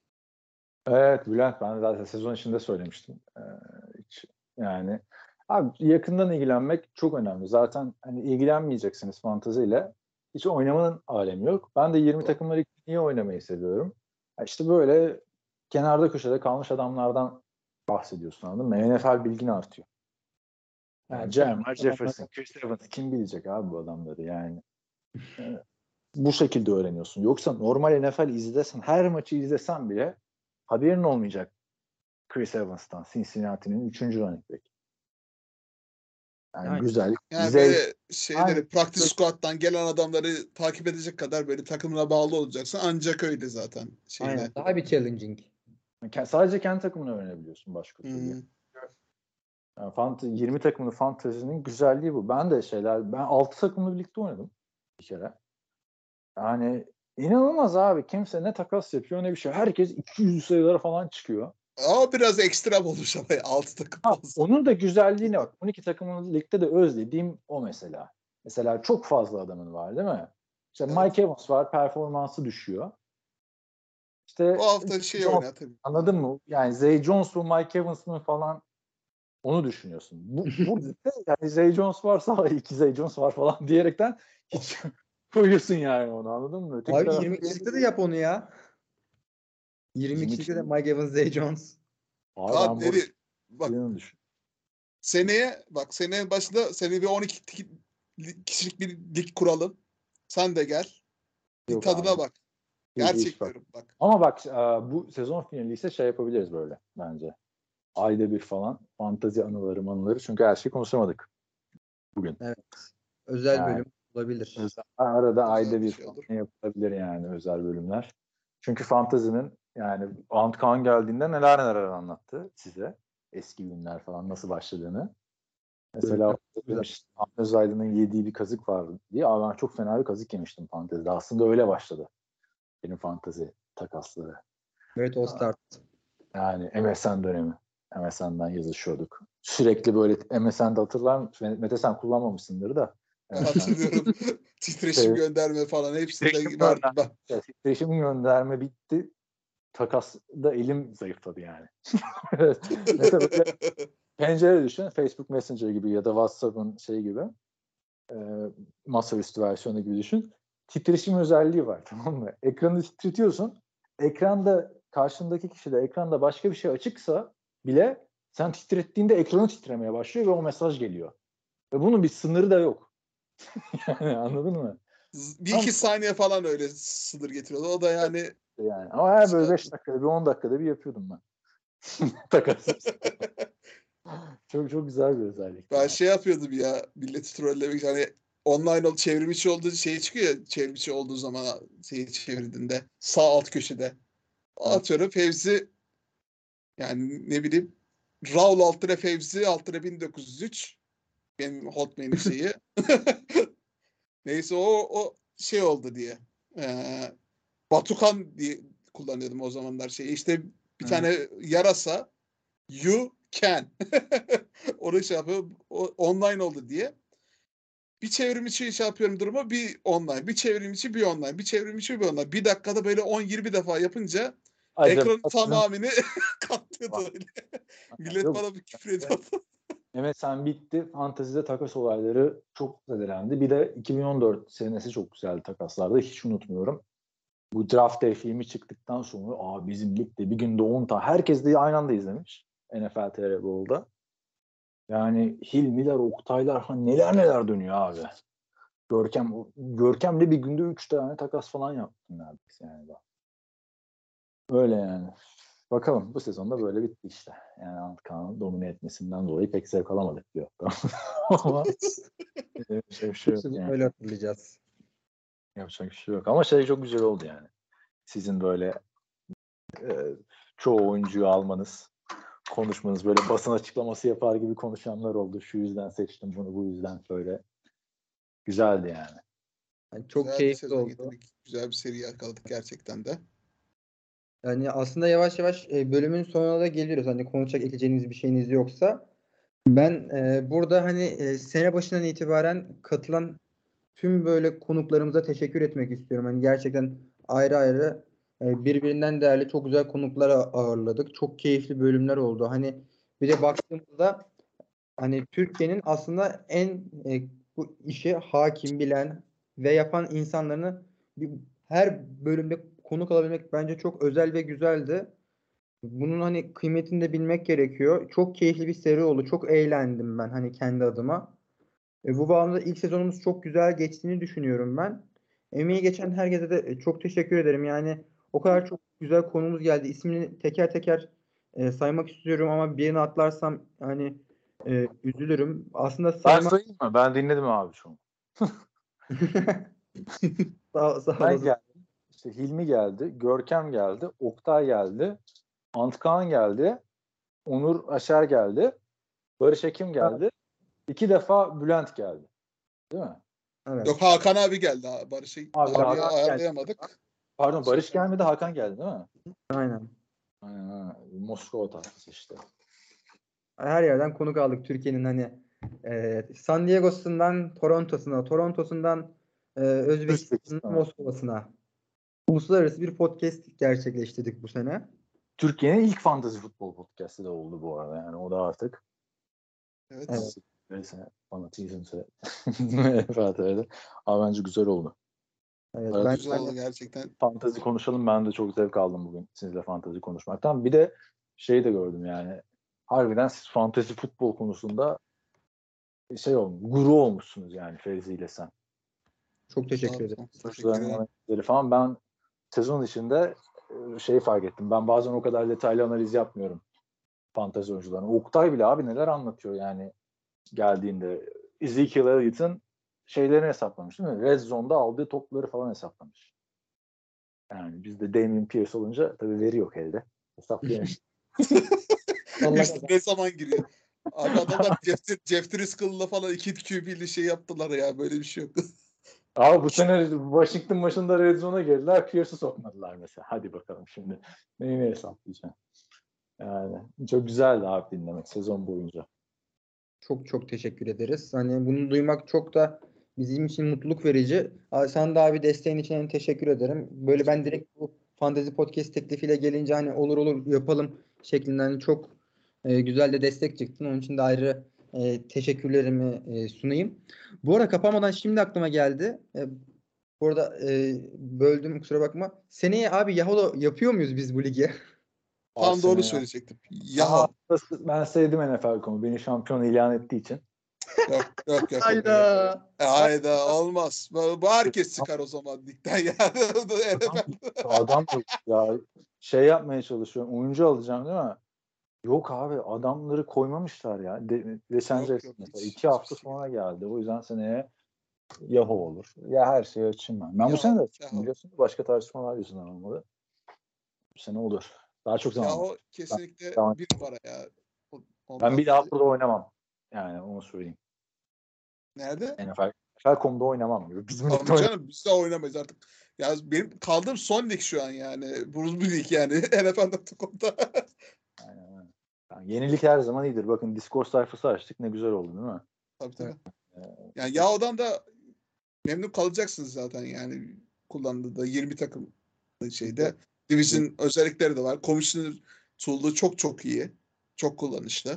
Evet, Bülent, ben zaten sezon içinde söylemiştim. Ee, hiç, yani abi yakından ilgilenmek çok önemli. Zaten hani ilgilenmeyeceksiniz fanteziyle. Hiç oynamanın alemi yok. Ben de yirmi Doğru. takımları niye oynamayı seviyorum. Ya İşte böyle kenarda köşede kalmış adamlardan bahsediyorsun, anladın mı? N F L bilgin artıyor. Yani Abi çok Jeremiah adamlar. Jefferson, Chris Evans, kim bilecek abi bu adamları yani. Ee, Bu şekilde öğreniyorsun. Yoksa normal N F L izlesen, her maçı izlesen bile haberin olmayacak Chris Evans'tan, Cincinnati'nin üçüncü running back. Yani Yani güzel, Yani zevk. böyle Aynı. şeyleri, practice squad'dan gelen adamları takip edecek kadar böyle takımına bağlı olacaksın. Ancak öyle zaten Aynen. şeyde. Daha bir challenging. Sadece kendi takımını öğrenebiliyorsun başka türlü. Hmm. Yani fant- yirmi takımlı fantezinin güzelliği bu. Ben de şeyler, ben altı takımlı birlikte oynadım bir kere. Yani inanılmaz abi. Kimse ne takas yapıyor ne bir şey. Herkes iki yüz sayılara falan çıkıyor. Ama biraz ekstrem olmuş ama altı takım Ha, fazla. onun da güzelliğine bak. on iki takımlı ligde de özlediğim o mesela. Mesela çok fazla adamın var değil mi? İşte Evet. Mike Evans var, performansı düşüyor. İşte Bu hafta şey Jones, oynar tabii. anladın mı? Yani Zay Jones mu Mike Evans mı falan, onu düşünüyorsun. Bu, burada da yani Zay Jones varsa iki Zay Jones var falan diyerekten hiç koyuyorsun yani onu, anladın mı? Öteki Abi tarafta yirmi kişilikte de yap onu ya. yirmi yirmi kişilikte de Mike Evans, Zay Jones. Abi Abi ben bu dedi, bak düşün. seneye bak senenin başında seni bir on iki kişilik bir lig kuralım. Sen de gel. Bir Yok tadına abi. bak. Bu hiç Gerçek bak. diyorum bak. Ama bak e, bu sezon finali ise şey yapabiliriz böyle bence. Ayda bir falan fantazi anıları manıları. Çünkü her şeyi konuşamadık bugün. Evet. Özel Yani bölüm olabilir. özel- arada Güzel ayda bir bir şey falan olur. yapılabilir yani özel bölümler. Çünkü fantazinin yani Antkan geldiğinde neler neler anlattı size. Eski günler falan nasıl başladığını. Mesela Güzel. demiş Ahmet Özaydın'ın yediği bir kazık vardı diye. Abi ben çok fena bir kazık yemiştim fantezide. Aslında öyle başladı benim fantezi takasları. Evet, o start. Yani M S N dönemi. M S N'den yazışıyorduk. Sürekli böyle M S N'de hatırlar mısın? Mete sen kullanmamışsındır da. Ben M S N hatırlıyorum. Titreşim şey, gönderme falan hepsinde titreşim vardım ben. gönderme, titreşim gönderme bitti. Takasda elim zayıfladı yani. Mete böyle pencere düşün. Facebook Messenger gibi ya da WhatsApp'ın şey gibi. E, masaüstü versiyonu gibi düşün. Titreşim özelliği var, tamam mı? Ekranı titretiyorsun. Ekranda karşındaki kişi de ekranda başka bir şey açıksa bile sen titrettiğinde ekranı titremeye başlıyor ve o mesaj geliyor. Ve bunun bir sınırı da yok. Yani anladın mı? Bir Tam iki saniye falan öyle sınır getiriyordu. O da yani yani. Ama her böyle şey beş dakikada bir on dakikada bir yapıyordum ben. Takas. Çok çok güzel bir özellikti ben yani. şey yapıyordum ya milleti trollemek için. Hani online ol, çevrim içi olduğu şey çıkıyor ya, çevrim içi olduğu zaman şeyi çevirdiğinde sağ alt köşede. Evet. Atıyorum Fevzi, yani ne bileyim, Raul Altıre Fevzi Altıre bin dokuz yüz üç benim Hotmail'in şeyi. Neyse o o şey oldu diye. Ee, Batukan diye kullanıyordum o zamanlar şeyi. İşte bir Ha. tane yarasa you can. Onu şey yapıyor. O, online oldu diye. Bir çevrim içi şey yapıyorum duruma, bir online. Bir çevrim içi bir online. Bir çevrim içi bir online. Bir dakikada böyle on yirmi defa yapınca Acaba ekranın tamamını katlıyordu öyle. Millet yok. bana bir küfür ediyordu. M S N bitti. Fantezide takas olayları çok zedelendi. Bir de iki bin on dört senesi çok güzeldi takaslarda. Hiç unutmuyorum. Bu Draft Day filmi çıktıktan sonra aa bizim ligde bir günde on tane. Herkes de aynı anda izlemiş. N F L T R Bowl'da. Yani Hilmiler, Oktaylar falan neler neler dönüyor abi. Görkem, Görkem'le bir günde üç tane takas falan yaptım neredeyse yani. Öyle yani. Bakalım bu sezonda böyle bitti işte. Yani Antkan'ın domine etmesinden dolayı pek zevk alamadık diyor. Ama yapacak bir şey yok yani. Öyle hatırlayacağız. Yapacak bir şey yok. Ama şey çok güzel oldu yani. Sizin böyle e, çoğu oyuncuyu almanız, konuşmanız, böyle basın açıklaması yapar gibi konuşanlar oldu. Şu yüzden seçtim bunu, bu yüzden şöyle. Güzeldi yani. Yani çok Güzel bir keyifli sezon oldu. getirdik. Güzel bir seri yakaladık gerçekten de. Yani aslında yavaş yavaş e, bölümün sonuna da geliyoruz. Hani konuşacak ekleyeceğiniz bir şeyiniz yoksa. Ben e, burada hani e, sene başından itibaren katılan tüm böyle konuklarımıza teşekkür etmek istiyorum. Hani gerçekten ayrı ayrı e, birbirinden değerli çok güzel konuklara ağırladık. Çok keyifli bölümler oldu. Hani bir de baktığımızda hani Türkiye'nin aslında en e, bu işe hakim, bilen ve yapan insanlarını bir, her bölümde konuk alabilmek bence çok özel ve güzeldi. Bunun hani kıymetini de bilmek gerekiyor. Çok keyifli bir seri oldu. Çok eğlendim ben hani kendi adıma. E, bu bağlamda ilk sezonumuz çok güzel geçtiğini düşünüyorum ben. Emeği geçen herkese de e, çok teşekkür ederim. Yani o kadar çok güzel konumuz geldi. İsmini teker teker e, saymak istiyorum ama birini atlarsam hani e, üzülürüm. Aslında Ben saymak sayayım mı? Ben dinledim abi şu an. sağ, sağ Ben olasın. geldim. İşte Hilmi geldi. Görkem geldi. Oktay geldi. Antkan geldi. Onur Aşer geldi. Barış Ekim geldi. İki defa Bülent geldi. Değil mi? Evet. Yok, Hakan abi geldi. Ha, Barış'ı Abi abi Hakan geldi. ayarlayamadık. Pardon Şey Barış yapamadık. gelmedi, Hakan geldi değil mi? Aynen. Aynen ha. Moskova tatlısı işte. Her yerden konuk aldık Türkiye'nin hani e, San Diego'sundan Toronto'suna, Toronto'sundan e, Özbekistan'ın Özbekistan. Moskova'sına. Uluslararası bir podcast gerçekleştirdik bu sene. Türkiye'nin ilk fantasy futbol podcast'ı da oldu bu arada. Yani o da artık Evet. neyse fanatizmse öyle. Ama bence güzel oldu. Evet, Arada ben Güzel hani oldu gerçekten. fantazi konuşalım. Ben de çok zevk aldım bugün sizinle fantazi konuşmaktan. Bir de şeyi de gördüm yani. Harbiden siz fantezi futbol konusunda şey olmuş, guru olmuşsunuz yani Fevzi ile sen. Çok teşekkür ederim. Oyuncuların falan. Ben sezon içinde şeyi fark ettim. Ben bazen o kadar detaylı analiz yapmıyorum fantezi oyuncularına. Oktay bile abi neler anlatıyor yani geldiğinde. Ezekiel Elliott'ın şeylerini hesaplamış değil mi? Red Zone'da aldığı topları falan hesaplamış. Yani bizde Damien Pierce olunca tabii veri yok elde. Hesaplayamıyoruz. İşte ne zaman giriyor? Abi adamlar Jeff, Jeff Driscoll'la falan iki Q B'li şey yaptılar ya. Böyle bir şey yok. Abi bu sene Washington başında Red Zone'a girdiler. Pierce'ı sokmadılar mesela. Hadi bakalım şimdi. Neyini hesaplayacağım. Yani çok güzeldi abi dinlemek sezon boyunca. Çok çok teşekkür ederiz. Hani bunu duymak çok da bizim için mutluluk verici. Sen de abi desteğin için teşekkür ederim. Böyle ben direkt bu Fantezi Podcast teklifiyle gelince hani olur olur yapalım şeklinden çok e, güzel de destek çıktın. Onun için de ayrı e, teşekkürlerimi e, sunayım. Bu arada kapamadan şimdi aklıma geldi. E, bu arada e, böldüm kusura bakma. Seneye abi Yahoo yapıyor muyuz biz bu lige? Tam doğru söyleyecektim. Aha, ben sevdim N F L konu. Beni şampiyon ilan ettiği için. Yok yok yok. Hayda. Hayda olmaz. Bu, bu herkes çıkar o zaman ligden yani. Adam, adam ya şey yapmaya çalışıyorum. Oyuncu alacağım değil mi? Yok abi adamları koymamışlar ya. De, Deşence mesela iki hafta sonra geldi. O yüzden seneye Yahoo olur. Ya her şeyi açayım ben. Ben ya, bu sene de açtım biliyorsun. Başka tartışmalar yüzünden olmadı. Bu sene olur. Daha çok zaman Yahoo var. kesinlikle ben, bir numara ya. Ondan ben bir daha burada oynamam. Yani onu söyleyeyim. Nerede? N F L N F L nokta com'da oynamam. Bizim Tabii canım biz de oynamayız artık. Ya benim kaldığım son lig şu an yani. Buruz bir lig yani. N F L nokta com'da. Aynen. Yani yenilik her zaman iyidir. Bakın Discord sayfası açtık. Ne güzel oldu değil mi? Tabii tabii. Ee, yani Yahoo'dan da memnun kalacaksınız zaten yani kullandığı da yirmi takım şeyde. Division evet. Özellikleri de var. Commissioner tool'u çok çok iyi. Çok kullanışlı.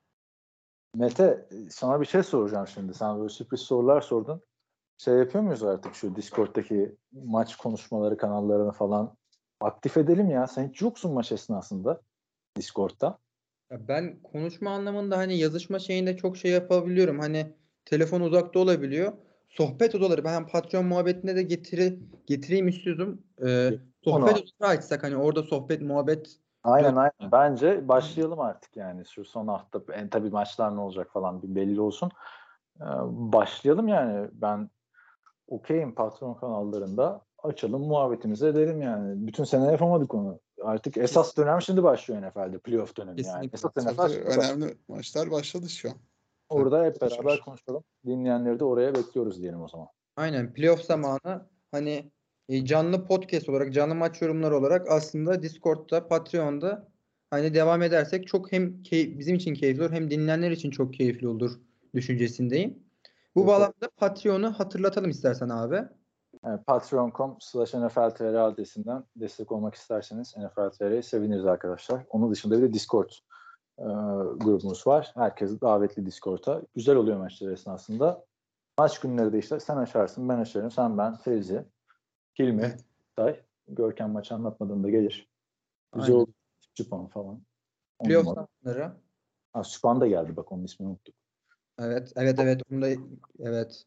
Mete sana bir şey soracağım şimdi. Sen böyle sürpriz sorular sordun. Şey yapıyor muyuz artık şu Discord'daki maç konuşmaları kanallarını falan aktif edelim ya. Sen hiç yoksun maç esnasında Discord'da. Ya ben konuşma anlamında hani yazışma şeyinde çok şey yapabiliyorum. Hani telefon uzakta olabiliyor. Sohbet odaları ben Patreon muhabbetine de getiri, getireyim istiyordum. Ee, sohbet odaları açsak hani orada sohbet muhabbet. Aynen aynen. Bence başlayalım artık yani. Şu son hafta en tabii maçlar ne olacak falan bir belli olsun. Ee, başlayalım yani. Ben okeyim patron kanallarında. Açalım muhabbetimizi edelim yani. Bütün sene yapamadık onu. Artık esas dönem şimdi başlıyor N F L'de. Playoff dönemi Kesinlikle. yani. Esas tabii, N F L tabii, önemli başlıyor. Maçlar başladı şu an. Orada hep beraber konuşalım. Dinleyenleri de oraya bekliyoruz diyelim o zaman. Aynen. Playoff zamanı hani canlı podcast olarak, canlı maç yorumları olarak aslında Discord'da, Patreon'da hani devam edersek çok hem key- bizim için keyifli olur hem dinleyenler için çok keyifli olur düşüncesindeyim. Bu Evet, bağlamda Patreon'u hatırlatalım istersen abi. Yani patreon nokta com slash N F L T R adresinden destek olmak isterseniz N F L T R'ye seviniriz arkadaşlar. Onun dışında bir de Discord e, grubumuz var. Herkes davetli Discord'a. Güzel oluyor maçlar esnasında. Maç günleri de işte sen açarsın, ben açarım. Sen, ben, Fevzi, Hilmi, evet. Tay. Görkem maçı anlatmadığında gelir. Güzel oldu. Süpan falan. Playoff zamanları. Ha, Süpan da geldi bak onun ismini unuttuk. Evet, evet, evet. Onu da evet.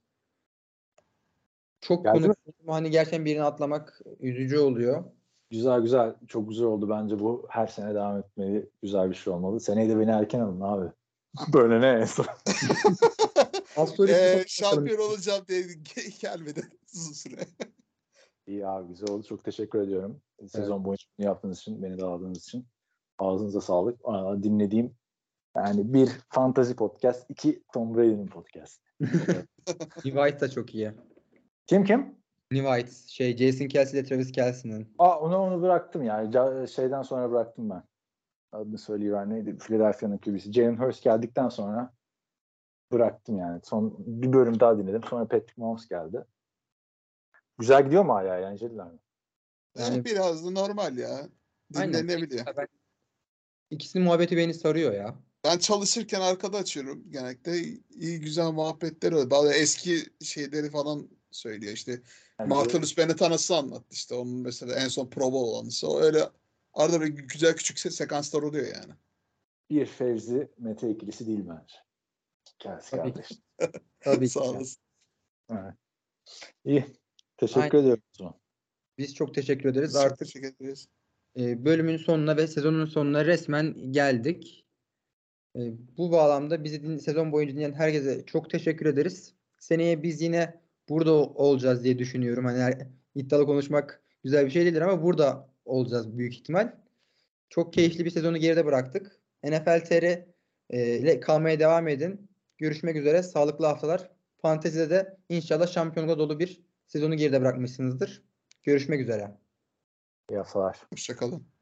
Çok konu hani gerçekten birini atlamak üzücü oluyor. Güzel güzel. Çok güzel oldu. Bence bu her sene devam etmeli. Güzel bir şey olmalı. Seneye de beni erken alın abi. Böyle ne en son. ee, şampiyon olacağım diye gelmedi uzun süre. İyi abi güzel oldu. Çok teşekkür ediyorum. Evet. Sezon boyunca bunu yaptığınız için, beni de aldığınız için. Ağzınıza sağlık. Aa, dinlediğim yani bir fantasy podcast, iki Tom Brady'nin podcast. White da çok iyi. Kim kim? White, şey Jason Kelce ile Travis Kelce'nin. Aa onu onu bıraktım ya. Şeyden sonra bıraktım ben. Adını söyleyiver neydi? Philadelphia'nın Q B'si. Jalen Hurts geldikten sonra bıraktım yani. Son bir bölüm daha dinledim. Sonra Patrick Mahomes geldi. Güzel gidiyor mu hala yani? Eğlenceliler mi? Yani evet, biraz da normal ya. Dinlenebiliyor. Ben, ikisinin muhabbeti beni sarıyor ya. Ben çalışırken arkada açıyorum genellikle. İyi güzel muhabbetleri oluyor. Bazı eski şeyleri falan söylüyor işte. Yani Martellus Bennett anısı anlattı işte. Onun mesela en son Pro Bowl anısı. O öyle arada böyle güzel küçük se- sekanslar oluyor yani. Bir Fevzi Mete ikilisi değil bence. Gelsin Tabii kardeş. Tabii Sağ ki. olasın. Evet. İyi. Teşekkür Aynen. ediyorum o zaman. Biz çok teşekkür ederiz. Biz çok Artık teşekkür ederiz. e, bölümün sonuna ve sezonun sonuna resmen geldik. E, bu bağlamda bizi din- sezon boyunca dinleyen herkese çok teşekkür ederiz. Seneye biz yine burada ol- olacağız diye düşünüyorum. Hani her, iddialı konuşmak güzel bir şey değildir ama burada olacağız büyük ihtimal. Çok keyifli bir sezonu geride bıraktık. N F L T R e, ile kalmaya devam edin. Görüşmek üzere. Sağlıklı haftalar. Fantezide de inşallah şampiyonluğa dolu bir sezonu geride bırakmışsınızdır. Görüşmek üzere. İyi haftalar. Hoşça kalın.